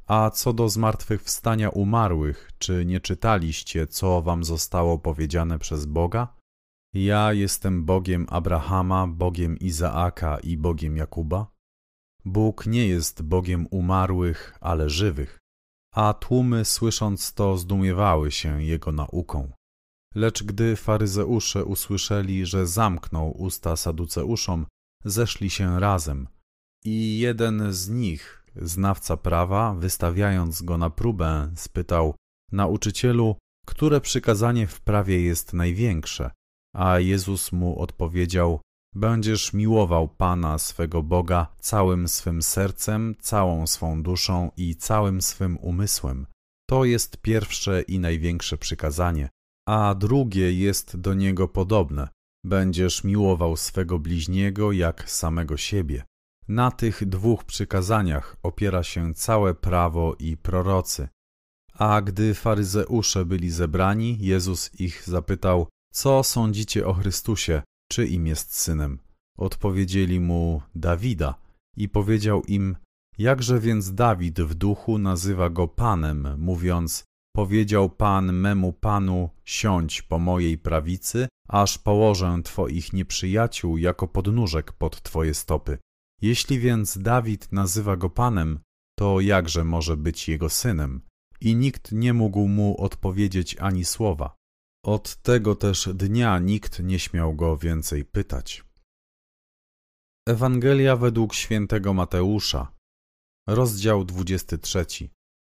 A co do zmartwychwstania umarłych, czy nie czytaliście, co wam zostało powiedziane przez Boga? Ja jestem Bogiem Abrahama, Bogiem Izaaka i Bogiem Jakuba. Bóg nie jest Bogiem umarłych, ale żywych. A tłumy, słysząc to, zdumiewały się Jego nauką. Lecz gdy faryzeusze usłyszeli, że zamknął usta saduceuszom, zeszli się razem. I jeden z nich, znawca prawa, wystawiając go na próbę, spytał: Nauczycielu, które przykazanie w prawie jest największe? A Jezus mu odpowiedział: Będziesz miłował Pana swego Boga całym swym sercem, całą swą duszą i całym swym umysłem. To jest pierwsze i największe przykazanie, a drugie jest do niego podobne. Będziesz miłował swego bliźniego jak samego siebie. Na tych dwóch przykazaniach opiera się całe prawo i prorocy. A gdy faryzeusze byli zebrani, Jezus ich zapytał: Co sądzicie o Chrystusie? Czyim jest synem? Odpowiedzieli mu: Dawida. I powiedział im: Jakże więc Dawid w duchu nazywa go Panem, mówiąc: Powiedział Pan memu Panu: Siądź po mojej prawicy, aż położę twoich nieprzyjaciół jako podnóżek pod twoje stopy. Jeśli więc Dawid nazywa go Panem, to jakże może być jego synem? I nikt nie mógł mu odpowiedzieć ani słowa. Od tego też dnia nikt nie śmiał go więcej pytać. Ewangelia według świętego Mateusza, rozdział dwudziesty trzeci.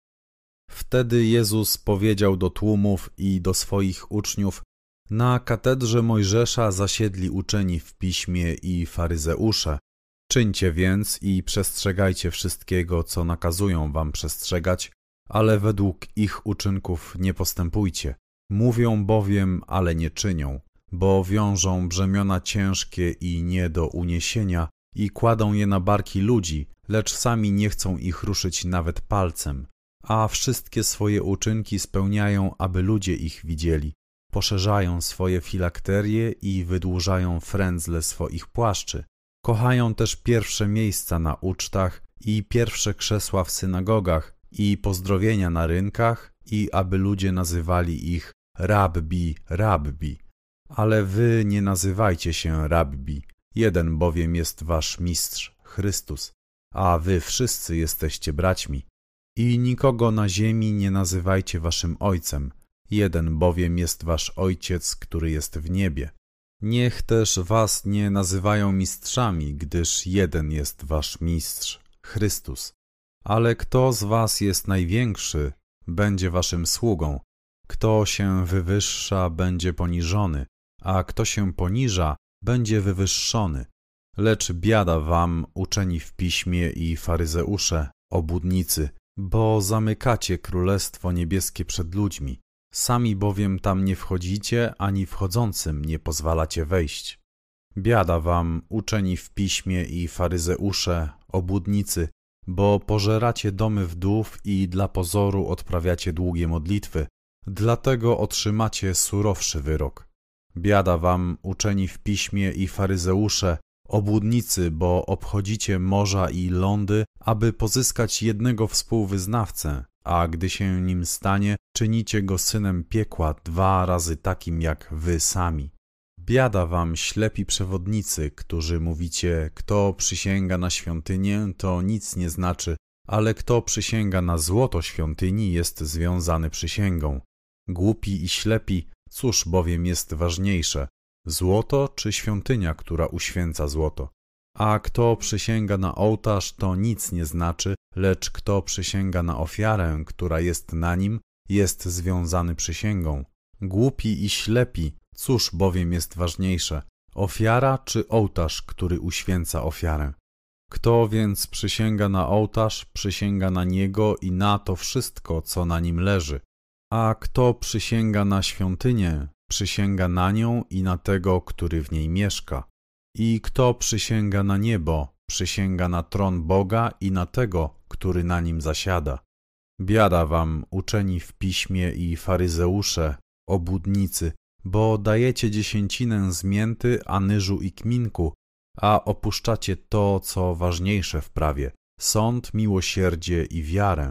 Wtedy Jezus powiedział do tłumów i do swoich uczniów: Na katedrze Mojżesza zasiedli uczeni w piśmie i faryzeusze. Czyńcie więc i przestrzegajcie wszystkiego, co nakazują wam przestrzegać, ale według ich uczynków nie postępujcie. Mówią bowiem, ale nie czynią, bo wiążą brzemiona ciężkie i nie do uniesienia i kładą je na barki ludzi, lecz sami nie chcą ich ruszyć nawet palcem. A wszystkie swoje uczynki spełniają, aby ludzie ich widzieli. Poszerzają swoje filakterie i wydłużają frędzle swoich płaszczy. Kochają też pierwsze miejsca na ucztach i pierwsze krzesła w synagogach i pozdrowienia na rynkach i aby ludzie nazywali ich Rabbi, Rabbi. Ale wy nie nazywajcie się Rabbi, jeden bowiem jest wasz mistrz, Chrystus, a wy wszyscy jesteście braćmi. I nikogo na ziemi nie nazywajcie waszym ojcem, jeden bowiem jest wasz Ojciec, który jest w niebie. Niech też was nie nazywają mistrzami, gdyż jeden jest wasz mistrz, Chrystus. Ale kto z was jest największy, będzie waszym sługą. Kto się wywyższa, będzie poniżony, a kto się poniża, będzie wywyższony. Lecz biada wam, uczeni w piśmie i faryzeusze, obłudnicy, bo zamykacie Królestwo Niebieskie przed ludźmi. Sami bowiem tam nie wchodzicie, ani wchodzącym nie pozwalacie wejść. Biada wam, uczeni w piśmie i faryzeusze, obłudnicy, bo pożeracie domy wdów i dla pozoru odprawiacie długie modlitwy, dlatego otrzymacie surowszy wyrok. Biada wam, uczeni w piśmie i faryzeusze, obłudnicy, bo obchodzicie morza i lądy, aby pozyskać jednego współwyznawcę, a gdy się nim stanie, czynicie go synem piekła dwa razy takim jak wy sami. Biada wam, ślepi przewodnicy, którzy mówicie: kto przysięga na świątynię, to nic nie znaczy, ale kto przysięga na złoto świątyni, jest związany przysięgą. Głupi i ślepi, cóż bowiem jest ważniejsze, złoto czy świątynia, która uświęca złoto? A kto przysięga na ołtarz, to nic nie znaczy, lecz kto przysięga na ofiarę, która jest na nim, jest związany przysięgą. Głupi i ślepi, cóż bowiem jest ważniejsze, ofiara czy ołtarz, który uświęca ofiarę? Kto więc przysięga na ołtarz, przysięga na niego i na to wszystko, co na nim leży. A kto przysięga na świątynię, przysięga na nią i na tego, który w niej mieszka. I kto przysięga na niebo, przysięga na tron Boga i na tego, który na nim zasiada. Biada wam, uczeni w piśmie i faryzeusze, obłudnicy, bo dajecie dziesięcinę z mięty, anyżu i kminku, a opuszczacie to, co ważniejsze w prawie, sąd, miłosierdzie i wiarę.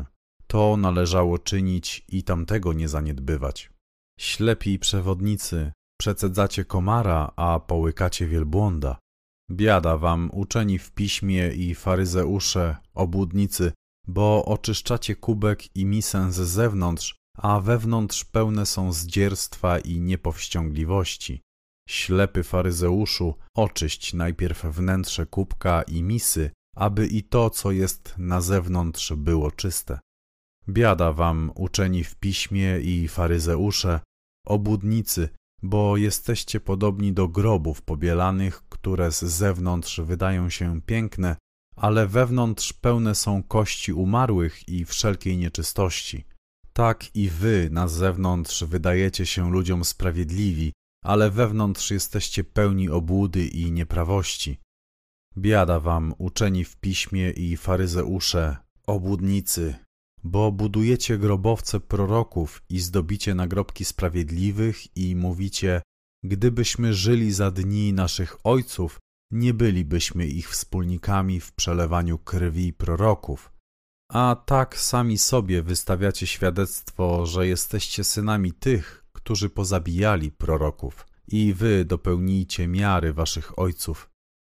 To należało czynić i tamtego nie zaniedbywać. Ślepi przewodnicy, przecedzacie komara, a połykacie wielbłąda. Biada wam, uczeni w piśmie i faryzeusze, obłudnicy, bo oczyszczacie kubek i misę z zewnątrz, a wewnątrz pełne są zdzierstwa i niepowściągliwości. Ślepy faryzeuszu, oczyść najpierw wnętrze kubka i misy, aby i to, co jest na zewnątrz, było czyste. Biada wam, uczeni w piśmie i faryzeusze, obłudnicy, bo jesteście podobni do grobów pobielanych, które z zewnątrz wydają się piękne, ale wewnątrz pełne są kości umarłych i wszelkiej nieczystości. Tak i wy na zewnątrz wydajecie się ludziom sprawiedliwi, ale wewnątrz jesteście pełni obłudy i nieprawości. Biada wam, uczeni w piśmie i faryzeusze, obłudnicy, bo budujecie grobowce proroków i zdobicie nagrobki sprawiedliwych i mówicie: gdybyśmy żyli za dni naszych ojców, nie bylibyśmy ich wspólnikami w przelewaniu krwi proroków. A tak sami sobie wystawiacie świadectwo, że jesteście synami tych, którzy pozabijali proroków, i wy dopełnijcie miary waszych ojców.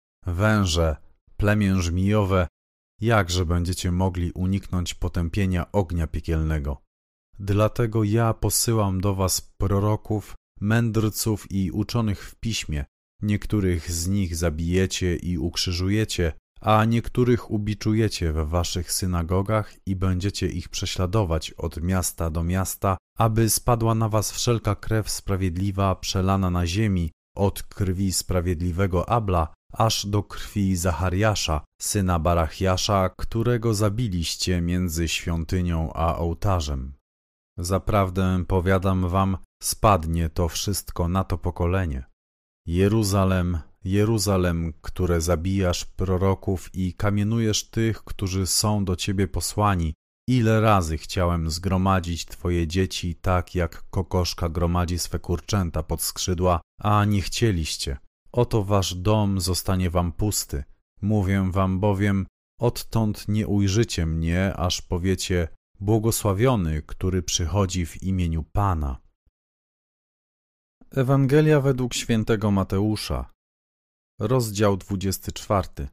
Węże, plemię żmijowe, jakże będziecie mogli uniknąć potępienia ognia piekielnego? Dlatego ja posyłam do was proroków, mędrców i uczonych w piśmie. Niektórych z nich zabijecie i ukrzyżujecie, a niektórych ubiczujecie we waszych synagogach i będziecie ich prześladować od miasta do miasta, aby spadła na was wszelka krew sprawiedliwa przelana na ziemi, od krwi sprawiedliwego Abla, aż do krwi Zachariasza, syna Barachiasza, którego zabiliście między świątynią a ołtarzem. Zaprawdę powiadam wam, spadnie to wszystko na to pokolenie. Jeruzalem, Jeruzalem, które zabijasz proroków i kamienujesz tych, którzy są do ciebie posłani, ile razy chciałem zgromadzić twoje dzieci tak, jak kokoszka gromadzi swe kurczęta pod skrzydła, a nie chcieliście. Oto wasz dom zostanie wam pusty. Mówię wam bowiem, odtąd nie ujrzycie mnie, aż powiecie: błogosławiony, który przychodzi w imieniu Pana. Ewangelia według świętego Mateusza, rozdział dwudziesty czwarty.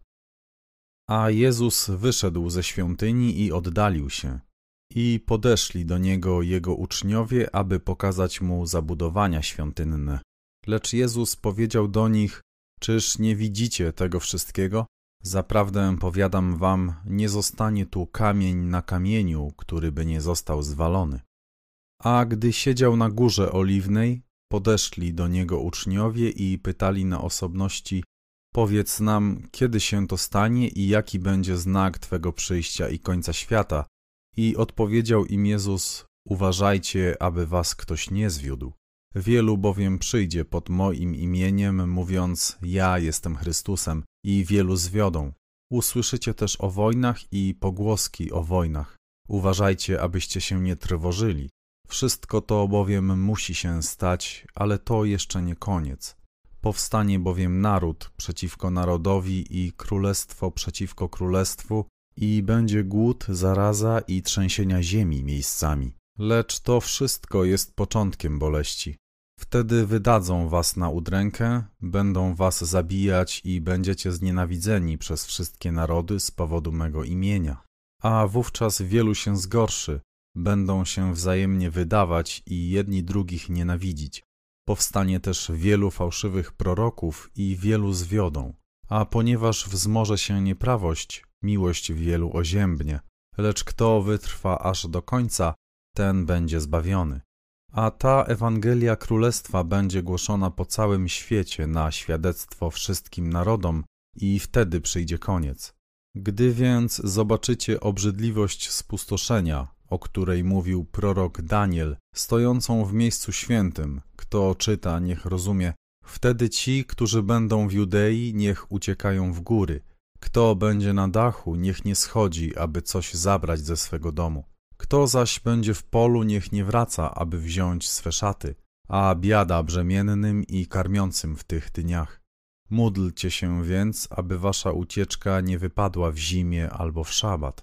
A Jezus wyszedł ze świątyni i oddalił się. I podeszli do Niego Jego uczniowie, aby pokazać Mu zabudowania świątynne. Lecz Jezus powiedział do nich: czyż nie widzicie tego wszystkiego? Zaprawdę powiadam wam, nie zostanie tu kamień na kamieniu, który by nie został zwalony. A gdy siedział na górze oliwnej, podeszli do Niego uczniowie i pytali na osobności: powiedz nam, kiedy się to stanie i jaki będzie znak Twego przyjścia i końca świata? I odpowiedział im Jezus: uważajcie, aby was ktoś nie zwiódł. Wielu bowiem przyjdzie pod moim imieniem, mówiąc: ja jestem Chrystusem, i wielu zwiodą. Usłyszycie też o wojnach i pogłoski o wojnach. Uważajcie, abyście się nie trwożyli. Wszystko to bowiem musi się stać, ale to jeszcze nie koniec. Powstanie bowiem naród przeciwko narodowi i królestwo przeciwko królestwu, i będzie głód, zaraza i trzęsienia ziemi miejscami. Lecz to wszystko jest początkiem boleści. Wtedy wydadzą was na udrękę, będą was zabijać i będziecie znienawidzeni przez wszystkie narody z powodu mego imienia. A wówczas wielu się zgorszy, będą się wzajemnie wydawać i jedni drugich nienawidzić. Powstanie też wielu fałszywych proroków i wielu zwiodą. A ponieważ wzmoże się nieprawość, miłość wielu oziębnie. Lecz kto wytrwa aż do końca, ten będzie zbawiony. A ta Ewangelia Królestwa będzie głoszona po całym świecie na świadectwo wszystkim narodom i wtedy przyjdzie koniec. Gdy więc zobaczycie obrzydliwość spustoszenia, o której mówił prorok Daniel, stojącą w miejscu świętym, kto czyta, niech rozumie, wtedy ci, którzy będą w Judei, niech uciekają w góry. Kto będzie na dachu, niech nie schodzi, aby coś zabrać ze swego domu. Kto zaś będzie w polu, niech nie wraca, aby wziąć swe szaty, a biada brzemiennym i karmiącym w tych dniach. Módlcie się więc, aby wasza ucieczka nie wypadła w zimie albo w szabat.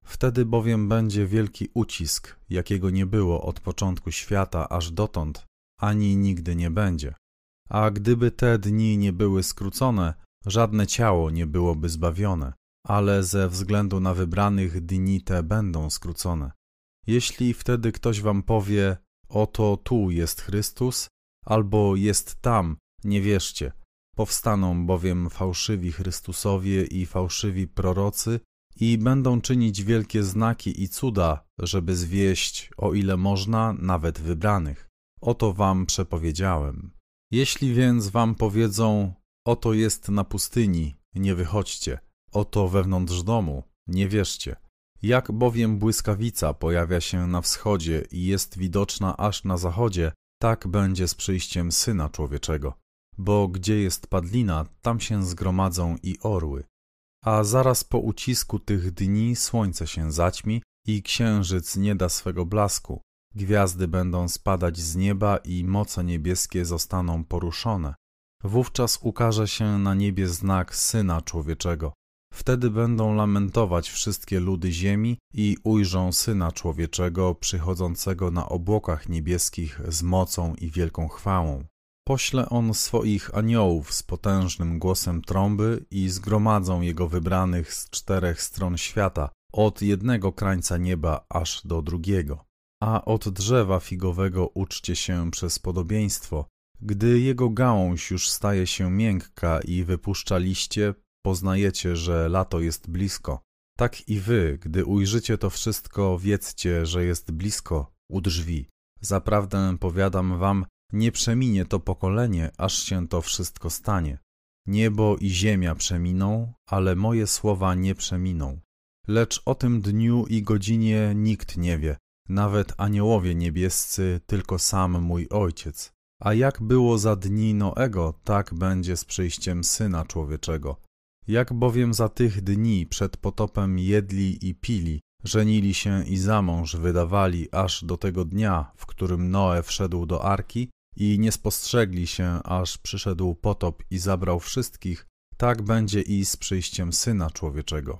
Wtedy bowiem będzie wielki ucisk, jakiego nie było od początku świata aż dotąd, ani nigdy nie będzie. A gdyby te dni nie były skrócone, żadne ciało nie byłoby zbawione, ale ze względu na wybranych dni te będą skrócone. Jeśli wtedy ktoś wam powie, oto tu jest Chrystus, albo jest tam, nie wierzcie. Powstaną bowiem fałszywi Chrystusowie i fałszywi prorocy i będą czynić wielkie znaki i cuda, żeby zwieść, o ile można, nawet wybranych. Oto wam przepowiedziałem. Jeśli więc wam powiedzą, oto jest na pustyni, nie wychodźcie, oto wewnątrz domu, nie wierzcie. Jak bowiem błyskawica pojawia się na wschodzie i jest widoczna aż na zachodzie, tak będzie z przyjściem Syna Człowieczego. Bo gdzie jest padlina, tam się zgromadzą i orły. A zaraz po ucisku tych dni słońce się zaćmi i księżyc nie da swego blasku. Gwiazdy będą spadać z nieba i moce niebieskie zostaną poruszone. Wówczas ukaże się na niebie znak Syna Człowieczego. Wtedy będą lamentować wszystkie ludy ziemi i ujrzą Syna Człowieczego przychodzącego na obłokach niebieskich z mocą i wielką chwałą. Pośle On swoich aniołów z potężnym głosem trąby i zgromadzą Jego wybranych z czterech stron świata, od jednego krańca nieba aż do drugiego. A od drzewa figowego uczcie się przez podobieństwo. Gdy jego gałąź już staje się miękka i wypuszcza liście, poznajecie, że lato jest blisko. Tak i wy, gdy ujrzycie to wszystko, wiedzcie, że jest blisko, u drzwi. Zaprawdę powiadam wam, nie przeminie to pokolenie, aż się to wszystko stanie. Niebo i ziemia przeminą, ale moje słowa nie przeminą. Lecz o tym dniu i godzinie nikt nie wie, nawet aniołowie niebiescy, tylko sam mój Ojciec. A jak było za dni Noego, tak będzie z przyjściem Syna Człowieczego. Jak bowiem za tych dni przed potopem jedli i pili, żenili się i za mąż wydawali aż do tego dnia, w którym Noe wszedł do arki i nie spostrzegli się, aż przyszedł potop i zabrał wszystkich, tak będzie i z przyjściem Syna Człowieczego.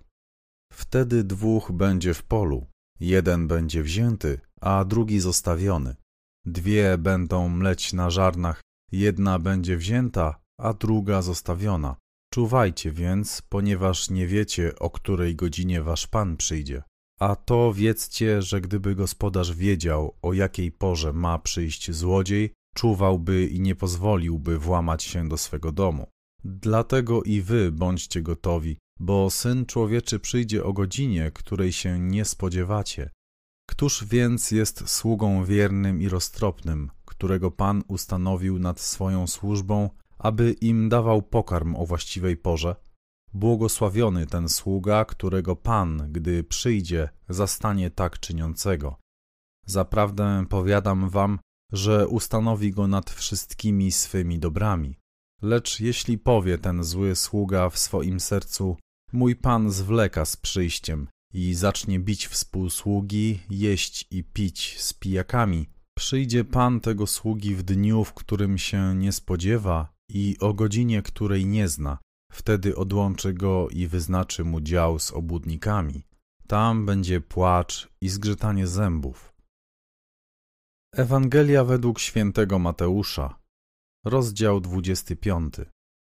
Wtedy dwóch będzie w polu, jeden będzie wzięty, a drugi zostawiony. Dwie będą mleć na żarnach, jedna będzie wzięta, a druga zostawiona. Czuwajcie więc, ponieważ nie wiecie, o której godzinie wasz Pan przyjdzie. A to wiedzcie, że gdyby gospodarz wiedział, o jakiej porze ma przyjść złodziej, czuwałby i nie pozwoliłby włamać się do swego domu. Dlatego i wy bądźcie gotowi, bo Syn Człowieczy przyjdzie o godzinie, której się nie spodziewacie. Któż więc jest sługą wiernym i roztropnym, którego Pan ustanowił nad swoją służbą, aby im dawał pokarm o właściwej porze? Błogosławiony ten sługa, którego Pan, gdy przyjdzie, zastanie tak czyniącego. Zaprawdę powiadam wam, że ustanowi go nad wszystkimi swymi dobrami. Lecz jeśli powie ten zły sługa w swoim sercu, mój Pan zwleka z przyjściem i zacznie bić współsługi, jeść i pić z pijakami, przyjdzie Pan tego sługi w dniu, w którym się nie spodziewa i o godzinie, której nie zna. Wtedy odłączy go i wyznaczy mu dział z obłudnikami. Tam będzie płacz i zgrzytanie zębów. Ewangelia według świętego Mateusza, rozdział dwudziesty piąty.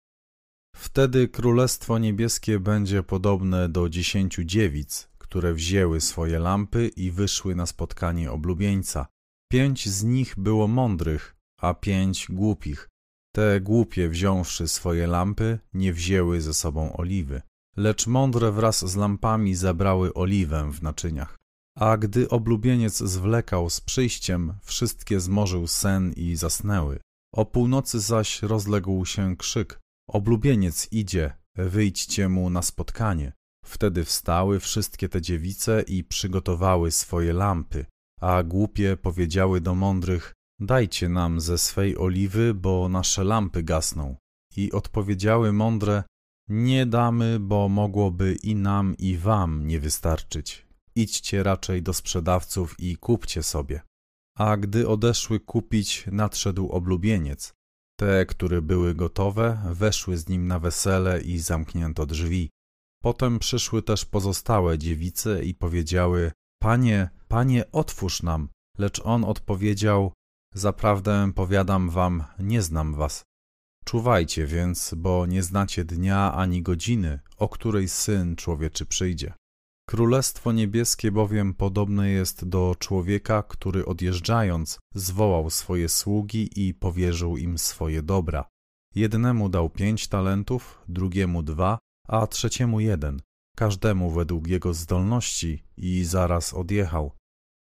Wtedy Królestwo Niebieskie będzie podobne do dziesięciu dziewic, które wzięły swoje lampy i wyszły na spotkanie oblubieńca. Pięć z nich było mądrych, a pięć głupich. Te głupie, wziąwszy swoje lampy, nie wzięły ze sobą oliwy, lecz mądre wraz z lampami zabrały oliwę w naczyniach. A gdy oblubieniec zwlekał z przyjściem, wszystkie zmorzył sen i zasnęły. O północy zaś rozległ się krzyk: oblubieniec idzie, wyjdźcie mu na spotkanie. Wtedy wstały wszystkie te dziewice i przygotowały swoje lampy, a głupie powiedziały do mądrych: dajcie nam ze swej oliwy, bo nasze lampy gasną. I odpowiedziały mądre: nie damy, bo mogłoby i nam, i wam nie wystarczyć. Idźcie raczej do sprzedawców i kupcie sobie. A gdy odeszły kupić, nadszedł oblubieniec. Te, które były gotowe, weszły z nim na wesele i zamknięto drzwi. Potem przyszły też pozostałe dziewice i powiedziały: Panie, Panie, otwórz nam. Lecz on odpowiedział: Zaprawdę powiadam wam, nie znam was. Czuwajcie więc, bo nie znacie dnia ani godziny, o której Syn Człowieczy przyjdzie. Królestwo Niebieskie bowiem podobne jest do człowieka, który odjeżdżając zwołał swoje sługi i powierzył im swoje dobra. Jednemu dał pięć talentów, drugiemu dwa, a trzeciemu jeden, każdemu według jego zdolności, i zaraz odjechał.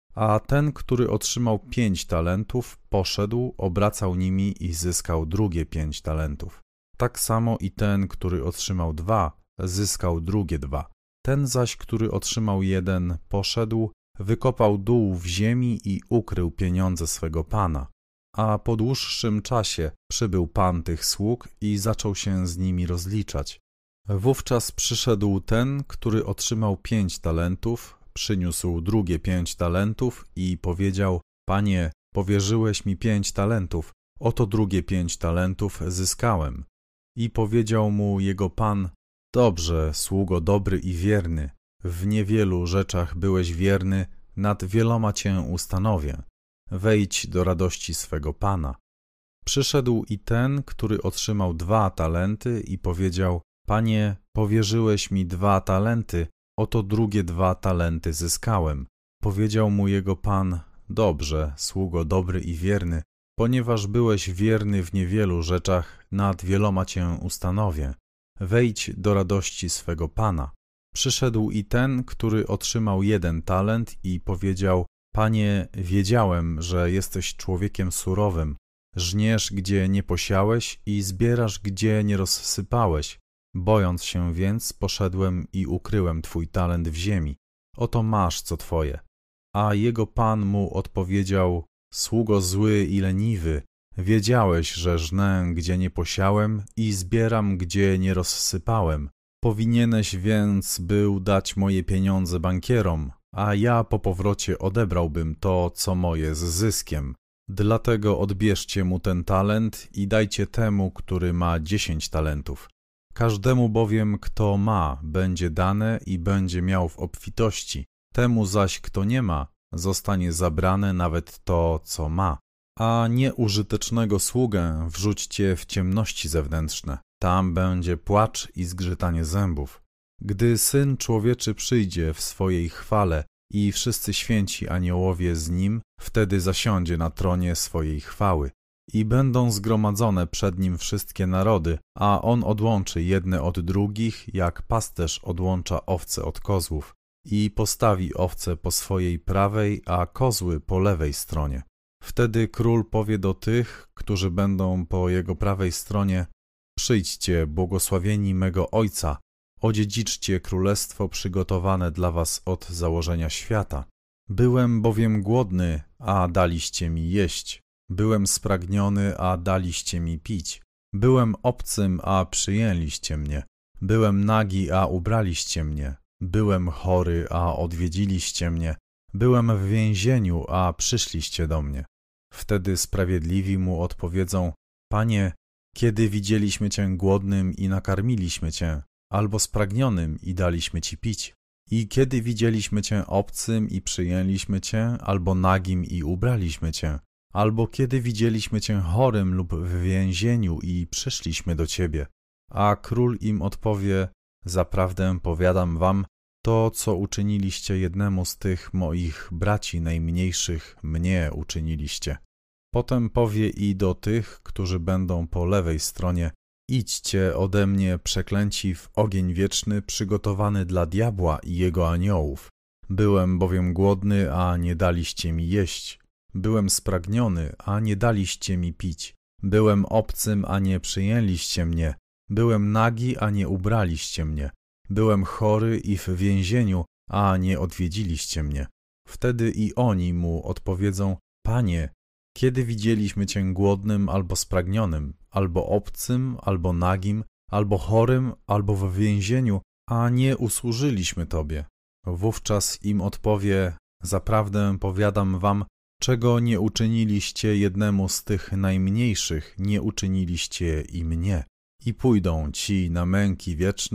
A ten, który otrzymał pięć talentów, poszedł, obracał nimi i zyskał drugie pięć talentów. Tak samo i ten, który otrzymał dwa, zyskał drugie dwa. Ten zaś, który otrzymał jeden, poszedł, wykopał dół w ziemi i ukrył pieniądze swego pana. A po dłuższym czasie przybył pan tych sług i zaczął się z nimi rozliczać. Wówczas przyszedł ten, który otrzymał pięć talentów, przyniósł drugie pięć talentów i powiedział: Panie, powierzyłeś mi pięć talentów, oto drugie pięć talentów zyskałem. I powiedział mu jego pan: Dobrze, sługo dobry i wierny, w niewielu rzeczach byłeś wierny, nad wieloma cię ustanowię. Wejdź do radości swego pana. Przyszedł i ten, który otrzymał dwa talenty i powiedział: Panie, powierzyłeś mi dwa talenty, oto drugie dwa talenty zyskałem. Powiedział mu jego pan: Dobrze, sługo dobry i wierny, ponieważ byłeś wierny w niewielu rzeczach, nad wieloma cię ustanowię. Wejdź do radości swego pana. Przyszedł i ten, który otrzymał jeden talent i powiedział: Panie, wiedziałem, że jesteś człowiekiem surowym, żniesz, gdzie nie posiałeś i zbierasz, gdzie nie rozsypałeś. Bojąc się więc, poszedłem i ukryłem twój talent w ziemi. Oto masz, co twoje. A jego pan mu odpowiedział: Sługo zły i leniwy, wiedziałeś, że żnę, gdzie nie posiałem i zbieram, gdzie nie rozsypałem. Powinieneś więc był dać moje pieniądze bankierom, a ja po powrocie odebrałbym to, co moje z zyskiem. Dlatego odbierzcie mu ten talent i dajcie temu, który ma dziesięć talentów. Każdemu bowiem, kto ma, będzie dane i będzie miał w obfitości. Temu zaś, kto nie ma, zostanie zabrane nawet to, co ma. A nieużytecznego sługę wrzućcie w ciemności zewnętrzne. Tam będzie płacz i zgrzytanie zębów. Gdy Syn Człowieczy przyjdzie w swojej chwale i wszyscy święci aniołowie z Nim, wtedy zasiądzie na tronie swojej chwały. I będą zgromadzone przed Nim wszystkie narody, a On odłączy jedne od drugich, jak pasterz odłącza owce od kozłów. I postawi owce po swojej prawej, a kozły po lewej stronie. Wtedy król powie do tych, którzy będą po jego prawej stronie: Przyjdźcie, błogosławieni mego Ojca, odziedziczcie królestwo przygotowane dla was od założenia świata. Byłem bowiem głodny, a daliście mi jeść. Byłem spragniony, a daliście mi pić. Byłem obcym, a przyjęliście mnie. Byłem nagi, a ubraliście mnie. Byłem chory, a odwiedziliście mnie. Byłem w więzieniu, a przyszliście do mnie. Wtedy sprawiedliwi mu odpowiedzą: Panie, kiedy widzieliśmy Cię głodnym i nakarmiliśmy Cię, albo spragnionym i daliśmy Ci pić? I kiedy widzieliśmy Cię obcym i przyjęliśmy Cię, albo nagim i ubraliśmy Cię? Albo kiedy widzieliśmy Cię chorym lub w więzieniu i przyszliśmy do Ciebie? A król im odpowie: Zaprawdę powiadam wam, to, co uczyniliście jednemu z tych moich braci najmniejszych, mnie uczyniliście. Potem powie i do tych, którzy będą po lewej stronie: Idźcie ode mnie, przeklęci, w ogień wieczny przygotowany dla diabła i jego aniołów. Byłem bowiem głodny, a nie daliście mi jeść. Byłem spragniony, a nie daliście mi pić. Byłem obcym, a nie przyjęliście mnie. Byłem nagi, a nie ubraliście mnie. Byłem chory i w więzieniu, a nie odwiedziliście mnie. Wtedy i oni mu odpowiedzą: Panie, kiedy widzieliśmy Cię głodnym albo spragnionym, albo obcym, albo nagim, albo chorym, albo w więzieniu, a nie usłużyliśmy Tobie? Wówczas im odpowie: Zaprawdę powiadam wam, czego nie uczyniliście jednemu z tych najmniejszych, nie uczyniliście i mnie. I pójdą ci na męki wieczne,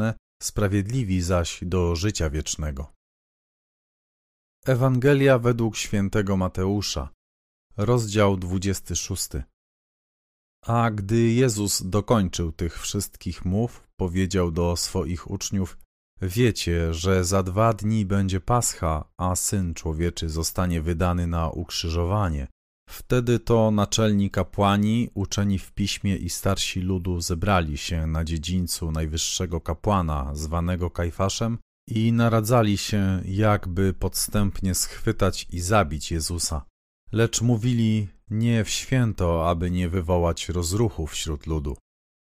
sprawiedliwi zaś do życia wiecznego. Ewangelia według świętego Mateusza, rozdział dwudziesty szósty. A gdy Jezus dokończył tych wszystkich mów, powiedział do swoich uczniów: wiecie, że za dwa dni będzie Pascha, a Syn Człowieczy zostanie wydany na ukrzyżowanie. Wtedy to naczelni kapłani, uczeni w piśmie i starsi ludu zebrali się na dziedzińcu najwyższego kapłana, zwanego Kajfaszem, i naradzali się, jakby podstępnie schwytać i zabić Jezusa. Lecz mówili nie w święto, aby nie wywołać rozruchu wśród ludu.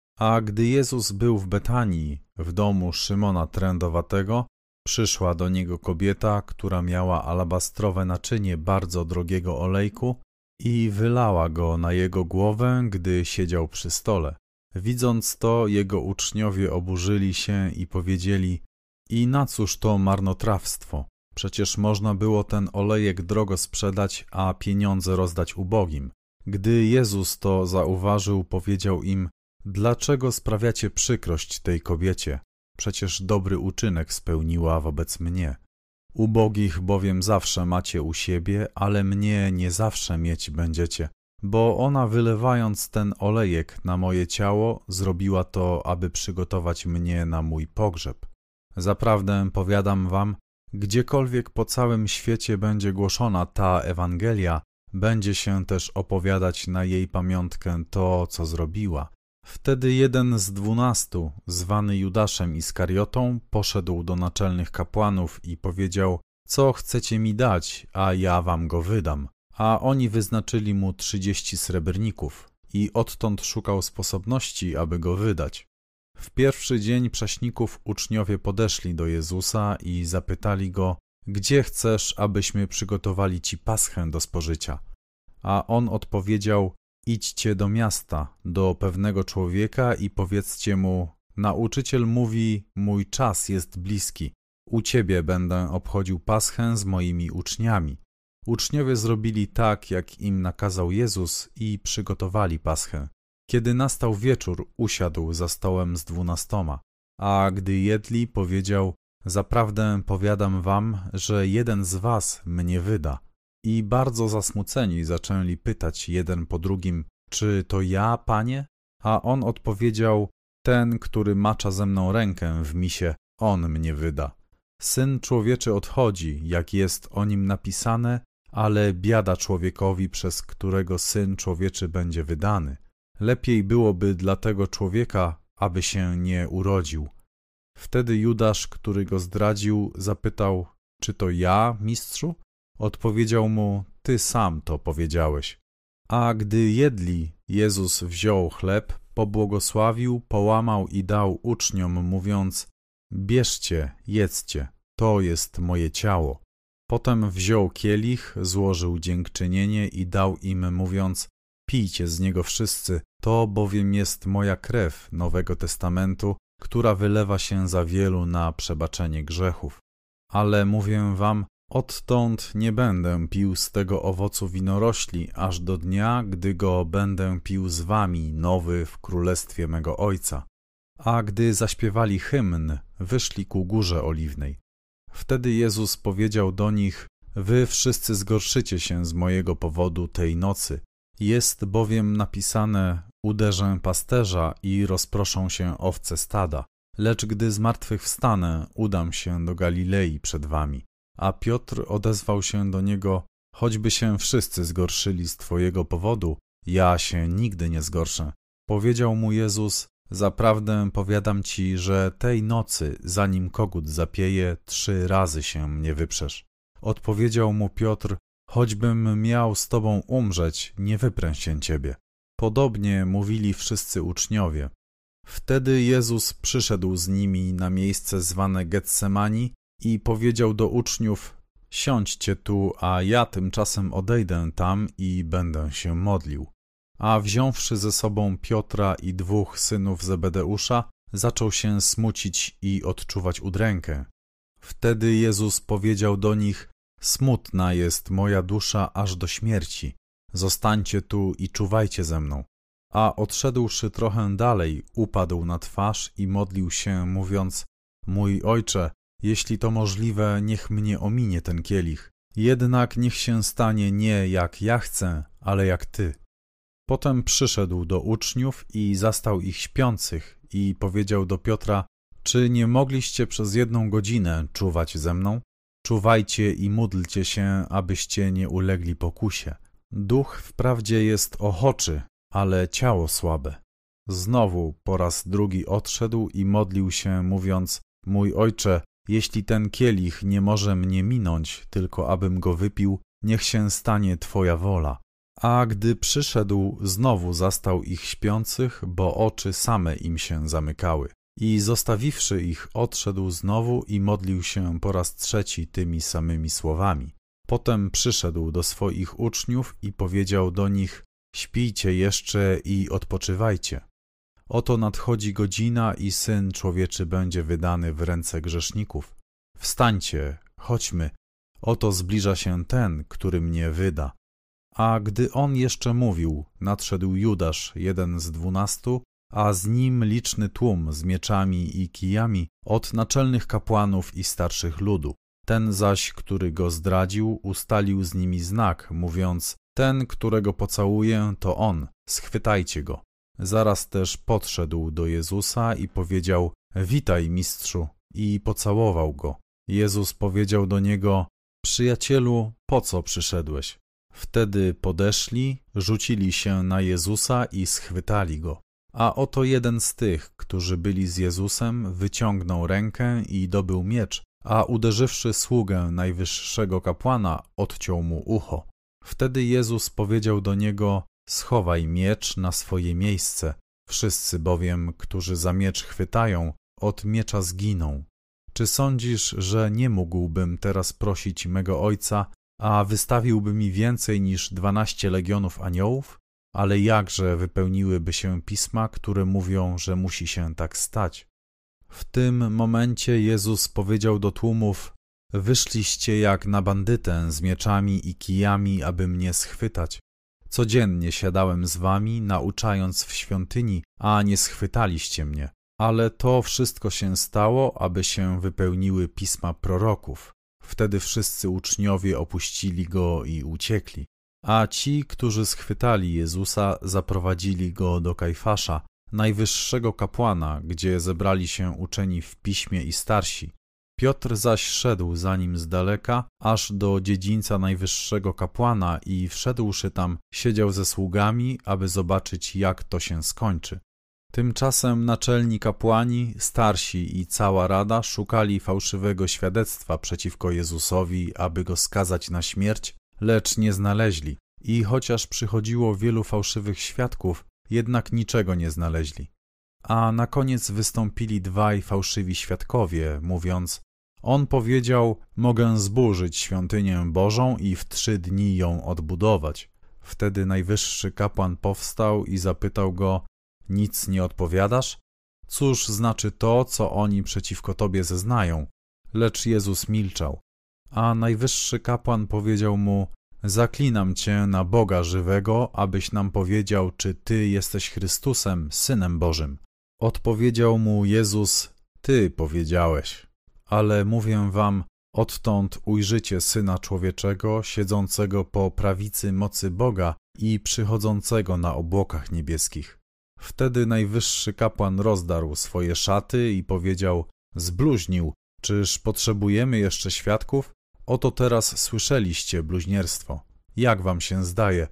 A gdy Jezus był w Betanii, w domu Szymona Trędowatego, przyszła do niego kobieta, która miała alabastrowe naczynie bardzo drogiego olejku i wylała go na jego głowę, gdy siedział przy stole. Widząc to, jego uczniowie oburzyli się i powiedzieli: i na cóż to marnotrawstwo? Przecież można było ten olejek drogo sprzedać, a pieniądze rozdać ubogim. Gdy Jezus to zauważył, powiedział im: dlaczego sprawiacie przykrość tej kobiecie? Przecież dobry uczynek spełniła wobec mnie. Ubogich bowiem zawsze macie u siebie, ale mnie nie zawsze mieć będziecie, bo ona, wylewając ten olejek na moje ciało, zrobiła to, aby przygotować mnie na mój pogrzeb. Zaprawdę powiadam wam, gdziekolwiek po całym świecie będzie głoszona ta Ewangelia, będzie się też opowiadać na jej pamiątkę to, co zrobiła. Wtedy jeden z dwunastu, zwany Judaszem Iskariotą, poszedł do naczelnych kapłanów i powiedział: co chcecie mi dać, a ja wam go wydam. A oni wyznaczyli mu trzydzieści srebrników i odtąd szukał sposobności, aby go wydać. W pierwszy dzień prześników uczniowie podeszli do Jezusa i zapytali go: gdzie chcesz, abyśmy przygotowali ci paschę do spożycia? A on odpowiedział: idźcie do miasta, do pewnego człowieka i powiedzcie mu: nauczyciel mówi, mój czas jest bliski. U ciebie będę obchodził paschę z moimi uczniami. Uczniowie zrobili tak, jak im nakazał Jezus, i przygotowali paschę. Kiedy nastał wieczór, usiadł za stołem z dwunastoma, a gdy jedli, powiedział: zaprawdę powiadam wam, że jeden z was mnie wyda. I bardzo zasmuceni zaczęli pytać jeden po drugim: czy to ja, Panie? A on odpowiedział: ten, który macza ze mną rękę w misie, on mnie wyda. Syn Człowieczy odchodzi, jak jest o nim napisane, ale biada człowiekowi, przez którego Syn Człowieczy będzie wydany. Lepiej byłoby dla tego człowieka, aby się nie urodził. Wtedy Judasz, który go zdradził, zapytał: czy to ja, mistrzu? Odpowiedział mu: ty sam to powiedziałeś. A gdy jedli, Jezus wziął chleb, pobłogosławił, połamał i dał uczniom, mówiąc: bierzcie, jedzcie, to jest moje ciało. Potem wziął kielich, złożył dziękczynienie i dał im, mówiąc: pijcie z niego wszyscy, to bowiem jest moja krew Nowego Testamentu, która wylewa się za wielu na przebaczenie grzechów. Ale mówię wam, odtąd nie będę pił z tego owocu winorośli, aż do dnia, gdy go będę pił z wami nowy w królestwie mego Ojca. A gdy zaśpiewali hymn, wyszli ku Górze Oliwnej. Wtedy Jezus powiedział do nich: wy wszyscy zgorszycie się z mojego powodu tej nocy. Jest bowiem napisane: uderzę pasterza i rozproszą się owce stada. Lecz gdy zmartwychwstanę, udam się do Galilei przed wami. A Piotr odezwał się do niego: choćby się wszyscy zgorszyli z twojego powodu, ja się nigdy nie zgorszę. Powiedział mu Jezus: zaprawdę powiadam ci, że tej nocy, zanim kogut zapieje, trzy razy się mnie wyprzesz. Odpowiedział mu Piotr: choćbym miał z tobą umrzeć, nie wyprę się ciebie. Podobnie mówili wszyscy uczniowie. Wtedy Jezus przyszedł z nimi na miejsce zwane Getsemani i powiedział do uczniów: siądźcie tu, a ja tymczasem odejdę tam i będę się modlił. A wziąwszy ze sobą Piotra i dwóch synów Zebedeusza, zaczął się smucić i odczuwać udrękę. Wtedy Jezus powiedział do nich: smutna jest moja dusza aż do śmierci. Zostańcie tu i czuwajcie ze mną. A odszedłszy trochę dalej, upadł na twarz i modlił się, mówiąc: Mój ojcze, jeśli to możliwe, niech mnie ominie ten kielich. Jednak niech się stanie nie jak ja chcę, ale jak Ty. Potem przyszedł do uczniów i zastał ich śpiących i powiedział do Piotra: czy nie mogliście przez jedną godzinę czuwać ze mną? Czuwajcie i módlcie się, abyście nie ulegli pokusie. Duch wprawdzie jest ochoczy, ale ciało słabe. Znowu po raz drugi odszedł i modlił się, mówiąc: mój ojcze, jeśli ten kielich nie może mnie minąć, tylko abym go wypił, niech się stanie Twoja wola. A gdy przyszedł, znowu zastał ich śpiących, bo oczy same im się zamykały. I zostawiwszy ich, odszedł znowu i modlił się po raz trzeci tymi samymi słowami. Potem przyszedł do swoich uczniów i powiedział do nich: śpijcie jeszcze i odpoczywajcie. Oto nadchodzi godzina i Syn Człowieczy będzie wydany w ręce grzeszników. Wstańcie, chodźmy, oto zbliża się ten, który mnie wyda. A gdy on jeszcze mówił, nadszedł Judasz, jeden z dwunastu, a z nim liczny tłum z mieczami i kijami od naczelnych kapłanów i starszych ludu. Ten zaś, który go zdradził, ustalił z nimi znak, mówiąc: ten, którego pocałuję, to on, schwytajcie go. Zaraz też podszedł do Jezusa i powiedział: witaj, mistrzu, i pocałował go. Jezus powiedział do niego: przyjacielu, po co przyszedłeś? Wtedy podeszli, rzucili się na Jezusa i schwytali go. A oto jeden z tych, którzy byli z Jezusem, wyciągnął rękę i dobył miecz, a uderzywszy sługę najwyższego kapłana, odciął mu ucho. Wtedy Jezus powiedział do niego: schowaj miecz na swoje miejsce. Wszyscy bowiem, którzy za miecz chwytają, od miecza zginą. Czy sądzisz, że nie mógłbym teraz prosić mego Ojca, a wystawiłby mi więcej niż dwanaście legionów aniołów? Ale jakże wypełniłyby się pisma, które mówią, że musi się tak stać? W tym momencie Jezus powiedział do tłumów: wyszliście jak na bandytę z mieczami i kijami, aby mnie schwytać. Codziennie siadałem z wami, nauczając w świątyni, a nie schwytaliście mnie. Ale to wszystko się stało, aby się wypełniły pisma proroków. Wtedy wszyscy uczniowie opuścili go i uciekli. A ci, którzy schwytali Jezusa, zaprowadzili go do Kajfasza, najwyższego kapłana, gdzie zebrali się uczeni w piśmie i starsi. Piotr zaś szedł za nim z daleka, aż do dziedzińca najwyższego kapłana i wszedłszy tam, siedział ze sługami, aby zobaczyć, jak to się skończy. Tymczasem naczelni kapłani, starsi i cała rada szukali fałszywego świadectwa przeciwko Jezusowi, aby go skazać na śmierć, lecz nie znaleźli. I chociaż przychodziło wielu fałszywych świadków, jednak niczego nie znaleźli. A na koniec wystąpili dwaj fałszywi świadkowie, mówiąc: on powiedział: mogę zburzyć świątynię Bożą i w trzy dni ją odbudować. Wtedy najwyższy kapłan powstał i zapytał go: nic nie odpowiadasz? Cóż znaczy to, co oni przeciwko tobie zeznają? Lecz Jezus milczał. A najwyższy kapłan powiedział mu: zaklinam cię na Boga żywego, abyś nam powiedział, czy ty jesteś Chrystusem, Synem Bożym. Odpowiedział mu Jezus: ty powiedziałeś. Ale mówię wam, odtąd ujrzycie Syna Człowieczego, siedzącego po prawicy mocy Boga i przychodzącego na obłokach niebieskich. Wtedy najwyższy kapłan rozdarł swoje szaty i powiedział: zbluźnił, czyż potrzebujemy jeszcze świadków? Oto teraz słyszeliście bluźnierstwo. Jak wam się zdaje?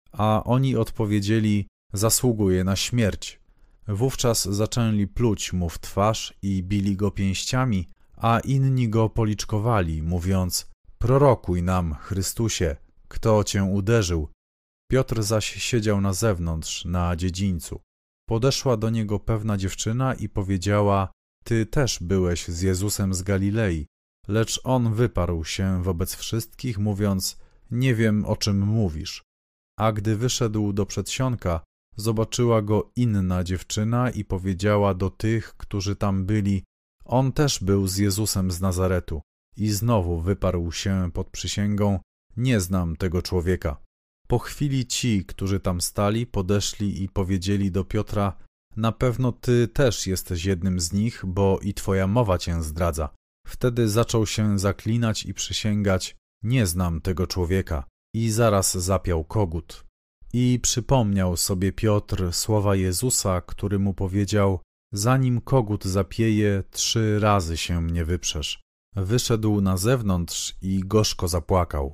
A oni odpowiedzieli: zasługuje na śmierć. Wówczas zaczęli pluć mu w twarz i bili go pięściami, a inni go policzkowali, mówiąc: prorokuj nam, Chrystusie, kto cię uderzył? Piotr zaś siedział na zewnątrz, na dziedzińcu. Podeszła do niego pewna dziewczyna i powiedziała: ty też byłeś z Jezusem z Galilei. Lecz on wyparł się wobec wszystkich, mówiąc: nie wiem, o czym mówisz. A gdy wyszedł do przedsionka, zobaczyła go inna dziewczyna i powiedziała do tych, którzy tam byli: on też był z Jezusem z Nazaretu. I znowu wyparł się pod przysięgą: nie znam tego człowieka. Po chwili ci, którzy tam stali, podeszli i powiedzieli do Piotra: Na pewno ty też jesteś jednym z nich, bo i twoja mowa cię zdradza. Wtedy zaczął się zaklinać i przysięgać: nie znam tego człowieka. I zaraz zapiał kogut. I przypomniał sobie Piotr słowa Jezusa, który mu powiedział: zanim kogut zapieje, trzy razy się mnie wyprzesz. Wyszedł na zewnątrz i gorzko zapłakał.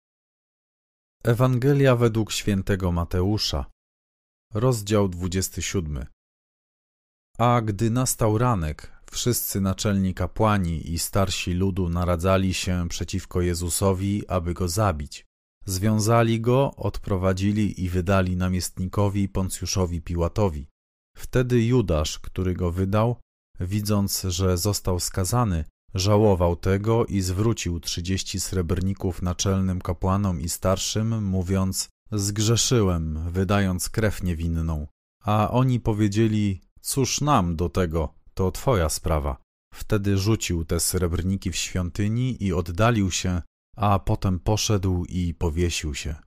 Ewangelia według świętego Mateusza, rozdział dwudziesty siódmy. A gdy nastał ranek, wszyscy naczelni kapłani i starsi ludu naradzali się przeciwko Jezusowi, aby go zabić. Związali go, odprowadzili i wydali namiestnikowi Poncjuszowi Piłatowi. Wtedy Judasz, który go wydał, widząc, że został skazany, żałował tego i zwrócił trzydzieści srebrników naczelnym kapłanom i starszym, mówiąc: zgrzeszyłem, wydając krew niewinną. A oni powiedzieli: cóż nam do tego, to twoja sprawa. Wtedy rzucił te srebrniki w świątyni i oddalił się, a potem poszedł i powiesił się.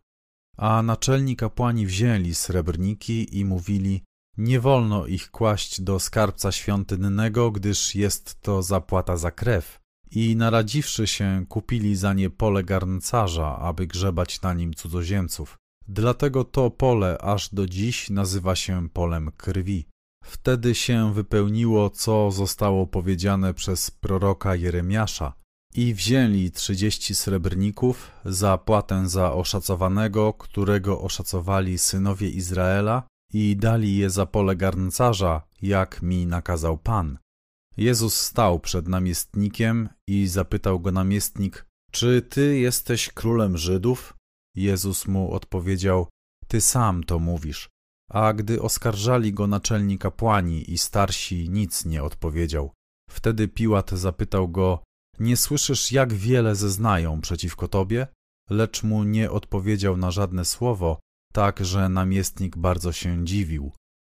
A naczelni kapłani wzięli srebrniki i mówili: nie wolno ich kłaść do skarbca świątynnego, gdyż jest to zapłata za krew. I naradziwszy się, kupili za nie pole garncarza, aby grzebać na nim cudzoziemców. Dlatego to pole aż do dziś nazywa się polem krwi. Wtedy się wypełniło, co zostało powiedziane przez proroka Jeremiasza. I wzięli trzydzieści srebrników za płatę za oszacowanego, którego oszacowali synowie Izraela, i dali je za pole garncarza, jak mi nakazał Pan. Jezus stał przed namiestnikiem i zapytał go namiestnik: czy ty jesteś królem Żydów? Jezus mu odpowiedział: ty sam to mówisz. A gdy oskarżali go naczelni kapłani i starsi, nic nie odpowiedział. Wtedy Piłat zapytał go: nie słyszysz, jak wiele zeznają przeciwko tobie? Lecz mu nie odpowiedział na żadne słowo, tak że namiestnik bardzo się dziwił.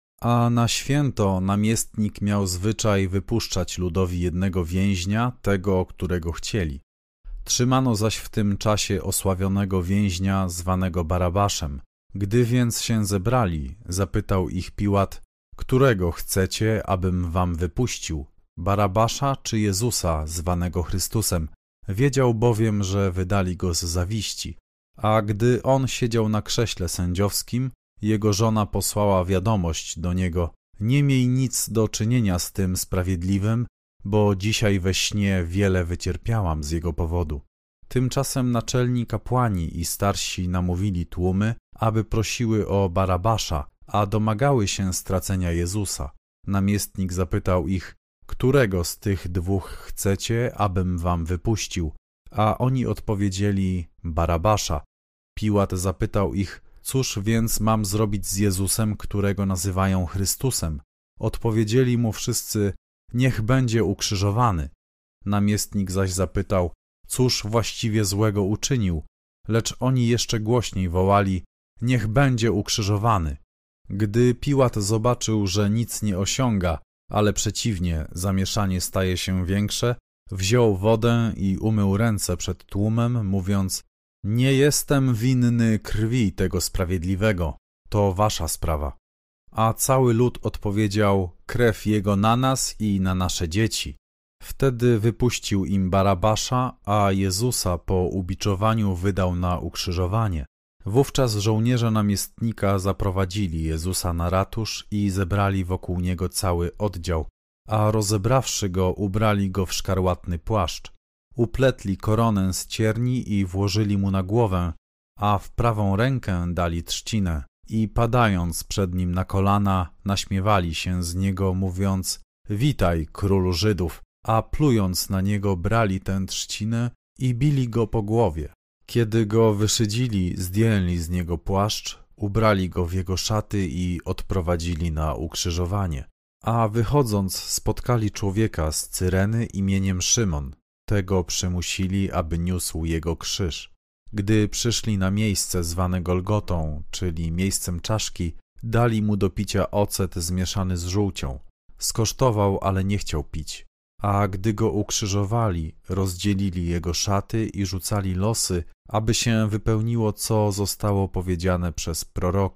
A na święto namiestnik miał zwyczaj wypuszczać ludowi jednego więźnia, tego, którego chcieli. Trzymano zaś w tym czasie osławionego więźnia zwanego Barabaszem. Gdy więc się zebrali, zapytał ich Piłat: którego chcecie, abym wam wypuścił? Barabasza czy Jezusa, zwanego Chrystusem? Wiedział bowiem, że wydali go z zawiści. A gdy on siedział na krześle sędziowskim, jego żona posłała wiadomość do niego: nie miej nic do czynienia z tym sprawiedliwym, bo dzisiaj we śnie wiele wycierpiałam z jego powodu. Tymczasem naczelni kapłani i starsi namówili tłumy, aby prosiły o Barabasza, a domagały się stracenia Jezusa. Namiestnik zapytał ich: którego z tych dwóch chcecie, abym wam wypuścił? A oni odpowiedzieli: Barabasza. Piłat zapytał ich: cóż więc mam zrobić z Jezusem, którego nazywają Chrystusem? Odpowiedzieli mu wszyscy: niech będzie ukrzyżowany. Namiestnik zaś zapytał: cóż właściwie złego uczynił? Lecz oni jeszcze głośniej wołali: niech będzie ukrzyżowany. Gdy Piłat zobaczył, że nic nie osiąga, ale przeciwnie, zamieszanie staje się większe, wziął wodę i umył ręce przed tłumem, mówiąc: nie jestem winny krwi tego sprawiedliwego, to wasza sprawa. A cały lud odpowiedział: krew jego na nas i na nasze dzieci. Wtedy wypuścił im Barabasza, a Jezusa po ubiczowaniu wydał na ukrzyżowanie. Wówczas żołnierze namiestnika zaprowadzili Jezusa na ratusz i zebrali wokół niego cały oddział, a rozebrawszy go, ubrali go w szkarłatny płaszcz. Upletli koronę z cierni i włożyli mu na głowę, a w prawą rękę dali trzcinę i padając przed nim na kolana, naśmiewali się z niego, mówiąc: witaj, królu Żydów, a plując na niego, brali tę trzcinę i bili go po głowie. Kiedy go wyszydzili, zdjęli z niego płaszcz, ubrali go w jego szaty i odprowadzili na ukrzyżowanie. A wychodząc, spotkali człowieka z Cyreny imieniem Szymon. Tego przymusili, aby niósł jego krzyż. Gdy przyszli na miejsce zwane Golgotą, czyli miejscem czaszki, dali mu do picia ocet zmieszany z żółcią. Skosztował, ale nie chciał pić. A gdy go ukrzyżowali, rozdzielili jego szaty i rzucali losy, aby się wypełniło, co zostało powiedziane przez proroka: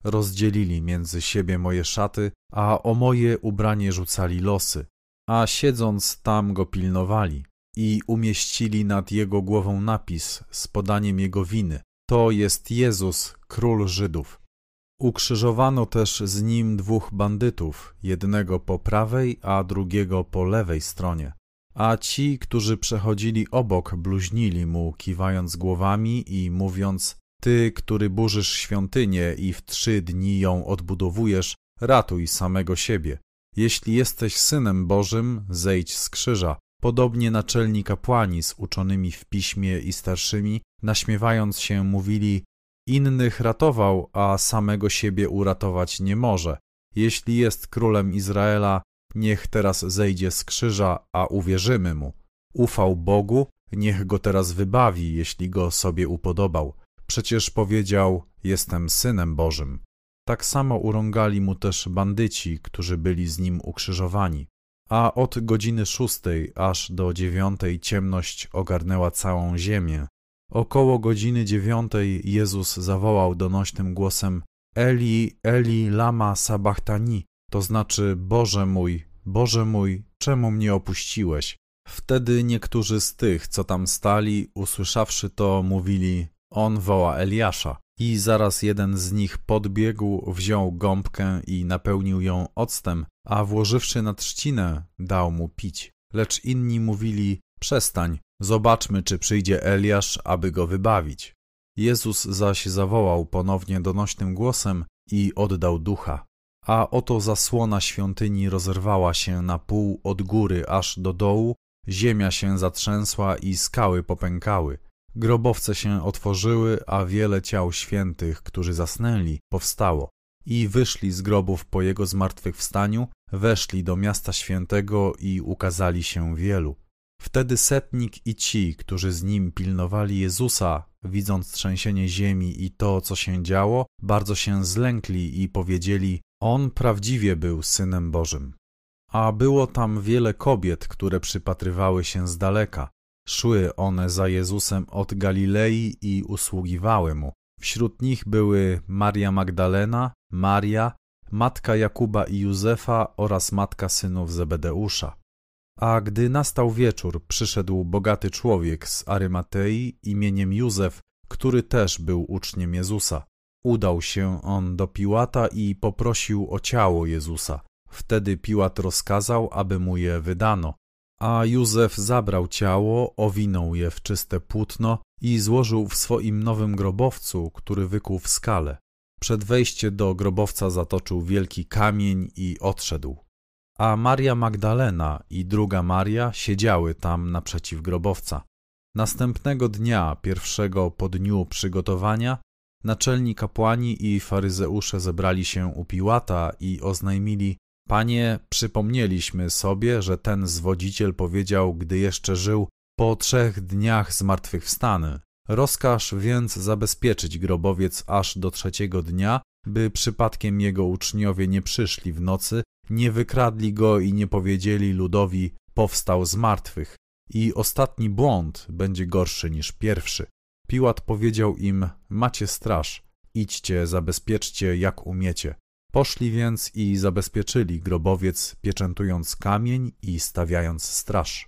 rozdzielili między siebie moje szaty, a o moje ubranie rzucali losy, a siedząc tam go pilnowali i umieścili nad jego głową napis z podaniem jego winy: to jest Jezus, król Żydów. Ukrzyżowano też z nim dwóch bandytów, jednego po prawej, a drugiego po lewej stronie. A ci, którzy przechodzili obok, bluźnili mu, kiwając głowami i mówiąc: ty, który burzysz świątynię i w trzy dni ją odbudowujesz, ratuj samego siebie. Jeśli jesteś Synem Bożym, zejdź z krzyża. Podobnie naczelni kapłani z uczonymi w piśmie i starszymi, naśmiewając się, mówili: innych ratował, a samego siebie uratować nie może. Jeśli jest królem Izraela, niech teraz zejdzie z krzyża, a uwierzymy mu. Ufał Bogu, niech go teraz wybawi, jeśli go sobie upodobał. Przecież powiedział: jestem Synem Bożym. Tak samo urągali mu też bandyci, którzy byli z nim ukrzyżowani. A od godziny szóstej aż do dziewiątej ciemność ogarnęła całą ziemię. Około godziny dziewiątej Jezus zawołał donośnym głosem: Eli, Eli, lama sabachthani, to znaczy: Boże mój, Boże mój, czemu mnie opuściłeś? Wtedy niektórzy z tych, co tam stali, usłyszawszy to, mówili: on woła Eliasza. I zaraz jeden z nich podbiegł, wziął gąbkę i napełnił ją octem, a włożywszy na trzcinę, dał mu pić. Lecz inni mówili: przestań, zobaczmy, czy przyjdzie Eliasz, aby go wybawić. Jezus zaś zawołał ponownie donośnym głosem i oddał ducha. A oto zasłona świątyni rozerwała się na pół od góry aż do dołu, ziemia się zatrzęsła i skały popękały. Grobowce się otworzyły, a wiele ciał świętych, którzy zasnęli, powstało. I wyszli z grobów po jego zmartwychwstaniu, weszli do miasta świętego i ukazali się wielu. Wtedy setnik i ci, którzy z nim pilnowali Jezusa, widząc trzęsienie ziemi i to, co się działo, bardzo się zlękli i powiedzieli: on prawdziwie był Synem Bożym. A było tam wiele kobiet, które przypatrywały się z daleka. Szły one za Jezusem od Galilei i usługiwały mu. Wśród nich były Maria Magdalena, Maria, matka Jakuba i Józefa oraz matka synów Zebedeusza. A gdy nastał wieczór, przyszedł bogaty człowiek z Arymatei imieniem Józef, który też był uczniem Jezusa. Udał się on do Piłata i poprosił o ciało Jezusa. Wtedy Piłat rozkazał, aby mu je wydano. A Józef zabrał ciało, owinął je w czyste płótno i złożył w swoim nowym grobowcu, który wykuł w skale. Przed wejściem do grobowca zatoczył wielki kamień i odszedł. A Maria Magdalena i druga Maria siedziały tam naprzeciw grobowca. Następnego dnia, pierwszego po dniu przygotowania, naczelni kapłani i faryzeusze zebrali się u Piłata i oznajmili: Panie, przypomnieliśmy sobie, że ten zwodziciel powiedział, gdy jeszcze żył: po trzech dniach zmartwychwstanę. Rozkaż więc zabezpieczyć grobowiec aż do trzeciego dnia, by przypadkiem jego uczniowie nie przyszli w nocy, nie wykradli go i nie powiedzieli ludowi: powstał z martwych. I ostatni błąd będzie gorszy niż pierwszy. Piłat powiedział im: macie straż, idźcie, zabezpieczcie jak umiecie. Poszli więc i zabezpieczyli grobowiec, pieczętując kamień i stawiając straż.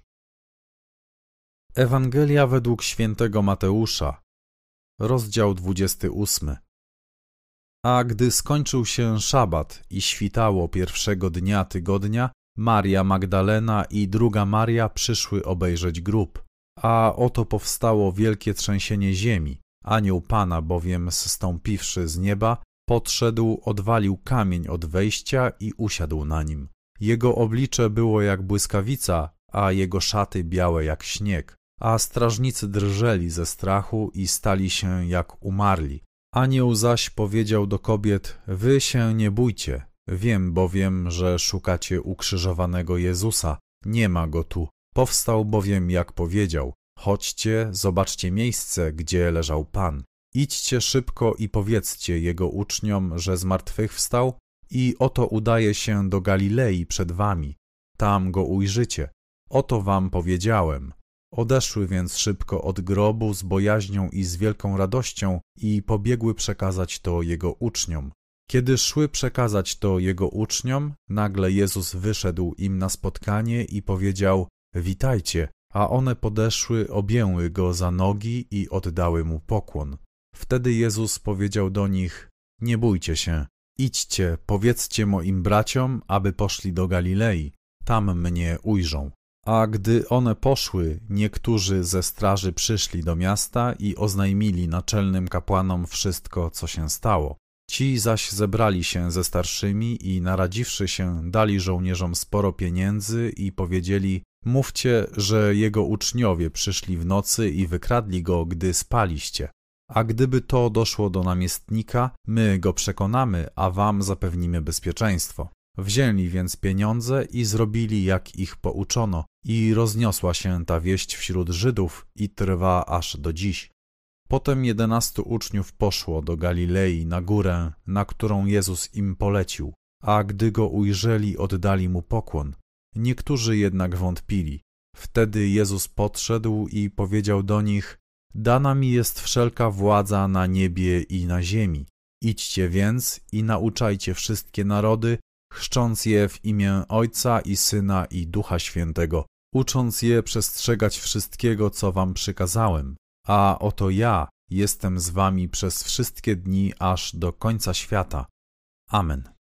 Ewangelia według świętego Mateusza, rozdział dwudziesty ósmy. A gdy skończył się szabat i świtało pierwszego dnia tygodnia, Maria Magdalena i druga Maria przyszły obejrzeć grób. A oto powstało wielkie trzęsienie ziemi. Anioł Pana bowiem, zstąpiwszy z nieba, podszedł, odwalił kamień od wejścia i usiadł na nim. Jego oblicze było jak błyskawica, a jego szaty białe jak śnieg. A strażnicy drżeli ze strachu i stali się jak umarli. Anioł zaś powiedział do kobiet: wy się nie bójcie, wiem bowiem, że szukacie ukrzyżowanego Jezusa. Nie ma go tu. Powstał bowiem, jak powiedział. Chodźcie, zobaczcie miejsce, gdzie leżał Pan. Idźcie szybko i powiedzcie jego uczniom, że zmartwychwstał i oto udaje się do Galilei przed wami. Tam go ujrzycie. Oto wam powiedziałem. Odeszły więc szybko od grobu z bojaźnią i z wielką radością i pobiegły przekazać to jego uczniom. Kiedy szły przekazać to jego uczniom, nagle Jezus wyszedł im na spotkanie i powiedział: Witajcie, a one podeszły, objęły go za nogi i oddały mu pokłon. Wtedy Jezus powiedział do nich: Nie bójcie się, idźcie, powiedzcie moim braciom, aby poszli do Galilei, tam mnie ujrzą. A gdy one poszły, niektórzy ze straży przyszli do miasta i oznajmili naczelnym kapłanom wszystko, co się stało. Ci zaś zebrali się ze starszymi i naradziwszy się, dali żołnierzom sporo pieniędzy i powiedzieli: Mówcie, że jego uczniowie przyszli w nocy i wykradli go, gdy spaliście. A gdyby to doszło do namiestnika, my go przekonamy, a wam zapewnimy bezpieczeństwo. Wzięli więc pieniądze i zrobili, jak ich pouczono, i rozniosła się ta wieść wśród Żydów i trwa aż do dziś. Potem jedenastu uczniów poszło do Galilei na górę, na którą Jezus im polecił, a gdy go ujrzeli, oddali mu pokłon. Niektórzy jednak wątpili. Wtedy Jezus podszedł i powiedział do nich: Dana mi jest wszelka władza na niebie i na ziemi. Idźcie więc i nauczajcie wszystkie narody, chrzcząc je w imię Ojca i Syna i Ducha Świętego, ucząc je przestrzegać wszystkiego, co wam przykazałem. A oto ja jestem z wami przez wszystkie dni aż do końca świata. Amen.